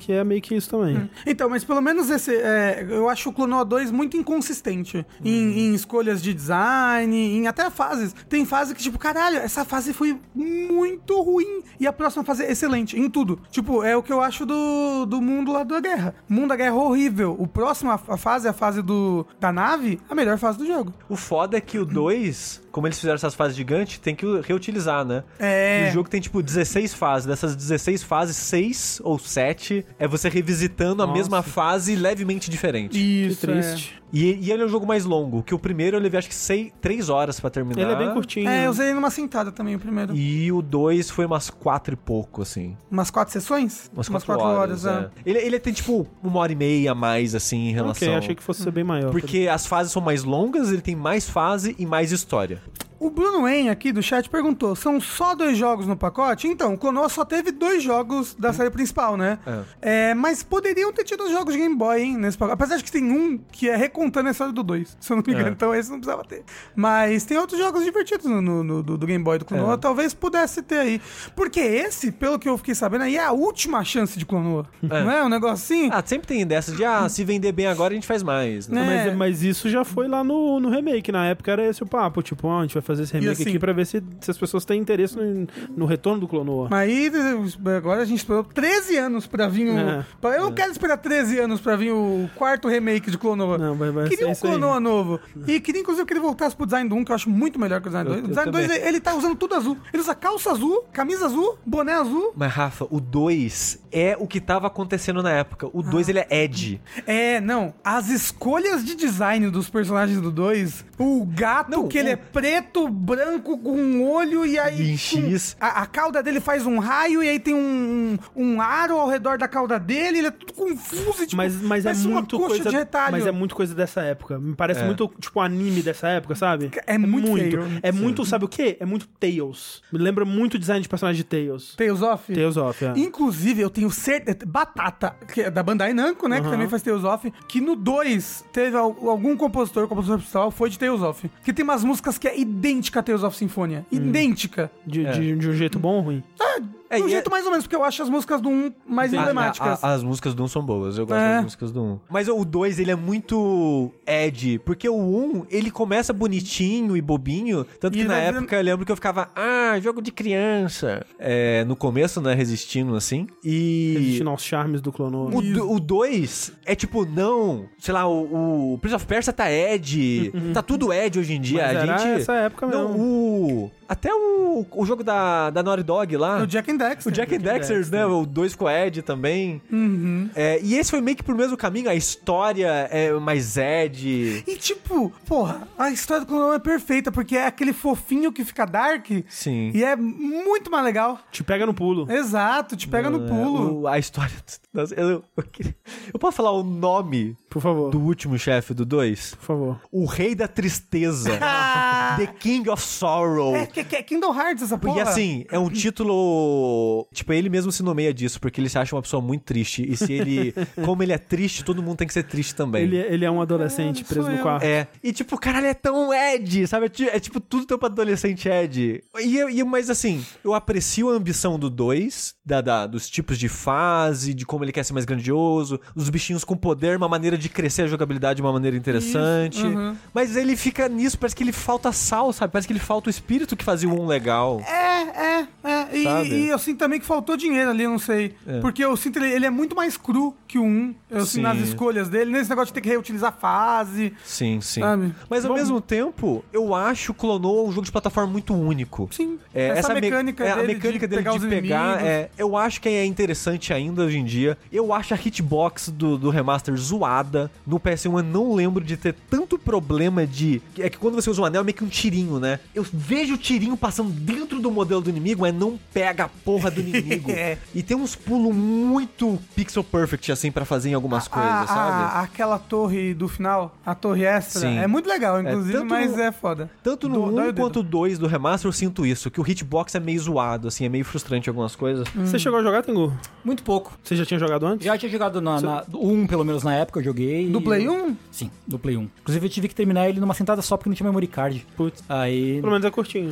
que isso também. Hum. Então, mas pelo menos esse... É, eu acho o Klonoa dois muito inconsistente hum. em, em escolhas de design, em até fases. Tem fase que, tipo, caralho, essa fase foi muito ruim. E a próxima fase é excelente, em tudo. Tipo, é o que eu acho do, do mundo lá da guerra. O mundo da guerra é horrível. O próximo, a fase, a fase do, da nave, a melhor fase do jogo. O foda é que o dois, como eles fizeram essas fases gigantes, tem que reutilizar, né? É. E o jogo tem, tipo, dezesseis fases. Dessas dezesseis fases, seis ou sete é você revisitando Nossa. a mesma fase levemente diferente. Isso, que triste. É. E, e ele é um jogo mais longo, que o primeiro eu levei acho que seis, três horas pra terminar. Ele é bem curtinho. É, eu usei numa sentada também o primeiro. E o dois foi umas quatro e pouco, assim. Umas quatro sessões? Umas, umas quatro, quatro horas, horas é. é. Ele, ele tem, tipo, uma hora e meia a mais, assim, em relação... Ok, achei que fosse ser bem maior. Porque as fases são mais longas, ele tem mais fase e mais história. O Bruno En aqui do chat perguntou, são só dois jogos no pacote? Então, o Klonoa só teve dois jogos da série principal, né? É. É, mas poderiam ter tido os jogos de Game Boy, hein, nesse pacote. Apesar de que tem um que é recontando a história do dois, se eu não me engano, é. então esse não precisava ter. Mas tem outros jogos divertidos no, no, no do, do Game Boy do Klonoa, é. talvez pudesse ter aí. Porque esse, pelo que eu fiquei sabendo, aí é a última chance de Klonoa. É. Não é um negocinho? Ah, sempre tem dessas de, ah, se vender bem agora a gente faz mais. Né? É. Mas, mas isso já foi lá no, no remake, na época era esse o papo, tipo, ó, a gente vai fazer esse remake assim, aqui pra ver se, se as pessoas têm interesse no, no retorno do Klonoa. Mas aí, agora a gente esperou treze anos pra vir o... É, eu não é. quero esperar treze anos pra vir o quarto remake de Klonoa. Não, vai, vai queria um Klonoa novo. E queria, inclusive, que ele voltasse pro design do um, que eu acho muito melhor que o design do dois. O design do dois, ele tá usando tudo azul. Ele usa calça azul, camisa azul, boné azul. Mas, Rafa, o dois é o que tava acontecendo na época. O dois, ah. ele é edgy. É, não. As escolhas de design dos personagens do dois, o gato, não, que o... ele é preto, branco, com um olho, e aí... Em X. A, a cauda dele faz um raio, e aí tem um, um aro ao redor da cauda dele, ele é tudo confuso, e, tipo, mas, mas é muito coisa de retalho. Mas é muito coisa dessa época. Me parece é. muito, tipo, anime dessa época, sabe? É muito muito. Feio. É Sim. muito, sabe o quê? É muito Tales. Me lembra muito o design de personagem de Tales. Tales of? Tales of, é. Inclusive, eu tenho certeza... Batata, que é da Bandai Namco, né? Uhum. Que também faz Tales of. Que no dois teve algum compositor, compositor principal, foi de Tales of. Que tem umas músicas que é idêntica a Tales of Symphonia. Hum. Idêntica. De, é. de, de um jeito bom ou ruim? Ah, É, de um jeito é... mais ou menos, porque eu acho as músicas do um mais a, emblemáticas. A, a, as músicas do um são boas, eu gosto é. das músicas do um. Mas o dois, ele é muito edgy, porque o um, ele começa bonitinho e bobinho, tanto e que na época eu lembro que eu ficava, ah, jogo de criança. É, no começo, né, resistindo assim. E... Resistindo aos charmes do Klonoa. O dois é tipo, não, sei lá, o, o Prince of Persia tá edgy, tá tudo edgy hoje em dia. Mas a era gente... essa época mesmo. Não, o... Até o, o jogo da, da Naughty Dog lá. O Jack and Dexter. O Jack and Dexter, Dexter, né? O dois com o Ed também. Uhum. É, e esse foi meio que pro mesmo caminho. A história é mais Ed. E tipo, porra, a história do Klonoa é perfeita, porque é aquele fofinho que fica dark. Sim. E é muito mais legal. Te pega no pulo. Exato, te pega Não, no pulo. O, a história... Eu, eu, eu, eu posso falar o nome, por favor, do último chefe do dois? Por favor. O Rei da Tristeza. The King of Sorrow. É, que, que é Kingdom Hearts essa porra. E assim, é um título... Tipo, ele mesmo se nomeia disso, porque ele se acha uma pessoa muito triste. E se ele... Como ele é triste, todo mundo tem que ser triste também. Ele, ele é um adolescente é, preso no quarto. É. E tipo, caralho, é tão Ed, sabe? É tipo tudo tão pra adolescente Ed. E, e, mas assim, eu aprecio a ambição do dois, da, da, dos tipos de fase, de como ele quer ser mais grandioso, os bichinhos com poder, uma maneira de crescer a jogabilidade de uma maneira interessante. Isso, uhum. Mas ele fica nisso, parece que ele falta sal, sabe? Parece que ele falta o espírito que fazia o um legal. É, é, é. E, e eu sinto também que faltou dinheiro ali, eu não sei. É. Porque eu sinto ele, ele é muito mais cru que o um. Eu sinto nas escolhas dele, nesse negócio de ter que reutilizar fase. Sim, sim. Sabe? Mas ao Bom, mesmo tempo, eu acho o Klonoa um jogo de plataforma muito único. Sim. É, essa, essa mecânica me, é, dele, a mecânica de dele pegar de pegar, é, eu acho que é interessante ainda hoje em dia. Eu acho a hitbox do, do remaster zoada. No P S um eu não lembro de ter tanto problema de... É que quando você usa um anel é meio que um tirinho, né? Eu vejo o tirinho passando dentro do modelo do inimigo, mas não pega a porra do inimigo. É. E tem uns pulos muito pixel perfect, assim, pra fazer em algumas a, coisas, a, sabe? A, aquela torre do final, a torre extra, Sim. é muito legal, inclusive, é, mas no, é foda. Tanto no do, um quanto no dois do remaster eu sinto isso, que o hitbox é meio zoado, assim, é meio frustrante em algumas coisas. Hum. Você chegou a jogar, Tengu? Muito pouco. Você já tinha jogado antes? Já tinha jogado na, na um, pelo menos na época, eu joguei. Do Play um? Sim, do Play um. Inclusive eu tive que terminar ele numa sentada só porque não tinha memory card. Putz. Aí... Pelo menos é curtinho. É,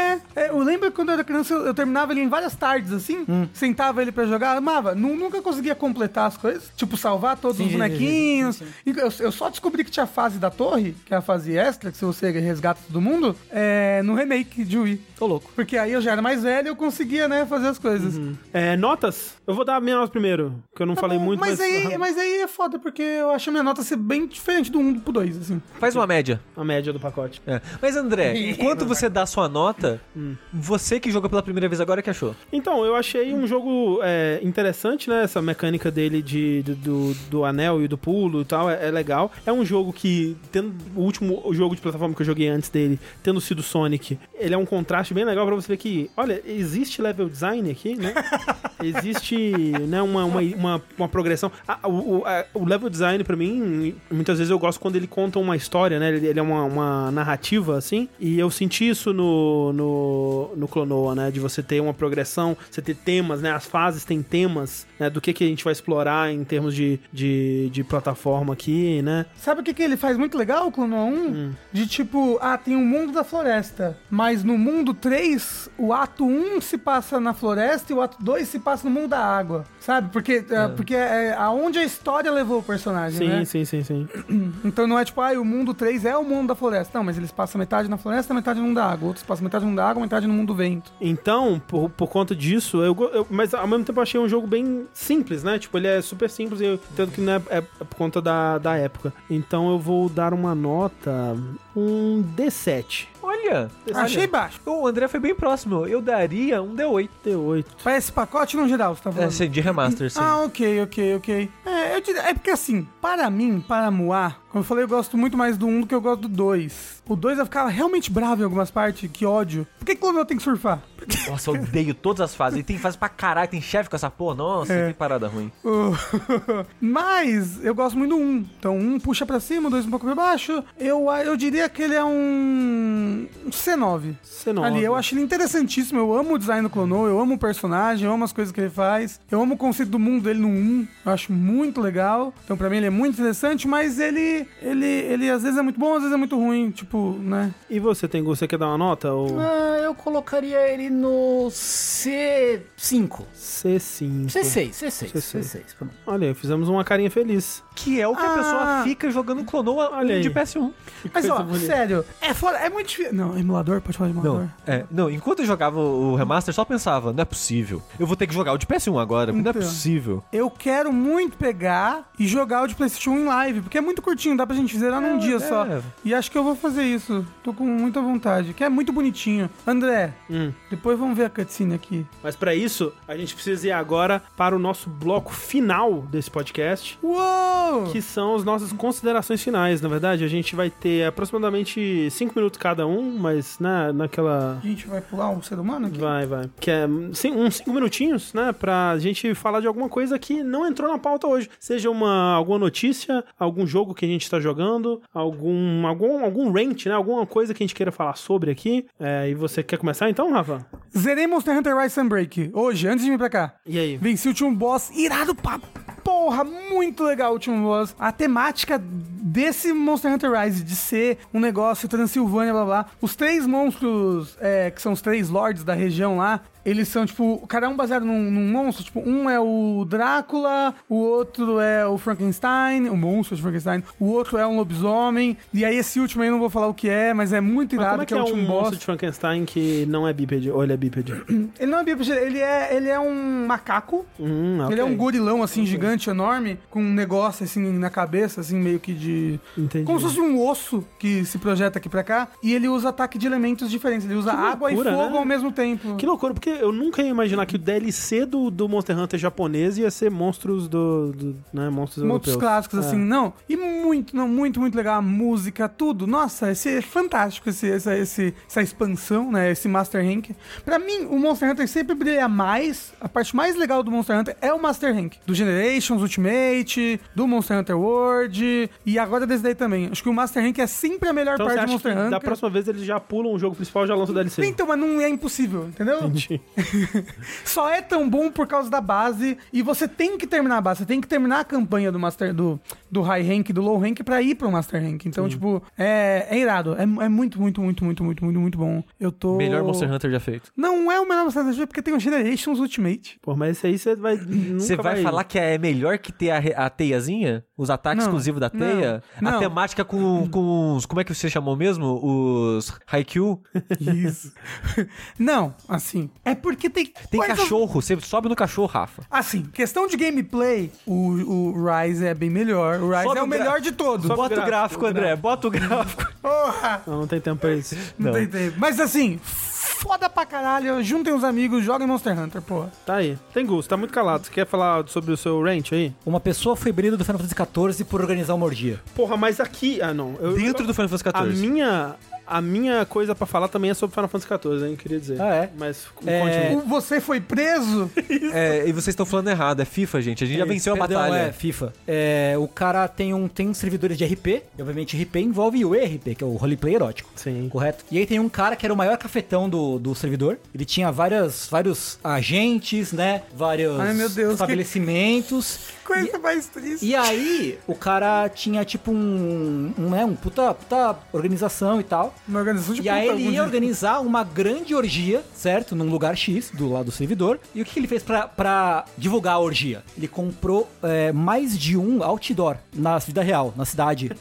É, é, eu lembro quando eu era criança, eu, eu terminava ele em várias tardes, assim, hum. sentava ele pra jogar, amava, nunca conseguia completar as coisas, tipo, salvar todos sim, os bonequinhos. Sim, sim, sim. Eu, eu só descobri que tinha a fase da torre, que é a fase extra, que se você resgata todo mundo, é, no remake de Wii. Tô louco. Porque aí eu já era mais velho e eu conseguia, né, fazer as coisas. Uhum. É, notas? Eu vou dar a minha nota primeiro, que eu não tá falei bom, muito. Mas, mas... Aí, mas aí é foda, porque eu acho a minha nota ser bem diferente do um pro dois, assim. Faz uma média. A média do pacote. É. Mas André, enquanto você dá a sua nota, hum. você que jogou pela primeira vez agora, o que achou? Então, eu achei um jogo é, interessante, né? Essa mecânica dele de, de, do, do anel e do pulo e tal, é, é legal. É um jogo que, tendo o último jogo de plataforma que eu joguei antes dele, tendo sido Sonic, ele é um contraste bem legal pra você ver que, olha, existe level design aqui, né? Existe, né, uma, uma, uma, uma progressão. Ah, o, a, o level design, pra mim, muitas vezes eu gosto quando ele conta uma história, né? Ele, ele é uma, uma narrativa, assim, e eu senti isso no, no, no Klonoa, né? De você ter uma progressão, você ter temas, né? As fases têm temas, né? Do que, que a gente vai explorar em termos de, de, de plataforma aqui, né? Sabe o que, que ele faz muito legal, o Klonoa um? Hum. De tipo, ah, tem o mundo da floresta, mas no mundo três, o ato um se passa na floresta e o ato dois se passa no mundo da água, sabe? Porque, é. porque é aonde a história levou o personagem, sim, né? Sim, sim, sim, sim. Então não é tipo, ah, o mundo três é o mundo da floresta. Não, mas eles passam metade na floresta, metade no mundo da água. Outros passam metade no mundo da água, metade no mundo do vento. Então, por, por conta disso, eu, eu, mas ao mesmo tempo eu achei um jogo bem simples, né? Tipo, ele é super simples e eu entendo que não é, é por conta da, da época. Então eu vou dar uma nota, um D sete. Olha, achei baixo. O André foi bem próximo. Eu daria um D oito. D oito. Para esse pacote no geral, você tá falando? É, sim, de remaster, sim. Ah, ok, ok, ok. É, eu diria, é porque assim, para mim, para Moá, como eu falei, eu gosto muito mais do um do que eu gosto do dois. O dois eu ficava realmente bravo em algumas partes, que ódio. Por que que o Clonoa tem que surfar? Nossa, eu odeio todas as fases. E tem fase pra caralho, tem chefe com essa porra. Nossa, é. Que parada ruim. Uh, mas eu gosto muito do um. Então um puxa pra cima, o dois um pouco pra baixo. Eu, eu diria que ele é um, um C nove. C nove. Ali, eu acho ele interessantíssimo. Eu amo o design do Clonoa, eu amo o personagem, eu amo as coisas que ele faz. Eu amo o conceito do mundo dele no um. Eu acho muito legal. Então pra mim ele é muito interessante, mas ele, ele, ele às vezes é muito bom, às vezes é muito ruim. Tipo, né? E você, Tengu, você quer dar uma nota? Ou... Ah, eu colocaria ele no C cinco. C cinco. C seis, C seis, C seis. C seis. Olha aí, fizemos uma carinha feliz. Que é o que ah. a pessoa fica jogando Clonoa de P S um. Mas ó, bonita. Sério, é, fora, é muito difícil. Não, emulador, pode falar de emulador. Não, é, não, enquanto eu jogava o remaster, só pensava, não é possível. Eu vou ter que jogar o de P S um agora, então, não é possível. Eu quero muito pegar e jogar o de PlayStation um em live, porque é muito curtinho, dá pra gente zerar é, num dia é. só. E acho que eu vou fazer isso. Tô com muita vontade, que é muito bonitinho. André, hum. depois vamos ver a cutscene aqui. Mas pra isso, a gente precisa ir agora para o nosso bloco final desse podcast. Uou! Que são as nossas considerações finais. Na verdade, a gente vai ter aproximadamente cinco minutos cada um, mas né, naquela... A gente vai pular um ser humano aqui? Vai, vai. Que é uns cinco minutinhos, né? Pra gente falar de alguma coisa que não entrou na pauta hoje. Seja uma, alguma notícia, algum jogo que a gente tá jogando, algum, algum, algum rant, né? Alguma coisa que a gente queira falar sobre aqui. É, e você quer começar então, Rafa? Zerei Monster Hunter Rise Sunbreak hoje, antes de vir pra cá. E aí? Venci o último boss, irado pra porra, muito legal o último boss. A temática desse Monster Hunter Rise, de ser um negócio Transilvânia, blá blá. Os três monstros, é, que são os três lords da região lá, eles são, tipo, cada um baseado num, num monstro. Tipo, um é o Drácula, o outro é o Frankenstein, o monstro de Frankenstein, o outro é um lobisomem. E aí esse último aí eu não vou falar o que é, mas é muito irado, mas como é que, que é, é o último um boss. monstro de Frankenstein que não é bípede, ou ele é bípede? Ele não é bípede, ele é, ele é um macaco. Hum, okay. Ele é um gorilão, assim, okay. gigante, enorme, com um negócio, assim, na cabeça, assim, meio que de... Entendi. Como se fosse um osso que se projeta aqui pra cá. E ele usa ataque de elementos diferentes. Ele usa que água loucura, e fogo, né? Ao mesmo tempo. Que loucura, porque eu nunca ia imaginar que o D L C do, do Monster Hunter japonês ia ser monstros do... do né, monstros Monstros europeus. clássicos, é. assim, não. E muito, não, muito, muito legal. A música, tudo. Nossa, esse é fantástico, esse, essa, esse, essa expansão, né? Esse Master Rank. Pra mim, o Monster Hunter sempre brilha mais. A parte mais legal do Monster Hunter é o Master Rank. Do Generations, Ultimate, do Monster Hunter World. E agora desse daí também. Acho que o Master Rank é sempre a melhor então, parte do Monster Hunter. Da próxima vez eles já pulam o jogo principal e já lançam o D L C. Então, mas não é impossível, entendeu? Entendi. Só é tão bom por causa da base. E você tem que terminar a base. Você tem que terminar a campanha do Master do do high rank, do low rank pra ir pro master rank. Então, Sim. tipo, é, é irado. É, é muito, muito, muito, muito, muito, muito, muito bom. Eu tô... Melhor Monster Hunter já feito. Não é o melhor Monster Hunter já feito porque tem o Generations Ultimate. Pô, mas esse aí você vai... Você vai, vai falar que é melhor que ter a, a teiazinha? Os ataques não, exclusivos da teia? Não, a não. temática com, com os... Como é que você chamou mesmo? Os Haikyuu? Isso. Não, assim... É porque tem... Tem coisas... cachorro. Você sobe no cachorro, Rafa. Assim, questão de gameplay, o, o Rise é bem melhor. O Rise sobe é o gra... melhor de todos. Bota o gráfico, gráfico André. Bota o gráfico. Porra! Não, não tem tempo pra isso. Não, não tem tempo. Mas assim... Foda pra caralho, juntem os amigos, joguem Monster Hunter, porra. Tá aí. Tem gosto, tá muito calado. Você quer falar sobre o seu ranch aí? Uma pessoa foi banido do Final Fantasy quatorze por organizar uma orgia. Porra, mas aqui... Ah, não. Eu, Dentro eu, do Final Fantasy quatorze. A minha... A minha coisa pra falar também é sobre Final Fantasy quatorze, hein? Queria dizer. Ah, é? Mas é... continue. Você foi preso? É, e vocês estão falando errado. É FIFA, gente. A gente é, já venceu perdão, a batalha. É, FIFA. É, o cara tem, um, tem uns servidores de R P. E, obviamente, R P envolve o E R P, que é o roleplay erótico. Sim. Correto? E aí tem um cara que era o maior cafetão do, do servidor. Ele tinha várias, vários agentes, né? Vários Ai, meu Deus, estabelecimentos. Que coisa e, mais triste. E aí, o cara tinha, tipo, um... um, né, um puta, puta organização e tal. Uma organização de E aí ele ia organizar uma grande orgia, certo? Num lugar X, do lado do servidor. E o que, que ele fez pra, pra divulgar a orgia? Ele comprou é, mais de um outdoor na vida real, na cidade.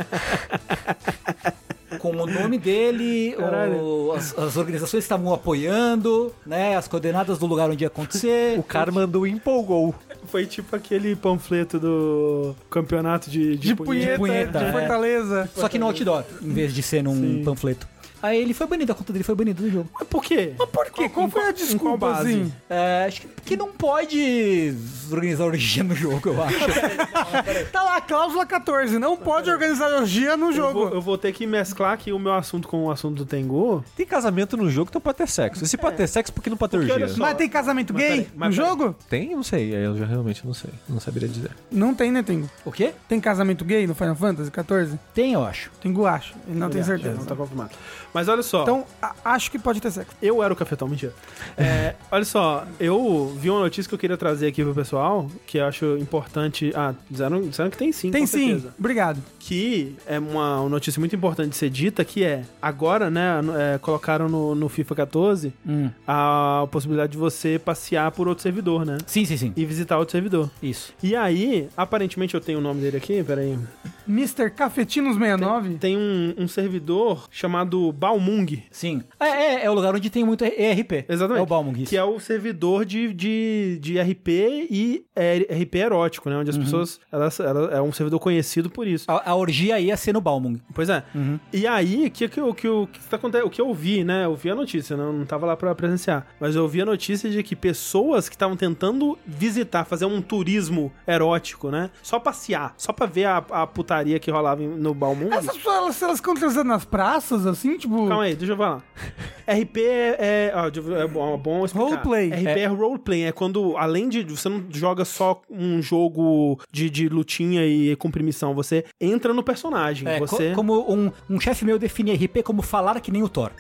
Com o nome dele, o, as, as organizações que estavam apoiando, né? As coordenadas do lugar onde ia acontecer. O cara mandou e empolgou. Foi tipo aquele panfleto do campeonato de, de, de punheta, de, punheta, de Fortaleza. É. Só que no outdoor, em vez de ser num Sim. panfleto. Aí ele foi banido, a conta dele foi banida do jogo. Mas por quê? Mas por quê? Qual, qual foi a desculpa, base? Assim? É, acho que não pode organizar orgia no jogo, eu acho. Tá lá, cláusula quatorze, não pode organizar orgia no jogo. Eu vou, eu vou ter que mesclar aqui o meu assunto com o assunto do Tengu. Tem casamento no jogo, então pode ter sexo. E se pode ter sexo, por que não pode ter orgia? Só... Mas tem casamento mas, gay peraí, mas, no peraí. jogo? Tem? Eu não sei, eu já realmente não sei. Não saberia dizer. Não tem, né, Tengu? O quê? Tem casamento gay no Final Fantasy quatorze? Tem, eu acho. Tengu acho, ele não eu tem certeza. Não tá confirmado. Mas olha só. Então, a, acho que pode ter sexo. Eu era o cafetão, mentira. É, olha só, eu vi uma notícia que eu queria trazer aqui pro pessoal, que eu acho importante. Ah, disseram, disseram que tem sim, tem com sim, certeza. Obrigado. Que é uma notícia muito importante de ser dita, que é, agora, né, é, colocaram no, no FIFA quatorze hum. a possibilidade de você passear por outro servidor, né? Sim, sim, sim. E visitar outro servidor. Isso. E aí, aparentemente eu tenho o nome dele aqui, peraí. mister Cafetinos sessenta e nove? Tem, tem um, um servidor chamado Balmung. Sim. É, é, é o lugar onde tem muito E R P. Exatamente. É o Balmung. Isso. Que é o servidor de, de, de R P e é, R P erótico, né? Onde as uhum. pessoas... Elas, elas, é um servidor conhecido por isso. A, a orgia ia ser no Balmung. Pois é. Uhum. E aí, que, que, que, que, que tá acontecendo? O que eu vi, né? Eu vi a notícia, não, não tava lá pra presenciar. Mas eu vi a notícia de que pessoas que estavam tentando visitar, fazer um turismo erótico, né? Só passear, só pra ver a, a putaria que rolava no Balmung. Essas pessoas, elas, elas ficam transando nas praças, assim, tipo... Calma aí, deixa eu falar. R P é... É, ó, é bom, é bom explicar. Roleplay. R P é, é roleplay. É quando, além de... Você não joga só um jogo de, de lutinha e cumprir missão. Você entra no personagem. É, você... co como um, um chefe meu define R P como falar que nem o Thor.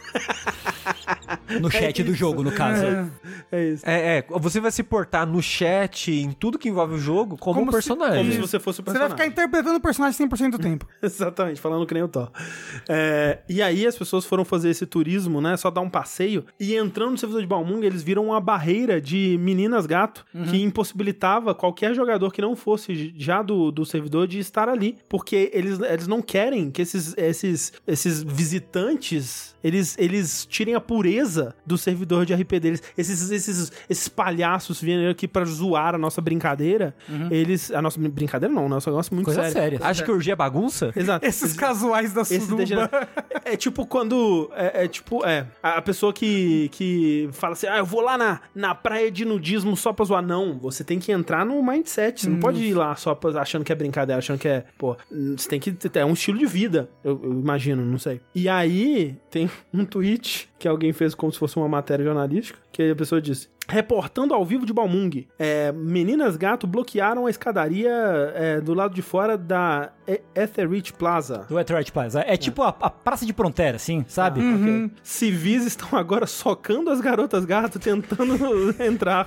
No chat é do jogo, no caso. É, é isso. É, é, você vai se portar no chat, em tudo que envolve o jogo, como, como um personagem. Se, como se você fosse o personagem. Você vai ficar interpretando o personagem cem por cento do tempo. Exatamente, falando que nem o Thor. É, e aí as pessoas foram fazer esse turismo, né? Só dar um passeio. E entrando no servidor de Balmung, eles viram uma barreira de meninas gato uhum. que impossibilitava qualquer jogador que não fosse já do, do servidor de estar ali. Porque eles, eles não querem que esses, esses, esses visitantes eles, eles tirem a pureza do servidor de R P deles. Esses, esses, esses palhaços vindo aqui pra zoar a nossa brincadeira. Uhum. Eles... A nossa brincadeira não, nosso negócio muito Coisa sério. séria. Acha que orgia é bagunça? Exato. Esses esse, casuais da suruba. É, é tipo quando... É, é tipo... É. A, a pessoa que, que fala assim, ah, eu vou lá na, na praia de nudismo só pra zoar. Não, você tem que entrar no mindset. Você hum. não pode ir lá só pra, achando que é brincadeira, achando que é... Pô, você tem que... É um estilo de vida, eu, eu imagino, não sei. E aí, tem um tweet que alguém fez como se fosse uma matéria jornalística, que a pessoa disse, Reportando ao vivo de Balmung. É, meninas gato bloquearam a escadaria é, do lado de fora da Etheridge Plaza. Do Etheridge Plaza. É, é. tipo a, a praça de Fronteira, assim, sabe? Ah, uhum. Okay. Civis estão agora socando as garotas gato, tentando entrar.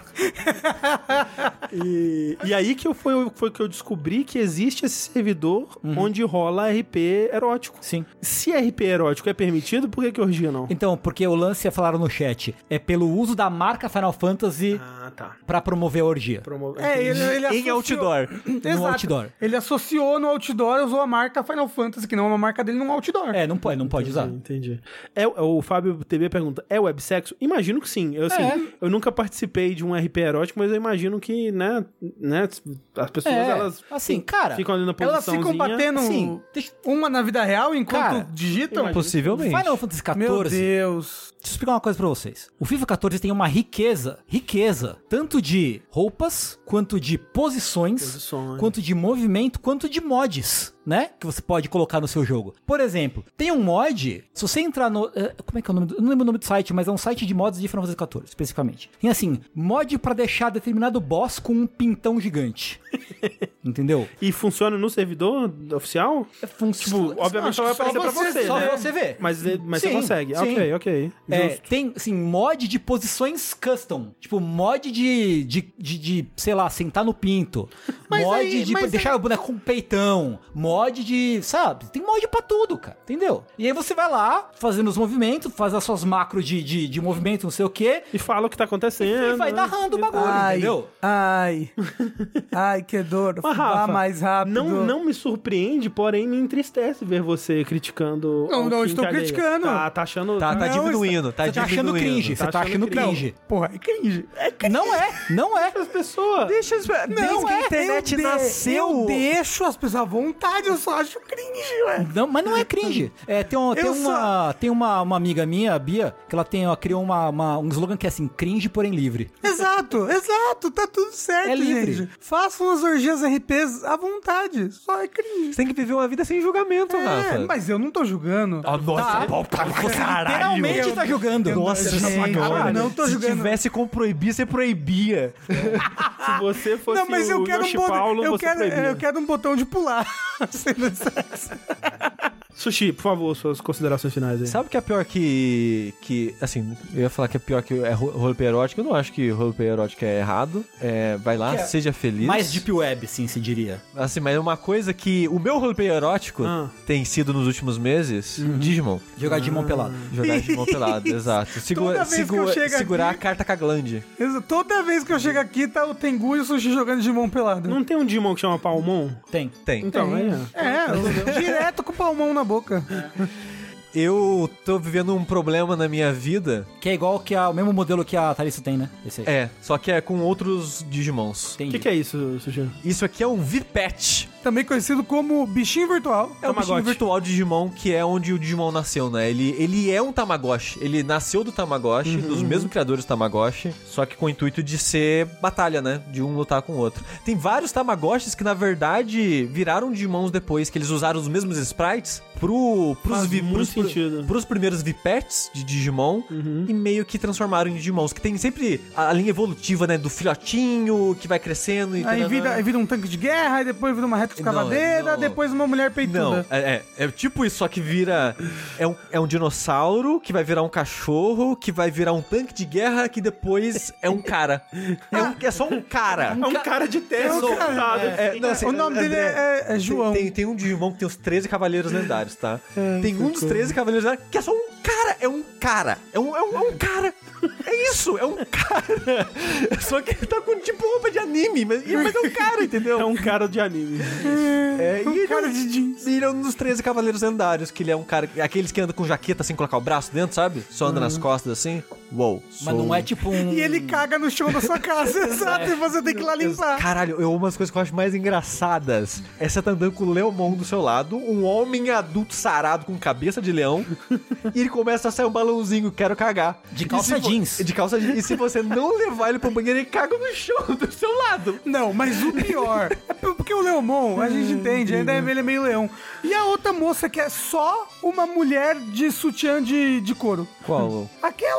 e, e aí que eu, foi, foi que eu descobri que existe esse servidor uhum. onde rola R P erótico. Sim. Se R P erótico é permitido, por que que orgia não? Então, porque o lance, falaram no chat, é pelo uso da marca Final Fantasy ah, tá. pra promover a orgia. Promover. É, ele, ele associou... Em outdoor. Exato. No outdoor. Ele associou no outdoor, usou a marca Final Fantasy, que não é uma marca dele, num outdoor. É, não pode, não pode entendi, usar. Entendi. É, o Fábio T V pergunta, é websexo? Imagino que sim. Eu, assim, é. eu nunca participei de um R P erótico, mas eu imagino que, né, né as pessoas, é, elas assim, cara, ficam ali na posiçãozinha. Elas ficam batendo assim, uma na vida real enquanto cara, digitam? Possivelmente. Final Fantasy quatorze. Meu Deus. Deixa eu explicar uma coisa pra vocês. O FIFA quatorze tem uma riqueza, riqueza, tanto de roupas, quanto de posições, posições. quanto de movimento, quanto de mods, né? Que você pode colocar no seu jogo. Por exemplo, tem um mod, se você entrar no... Uh, como é que é o nome? Do, eu não lembro o nome do site, mas é um site de mods de Final Fantasy quatorze, especificamente. Tem assim, mod pra deixar determinado boss com um pintão gigante. Entendeu? E funciona no servidor oficial? Funciona. Tipo, obviamente só vai aparecer pra você, Só né? pra você ver. Mas, mas sim, você consegue. Sim. Ok, ok. É, tem, assim, mod de posições custom. Tipo, mod de, de, de, de sei lá, sentar no pinto. Mas mod aí, de mas deixar aí... o boneco com peitão. Mod de, sabe? Tem mod pra tudo, cara. Entendeu? E aí você vai lá, fazendo os movimentos, faz as suas macros de, de, de movimento, não sei o quê. E fala o que tá acontecendo. E vai né? narrando o bagulho, ai, entendeu? Ai, ai, que dor. Mas, Rafa, vá mais rápido. Não, não me surpreende, porém me entristece ver você criticando. Não, não estou criticando. Tá, tá achando. Tá, tá não, diminuindo, tá Você tá diminuindo. achando cringe, Tá você tá achando achando cringe. cringe. Porra, é cringe. É cringe. Não é, não é. As pessoas. Deixa as Não, Desde que a é, internet eu de- nasceu. Eu deixo as pessoas à vontade, eu só acho cringe, ué. Não, mas não é cringe. É, tem uma, tem Eu uma, tem uma, uma amiga minha, a Bia, que ela tem, ela criou uma, uma- um slogan que é assim, cringe, porém livre. Exato, exato, tá tudo certo, É livre. gente. Façam as orgias R Ps à vontade, só é cringe. Você tem que viver uma vida sem julgamento, É, Rafa. mas eu não tô julgando. Ah, nossa, Tá. pau, tá, Você caralho. literalmente tá julgando. Nossa Gente, senhora. eu não tô Se julgando. tivesse como proibir, você proibia. Se você fosse Não, mas eu o quero um Yoshi botão. Paulo, Eu você quero, proibia. eu quero um botão de pular. Sendo sexo. Sushi, por favor, suas considerações finais aí. Sabe o que é pior que... que assim, eu ia falar que é pior que é ro- roleplay erótico. Eu não acho que roleplay erótico é errado. É, vai lá, Que é seja feliz. Mais deep web, sim, se diria. Assim, mas é uma coisa que o meu roleplay erótico Ah. tem sido nos últimos meses, Digimon. Jogar de mão pelado. Jogar Digimon pelado, exato. Segura, Toda vez que eu segura, chego segurar aqui- a carta com a glande. Exa- Toda vez que eu chego aqui, tá o Tengu e o Sushi jogando de mão pelada. Não tem um Digimon que chama Palmon? Tem. Tem. Então, aí, ó. É, direto com o palmão na boca. Eu tô vivendo um problema na minha vida. Que é igual que a, o mesmo modelo que a Thalissa tem, né? Esse aí. É, só que é com outros Digimons. O Entendi. que, que é isso, Sushi? Isso aqui é um V-Pet. Também conhecido como bichinho virtual. É um Tamagotchi. bichinho virtual de Digimon, que é onde o Digimon nasceu, né? Ele, ele é um Tamagotchi. Ele nasceu do Tamagotchi, dos mesmos criadores do Tamagotchi, só que com o intuito de ser batalha, né? De um lutar com o outro. Tem vários Tamagotchis que, na verdade, viraram Digimons depois, que eles usaram os mesmos sprites pro, pros, Faz vi, muito pros, sentido. pros primeiros V-Pets de Digimon e meio que transformaram em Digimons, que tem sempre a, a linha evolutiva, né? Do filhotinho que vai crescendo e... Aí tananã. vira, aí vira um tanque de guerra, aí depois vira uma reta escavadeira, Não, não. depois uma mulher peituda. Não, é, é, é tipo isso, só que vira... É um, é um dinossauro que vai virar um cachorro, que vai virar um tanque de guerra, que depois é um cara. É, um, é só um cara. É um cara de terno É um cara, soltado. É, não, assim, O nome dele André, é, é João. Tem, tem um Digimon que tem os treze Cavaleiros Lendários, tá? Tem um dos treze Cavaleiros Lendários que é só um cara. É um cara. É um, é um, é um cara. É isso, é um cara. Só que ele tá com tipo roupa de anime, mas, mas é um cara, entendeu? É um cara de anime. É, e ele, cara de jeans. ele é um dos treze Cavaleiros Lendários, que ele é um cara... Aqueles que andam com jaqueta sem colocar o braço dentro, sabe? Só anda nas costas assim. Uou. Mas não é tipo um... E ele caga no chão da sua casa, exato, e você tem que ir lá limpar. Caralho, eu, uma das coisas que eu acho mais engraçadas é você tá andando com o Leomon do seu lado, um homem adulto sarado com cabeça de leão, e ele começa a sair um balãozinho, quero cagar. De E calça se vo- jeans. De calça jeans. E se você não levar ele pro banheiro, ele caga no chão do seu lado. Não, mas o pior é porque o Leomon, a gente entende, ainda é ele é meio leão. E a outra moça que é só uma mulher de sutiã de, de couro. Qual? Aquela que tava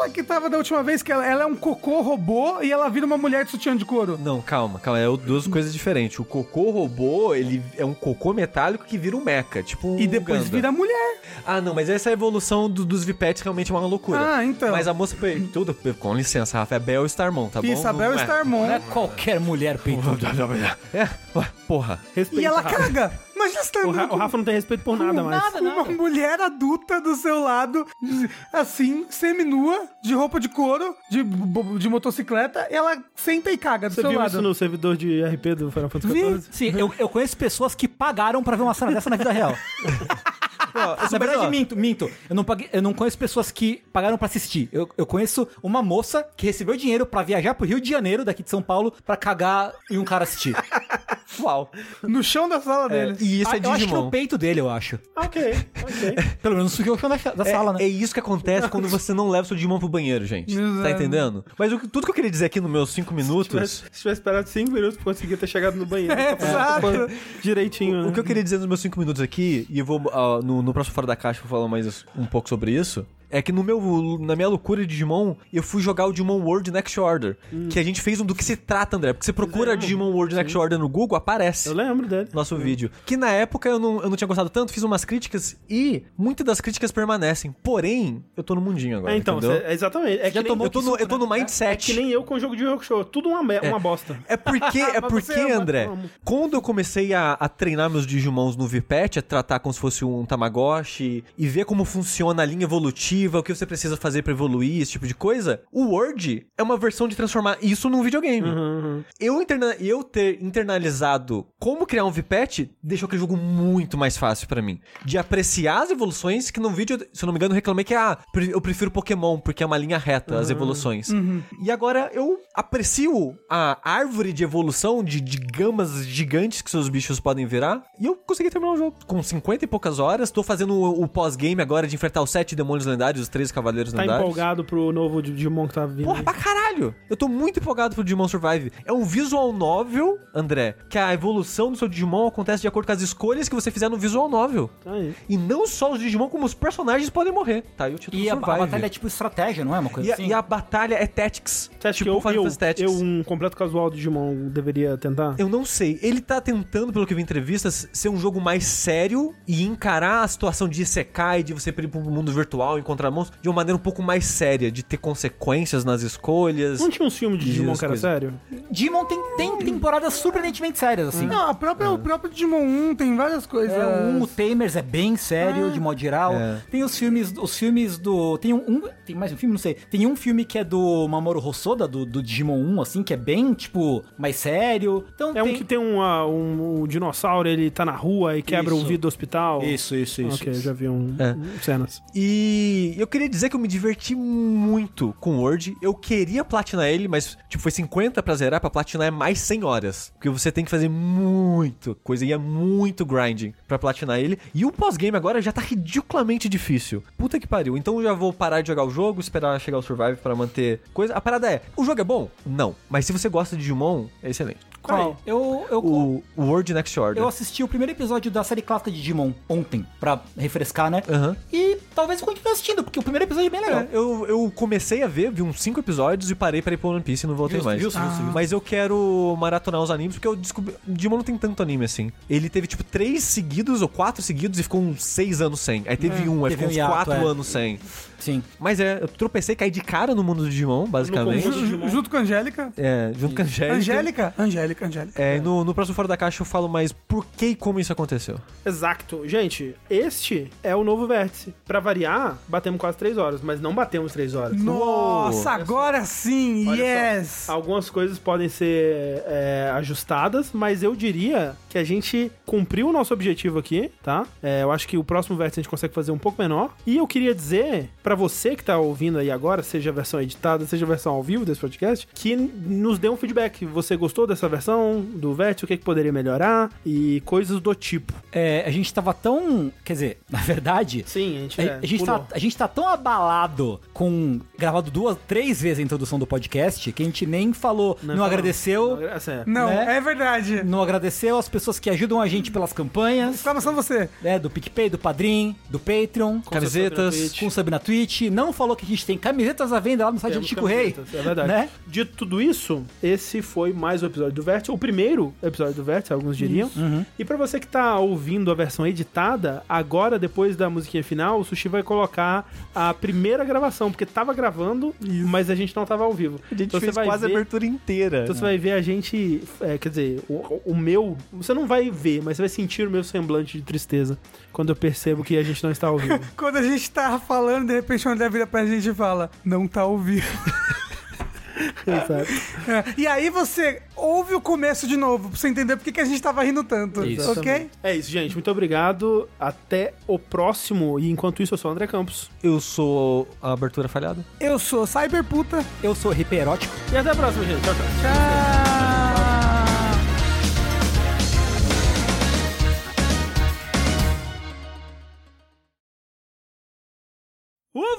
falava da última vez que ela, ela é um cocô robô e ela vira uma mulher de sutiã de couro. Não, calma, calma. É duas coisas diferentes. O cocô robô, ele é um cocô metálico que vira um mecha, tipo um E depois Ganda. vira mulher. Ah, não, mas essa evolução do, dos V-Pets realmente é uma loucura. Ah, então. Mas a moça foi tudo, com licença, Rafa, é Bel Starmon, tá bom? Isso, a Bel Não é. Starmon. Não é qualquer mulher peituda. É, ué, porra. Respeita E ela o Rafa. caga. Imagina você tá O, Ra- andando o Rafa não tem respeito por com nada mais. nada, uma nada. mulher adulta do seu lado, assim, seminua, de roupa de couro, de, de motocicleta, ela senta e caga do Você seu viu lado. isso no servidor de R P do Final Fantasy Vi. quatorze? Sim, eu, eu conheço pessoas que pagaram pra ver uma cena dessa na vida real. Na verdade, minto, minto. Eu não, paguei, eu não conheço pessoas que pagaram pra assistir. Eu, eu conheço uma moça que recebeu dinheiro pra viajar pro Rio de Janeiro, daqui de São Paulo, pra cagar e um cara assistir. Uau. No chão da sala dele. E isso Ah, é eu acho que Digimon. no peito dele, eu acho. Ok, ok. Pelo menos sujou o chão da, da É, sala, né? é isso que acontece quando você não leva seu Digimon pro banheiro, gente. Exato. Tá entendendo? Mas o que- tudo que eu queria dizer aqui nos meus cinco Se minutos... tivesse, se tivesse esperado cinco minutos, conseguia ter chegado no banheiro. É, exato. Direitinho, né? O que eu queria dizer nos meus cinco minutos aqui, e eu vou ah, no, no próximo Fora da Caixa vou falar mais um pouco sobre isso, é que no meu, na minha loucura de Digimon, eu fui jogar o Digimon World Next Order, Hum. que a gente fez um do que se trata, André, porque você procura Fizeram. Digimon World Next Order no Google, aparece. Eu lembro dele. Nosso vídeo. Que na época eu não, eu não tinha gostado tanto, fiz umas críticas e muitas das críticas permanecem. Porém, eu tô no mundinho agora, É, então, entendeu? cê- é exatamente. É que, Já nem, tomou eu tô no, eu tô no é mindset. que nem eu com o jogo de Yu Show. Tudo uma, me- uma bosta. É porque, é Mas porque você ama, André, eu amo. quando eu comecei a, a treinar meus Digimons no V-Pet, a tratar como se fosse um Tamagotchi e ver como funciona a linha evolutiva, o que você precisa fazer pra evoluir, esse tipo de coisa, o Word é uma versão de transformar isso num videogame. Uhum. Eu, interna eu ter internalizado como criar um V-Pet deixou aquele jogo muito mais fácil pra mim. De apreciar as evoluções, que no vídeo, se eu não me engano, eu reclamei que ah, pre- eu prefiro Pokémon, porque é uma linha reta, as evoluções. E agora eu aprecio a árvore de evolução de, de gamas gigantes que seus bichos podem virar. E eu consegui terminar o jogo com cinquenta e poucas horas. Tô fazendo o, o pós-game agora de enfrentar os sete demônios lendários, os três cavaleiros Tá lendários. empolgado pro novo Digimon que tá vindo? Porra, aí? pra caralho! Eu tô muito empolgado pro Digimon Survive. É um visual novel, André, que a evolução do seu Digimon acontece de acordo com as escolhas que você fizer no visual novel. Tá aí. E não só os Digimon, como os personagens podem morrer. Tá aí o título E a, a Survive. batalha é tipo estratégia, não é uma coisa E a, assim? e a batalha é Tactics. Você acha tipo que eu, Final eu, Fantasy Tactics. eu, um completo casual do Digimon, deveria tentar? Eu não sei. Ele tá tentando, pelo que eu vi em entrevistas, ser um jogo mais sério e encarar a situação de Isekai, de você ir pro mundo virtual, encontrar monstros, de uma maneira um pouco mais séria, de ter consequências nas escolhas. Não tinha um filme de E Digimon as que era coisas. sério? Digimon tem, tem temporadas surpreendentemente sérias, assim. Não, a própria, o próprio Digimon um tem várias coisas. É, um, o Tamers é bem sério, de modo geral. É. Tem os filmes, os filmes do... Tem um, um- tem mais um filme, não sei. Tem um filme que é do Mamoru Hosoda, do, do Digimon um, assim, que é bem, tipo, mais sério. Então É tem... um que tem um, ah, um, um dinossauro, ele tá na rua e quebra Isso. o vidro do hospital. Isso, isso, isso. Ok, isso. já vi um, É. um- cenas. E eu queria dizer que eu me diverti muito com o Word. Eu queria platinar ele, mas tipo, foi cinquenta pra zerar, pra platinar é mais cem horas. Porque você tem que fazer muito coisa e é muito grinding pra platinar ele. E o pós-game agora já tá ridiculamente difícil. Puta que pariu. Então eu já vou parar de jogar o jogo, esperar chegar o Survive pra manter coisa. A parada é, o jogo é bom? Não. Mas se você gosta de Digimon, é excelente. Qual? Eu, eu, O, o World Next Order. eu assisti o primeiro episódio da série clássica de Digimon ontem, pra refrescar, né? Aham. E talvez eu continue assistindo, porque o primeiro episódio é bem legal. É, eu, eu comecei a ver, vi uns cinco episódios e parei pra ir pro One Piece e não voltei Justo, mais. justo, justo, justo. Mas eu quero maratonar os animes, porque eu descobri... Digimon não tem tanto anime assim. Ele teve, tipo, três seguidos ou quatro seguidos e ficou uns seis anos sem. Aí teve um, aí teve ficou um uns hiato, quatro é. anos sem. Sim. Mas é, eu tropecei, caí de cara no mundo do Digimon, basicamente. conjunto. Ju- Junto com a Angélica. É, junto com a Angélica. Angélica? Angélica, Angélica. É, no, no próximo Fora da Caixa eu falo mais por que e como isso aconteceu. Exato. Gente, este é o novo vértice. Pra variar, batemos quase três horas, mas não batemos três horas. Nossa, agora sim, Olha yes! só, algumas coisas podem ser é, ajustadas, mas eu diria que a gente cumpriu o nosso objetivo aqui, tá? É, eu acho que o próximo vértice a gente consegue fazer um pouco menor. E eu queria dizer pra você que tá ouvindo aí agora, seja a versão editada, seja a versão ao vivo desse podcast, que nos dê um feedback. Você gostou dessa versão do vértice? O que, que poderia melhorar? E coisas do tipo. É, a gente tava tão... Quer dizer, na verdade... Sim, a gente, A, é, a gente pulou. tá, a gente tá tão abalado com... Gravado duas, três vezes a introdução do podcast, que a gente nem falou, não, falou. agradeceu... Não, assim, é. Não, né? é verdade. Não agradeceu as pessoas que ajudam a gente pelas campanhas, Exclamação você. né? Do PicPay, do Padrim, do Patreon, Com Camisetas, seu sub na Twitch. com sub na Twitch. convite, não falou que a gente tem camisetas à venda lá no site Temos do Chico Rei. É verdade. Né? Dito tudo isso, esse foi mais um episódio do Vértice, o primeiro episódio do Vértice, alguns diriam. Uhum. E pra você que tá ouvindo a versão editada, agora, depois da musiquinha final, o Sushi vai colocar a primeira gravação, porque tava gravando, isso. mas a gente não tava ao vivo. A gente então fez quase ver... a abertura inteira. Então é. você vai ver a gente, é, quer dizer, o, o meu, você não vai ver, mas você vai sentir o meu semblante de tristeza quando eu percebo que a gente não está ao vivo. Quando a gente tá falando, de repente o André vira pra gente e fala, não tá ao vivo. Exato. É, e aí você ouve o começo de novo, pra você entender por que, que a gente tava rindo tanto. Isso. Ok? É isso, gente. Muito obrigado. Até o próximo. E enquanto isso, eu sou o André Campos. Eu sou a abertura falhada. Eu sou Cyberputa. Eu sou Hiperótico. E até a próxima, gente. Tchau, tchau. Tchau. O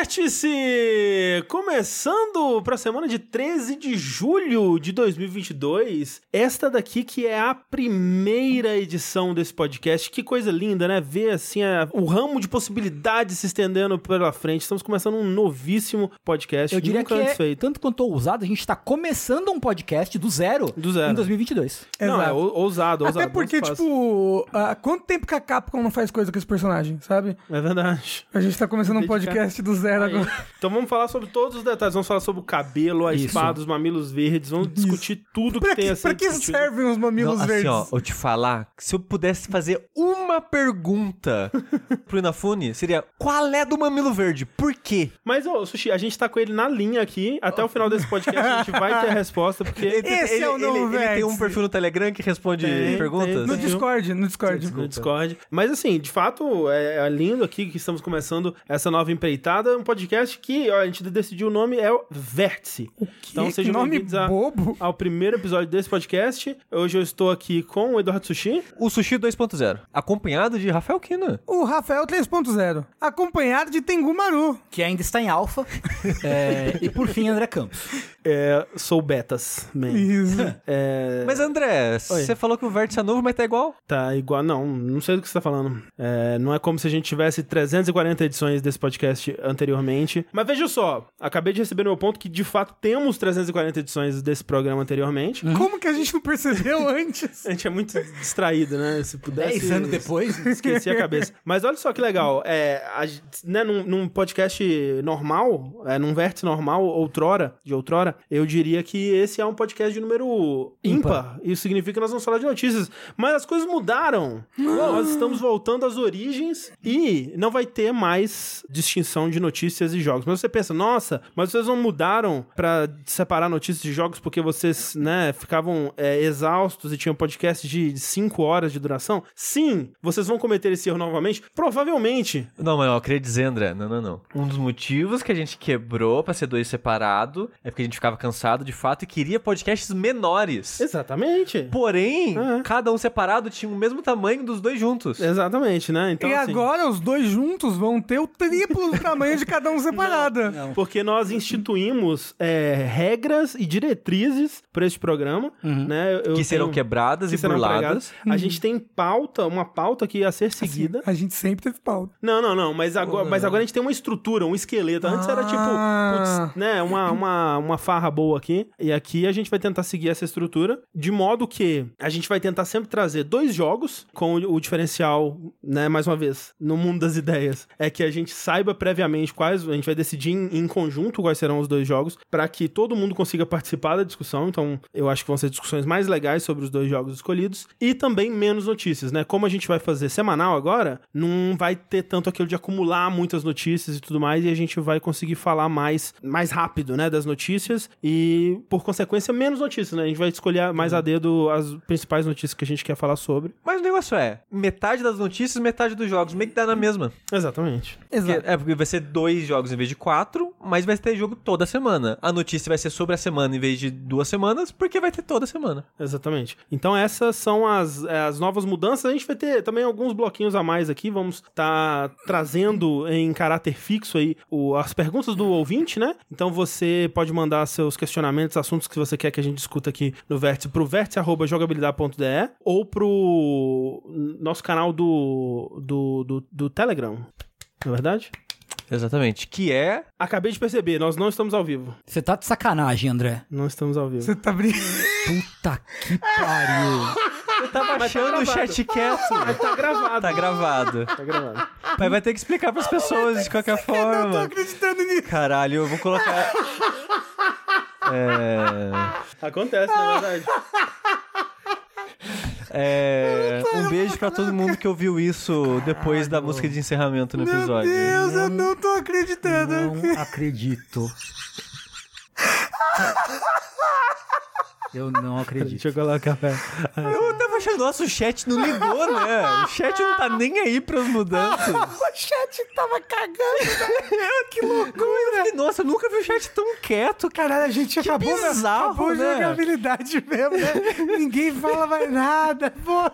Vértice! Começando para a semana de treze de julho de dois mil e vinte e dois. Esta daqui que é a primeira edição desse podcast. Que coisa linda, né? Ver assim a, o ramo de possibilidades se estendendo pela frente. Estamos começando um novíssimo podcast. Eu diria que é, feito. Tanto quanto ousado, a gente está começando um podcast do zero, do zero. em dois mil e vinte e dois. Não, Exato. é ousado, ousado. Até porque, tipo, há quanto tempo que a Capcom não faz coisa com esse personagem, sabe? É verdade. A gente tá começando um podcast podcast do zero Aí. agora. Então vamos falar sobre todos os detalhes. Vamos falar sobre o cabelo, a Isso. espada, os mamilos verdes. Vamos Isso. discutir tudo Pra que, que, tem a ser pra que discutido. servem os mamilos Não, assim, verdes? ó, eu te falar, se eu pudesse fazer uma pergunta pro Inafune, seria, qual é do mamilo verde? Por quê? Mas, ô, Sushi, a gente tá com ele na linha aqui. Até o final desse podcast a gente vai ter a resposta, porque... Esse ele, é o novo ele, ele Vértice. tem um perfil no Telegram que responde Tem, perguntas? No tem. Discord, no Discord. no Discord. Mas assim, de fato, é, é lindo aqui que estamos começando essa nova empreitada. Um podcast que, ó, a gente decidiu o nome, é o Vértice. O que? Então sejam nome bem-vindos a, bobo. ao primeiro episódio desse podcast. Hoje eu estou aqui com o Eduardo Sushi. O Sushi dois ponto zero, acompanhado de Rafael Kina. O Rafael três ponto zero, acompanhado de Tengu Maru. Que ainda está em alfa. É, e por fim, André Campos. É, sou Betas, man. Isso. É, Mas André, você falou que o Vértice é novo, mas tá igual? Tá igual, não, não sei do que você tá falando. É, não é como se a gente tivesse trezentas e quarenta edições desse podcast anteriormente. Mas veja só, acabei de receber no meu ponto que de fato temos trezentas e quarenta edições desse programa anteriormente. Uhum. Como que a gente não percebeu antes? A gente é muito distraído, né? Se pudesse... Dez anos depois. Esqueci a cabeça. Mas olha só que legal. É, a, né, num, num podcast normal, é, num vértice normal, outrora, de outrora, eu diria que esse é um podcast de número ímpar. ímpar. Isso significa que nós vamos falar de notícias. Mas as coisas mudaram. Nós estamos voltando às origens e não vai ter mais distinção de notícias e jogos. Mas você pensa, nossa, mas vocês não mudaram pra separar notícias de jogos porque vocês, né, ficavam é, exaustos e tinham podcast de cinco horas de duração? Sim, vocês vão cometer esse erro novamente? Provavelmente. Não, mas eu queria dizer, André, não, não, não. Um dos motivos que a gente quebrou pra ser dois separado é porque a gente ficava cansado de fato e queria podcasts menores. Exatamente. Porém, É. cada um separado tinha o mesmo tamanho dos dois juntos. Exatamente, né? Então, e assim, agora os dois juntos vão ter o triplo do tamanho de cada um separado. Não. porque nós instituímos é, regras e diretrizes para este programa, né? Eu Que tenho- serão quebradas que e serão burladas. pregadas. A gente tem pauta, uma pauta que ia ser seguida. A gente sempre teve pauta. Não, não, não, mas agora, mas agora a gente tem uma estrutura, um esqueleto. Antes era tipo, Ah. putz, né, uma, uma, uma farra boa aqui. E aqui a gente vai tentar seguir essa estrutura, de modo que a gente vai tentar sempre trazer dois jogos, com o, o diferencial, né, mais uma vez, no mundo das ideias, é que a gente saiba previamente quais, a gente vai decidir em, em conjunto quais serão os dois jogos, para que todo mundo consiga participar da discussão. Então, eu acho que vão ser discussões mais legais sobre os dois jogos escolhidos, e também menos notícias, né? Como a gente vai fazer semanal agora, não vai ter tanto aquilo de acumular muitas notícias e tudo mais, e a gente vai conseguir falar mais, mais rápido, né, das notícias, e por consequência, menos notícias, né? A gente vai escolher mais a dedo as principais notícias que a gente quer falar sobre. Mas o negócio é, metade das notícias, metade dos jogos, meio que dá na mesma. Exatamente. Exato. Porque- é, porque vai ser dois jogos em vez de quatro, mas vai ter jogo toda semana. A notícia vai ser sobre a semana em vez de duas semanas, porque vai ter toda semana. Exatamente. Então essas são as, é, as novas mudanças. A gente vai ter também alguns bloquinhos a mais aqui. Vamos estar trazendo em caráter fixo aí o- as perguntas do ouvinte, né? Então você pode mandar seus questionamentos, assuntos que você quer que a gente discuta aqui no Vértice, pro vértice arroba jogabilidade ponto d e ou pro nosso canal do, do, do, do Telegram. Não é verdade? Exatamente. Que é... Acabei de perceber, nós não estamos ao vivo. Você tá de sacanagem, André. Não estamos ao vivo. Você tá brincando. Puta que pariu. Eu tava achando tá o chat quieto. Mas tá gravado. Tá gravado. Tá gravado. Mas vai ter que explicar pras pessoas de qualquer forma. Eu não tô acreditando nisso. Caralho, eu vou colocar... É... Acontece, na verdade. É... Um beijo pra todo mundo que ouviu isso depois da música de encerramento no episódio. Meu Deus, eu não tô acreditando. Não acredito. Eu não acredito. Deixa eu colocar café. Eu tava achando, nossa, o chat não ligou, né? O chat não tá nem aí pras mudanças. O chat tava cagando, né? Que loucura. Nossa, eu nunca vi o chat tão quieto. Caralho, a gente Que acabou, bizarro, acabou né? a jogabilidade mesmo, né? Ninguém fala mais nada, pô.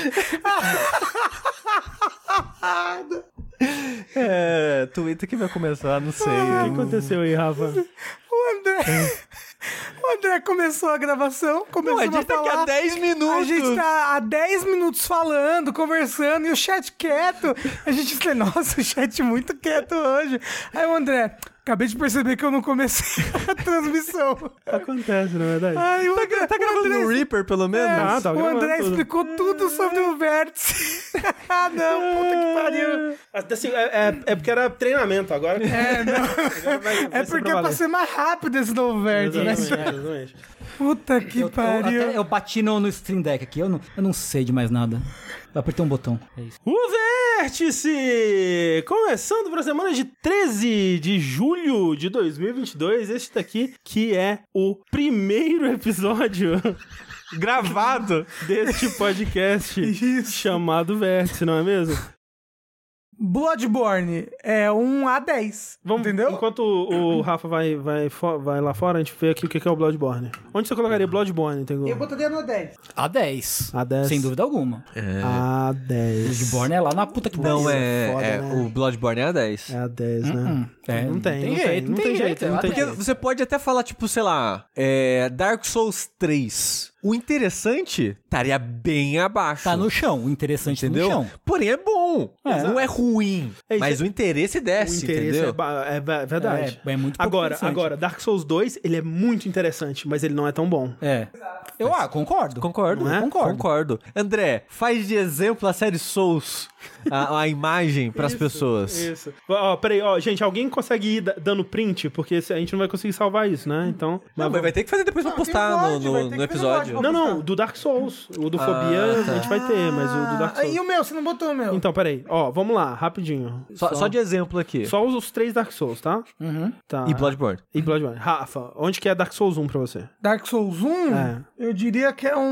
É, Twitter que vai começar, não sei. O que aconteceu aí, Rafa? O André... O André começou a gravação, começou Não, a gente a falar. tá aqui há dez minutos. A gente tá há dez minutos falando, conversando, e o chat quieto. A gente falou, nossa, o chat muito quieto hoje. Aí o André, acabei de perceber que eu não comecei a transmissão. Acontece, na verdade. Aí o André, Tá gravando o André, no Reaper, pelo menos? É, Ah, tá o gravando André tudo. explicou tudo sobre o vértice. Ah, não, puta que pariu. Assim, é, é, é porque era treinamento, agora... É, não. agora vai- vai É ser porque pra é pra valer. ser mais rápido esse novo vértice, né? Exatamente, exatamente. Puta que Eu, eu, pariu. até- eu bati no, no Stream Deck aqui, eu não, eu não sei de mais nada. Eu apertei um botão, é isso. O Vértice! Começando para a semana de treze de julho de dois mil e vinte e dois. Este daqui que é o primeiro episódio gravado deste podcast Isso. chamado Vértice, não é mesmo? Bloodborne é um A dez, Vamos, entendeu? Enquanto o, o Rafa vai, vai, fo- vai lá fora, a gente vê aqui o que que é o Bloodborne. Onde você colocaria Bloodborne? Tem Eu botaria no A dez. A dez. A dez. Sem dúvida alguma. A dez. Bloodborne é lá na puta que Não, pariu. é, foda, é né? o Bloodborne é a dez. É a dez, né? Hum, é, não, tem, não tem, não tem jeito. é Não a tem Porque jeito. você pode até falar, tipo, sei lá, é, Dark Souls três. O interessante estaria bem abaixo. Tá no chão, o interessante entendeu? no chão. Porém é bom. É. Não é ruim. É isso. Mas o interesse O desce, interesse entendeu? é, ba- é ba- verdade. É, é muito pouco Agora, interessante. agora, Dark Souls dois, ele é muito interessante, mas ele não é tão bom. É. Eu ah, concordo. Concordo, Não é? Concordo. Concordo. André, faz de exemplo a série Souls, a, a imagem pras Isso, pessoas. Isso. Ó, peraí, ó, gente, alguém consegue ir da- dando print? Porque se- a gente não vai conseguir salvar isso, né? Então. Não, mas vai ter que fazer depois pra Não, postar tem no, VOD, no- vai ter no que fazer episódio. VOD. Não, não, do Dark Souls. O do Ah, Fobia tá. a gente vai ter, mas o do Dark Ah, Souls. e o meu, você não botou o meu? Então, peraí, ó, vamos lá, rapidinho. Só, só de exemplo aqui. Só os, os três Dark Souls, tá? Uhum. Tá. E Bloodborne. E Bloodborne. Rafa, onde que é Dark Souls um pra você? Dark Souls um, É. eu diria que é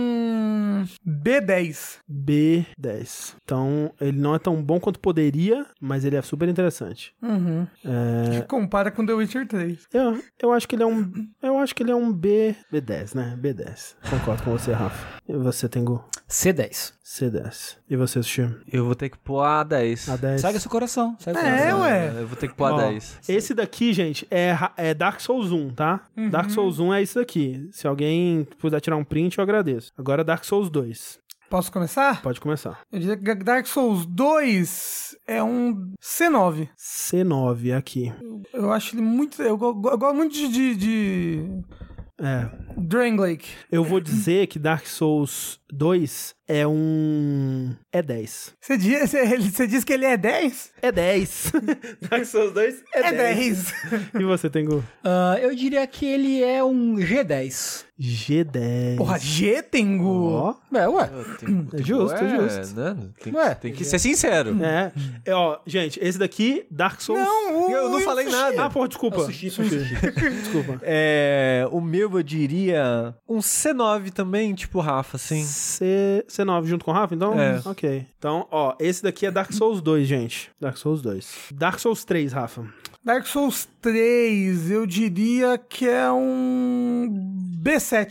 um B dez. B dez. Então, ele não é tão bom quanto poderia, mas ele é super interessante. Uhum. É, Compara com The Witcher três. eu, eu acho que ele é um. Eu acho que ele é um B. B dez, né? B dez. Concordo com você, Rafa. E você, Tengu? C dez. C dez. E você, Sushi? Eu vou ter que pôr a dez. A dez. Segue seu coração. Segue seu É, coração. ué. Eu vou ter que pôr a Ó, dez. Esse daqui, gente, é, ra- é Dark Souls um, tá? Dark Souls um é isso daqui. Se alguém puder tirar um print, eu agradeço. Agora Dark Souls dois. Posso começar? Pode começar. Eu diria que Dark Souls dois é um C nove. C nove aqui. Eu acho ele muito... Eu, go- eu gosto muito de... de, de É. Drangleic. Eu vou dizer que Dark Souls dois é um... É dez. Você diz, você, você diz que ele é dez? É dez. Dark Souls dois é, É dez. dez. E você, Tengu? Ah, eu diria que ele é um G dez. G dez. Porra, G, Tengu. Ó. É, ué. É justo, é Ué, justo. né? Tem, que- Ué. tem que ser sincero. É. É, ó, gente, esse daqui, Dark Souls... Não, o, Eu não falei nada. Ah, porra, desculpa. É o sushi, Sushi. Desculpa. É, o meu eu diria um C nove também, tipo Rafa, assim. C... C9 junto com o Rafa, então? É. Ok. Então, ó, esse daqui é Dark Souls dois, gente. Dark Souls dois. Dark Souls três, Rafa. Dark Souls três, eu diria que é um B sete.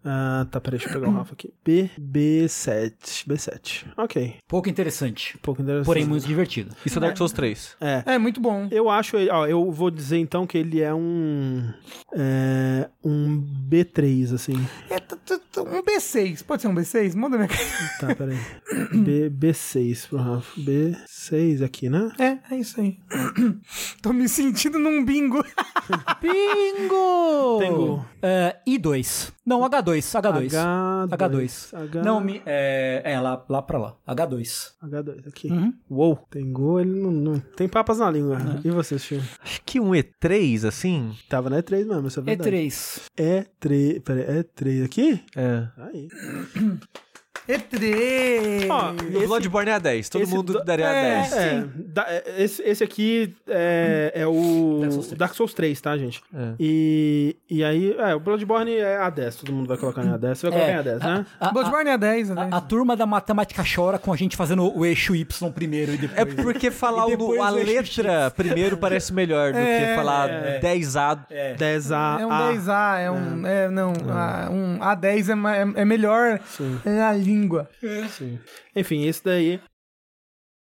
Ah, tá, peraí, deixa eu pegar o Rafa aqui. B, B sete. B sete. Ok. Pouco interessante. Pouco interessante. Porém, muito divertido. Isso é Dark Souls três. É. É, muito bom. Eu acho, ele- ó, eu vou dizer então que ele é um. É. Um B três, assim. É t- t- t- um B seis. Pode ser um B seis? Manda minha cara. Tá, peraí. B, B6 pro Rafa. B seis aqui, né? É, é isso aí. Tô me sentindo num bingo. Bingo! Tengu. É, I dois. Não, H dois. H dois. H dois. H... Não, me, é, é lá, lá pra lá. H dois. H dois, aqui. Uhum. Uou. Tengu, ele não, não... Tem papas na língua. E você, Chico? Acho que um E três, assim. Tava na E três mesmo, isso é E verdade. três. E três. Peraí, E três aqui? É. Aí. E três. Ó, E o Bloodborne é A dez. Todo esse mundo do- daria é, A dez. É, da- é, esse, esse aqui é, é o Dark Souls três. Dark Souls três, tá, gente? É. E, e aí, é, o Bloodborne é A dez, todo mundo vai colocar em A dez. Você vai colocar em A dez, né? A, a, Bloodborne é dez, né? a, a turma da matemática chora com a gente fazendo o eixo Y primeiro e depois... É porque falar E o- depois a o eixo letra primeiro parece melhor do É, que falar é. dez A. dez A. É um A. dez A, é um. É, não. a- um A dez é, ma- é, é melhor Sim. na língua. Sim. Enfim, esse daí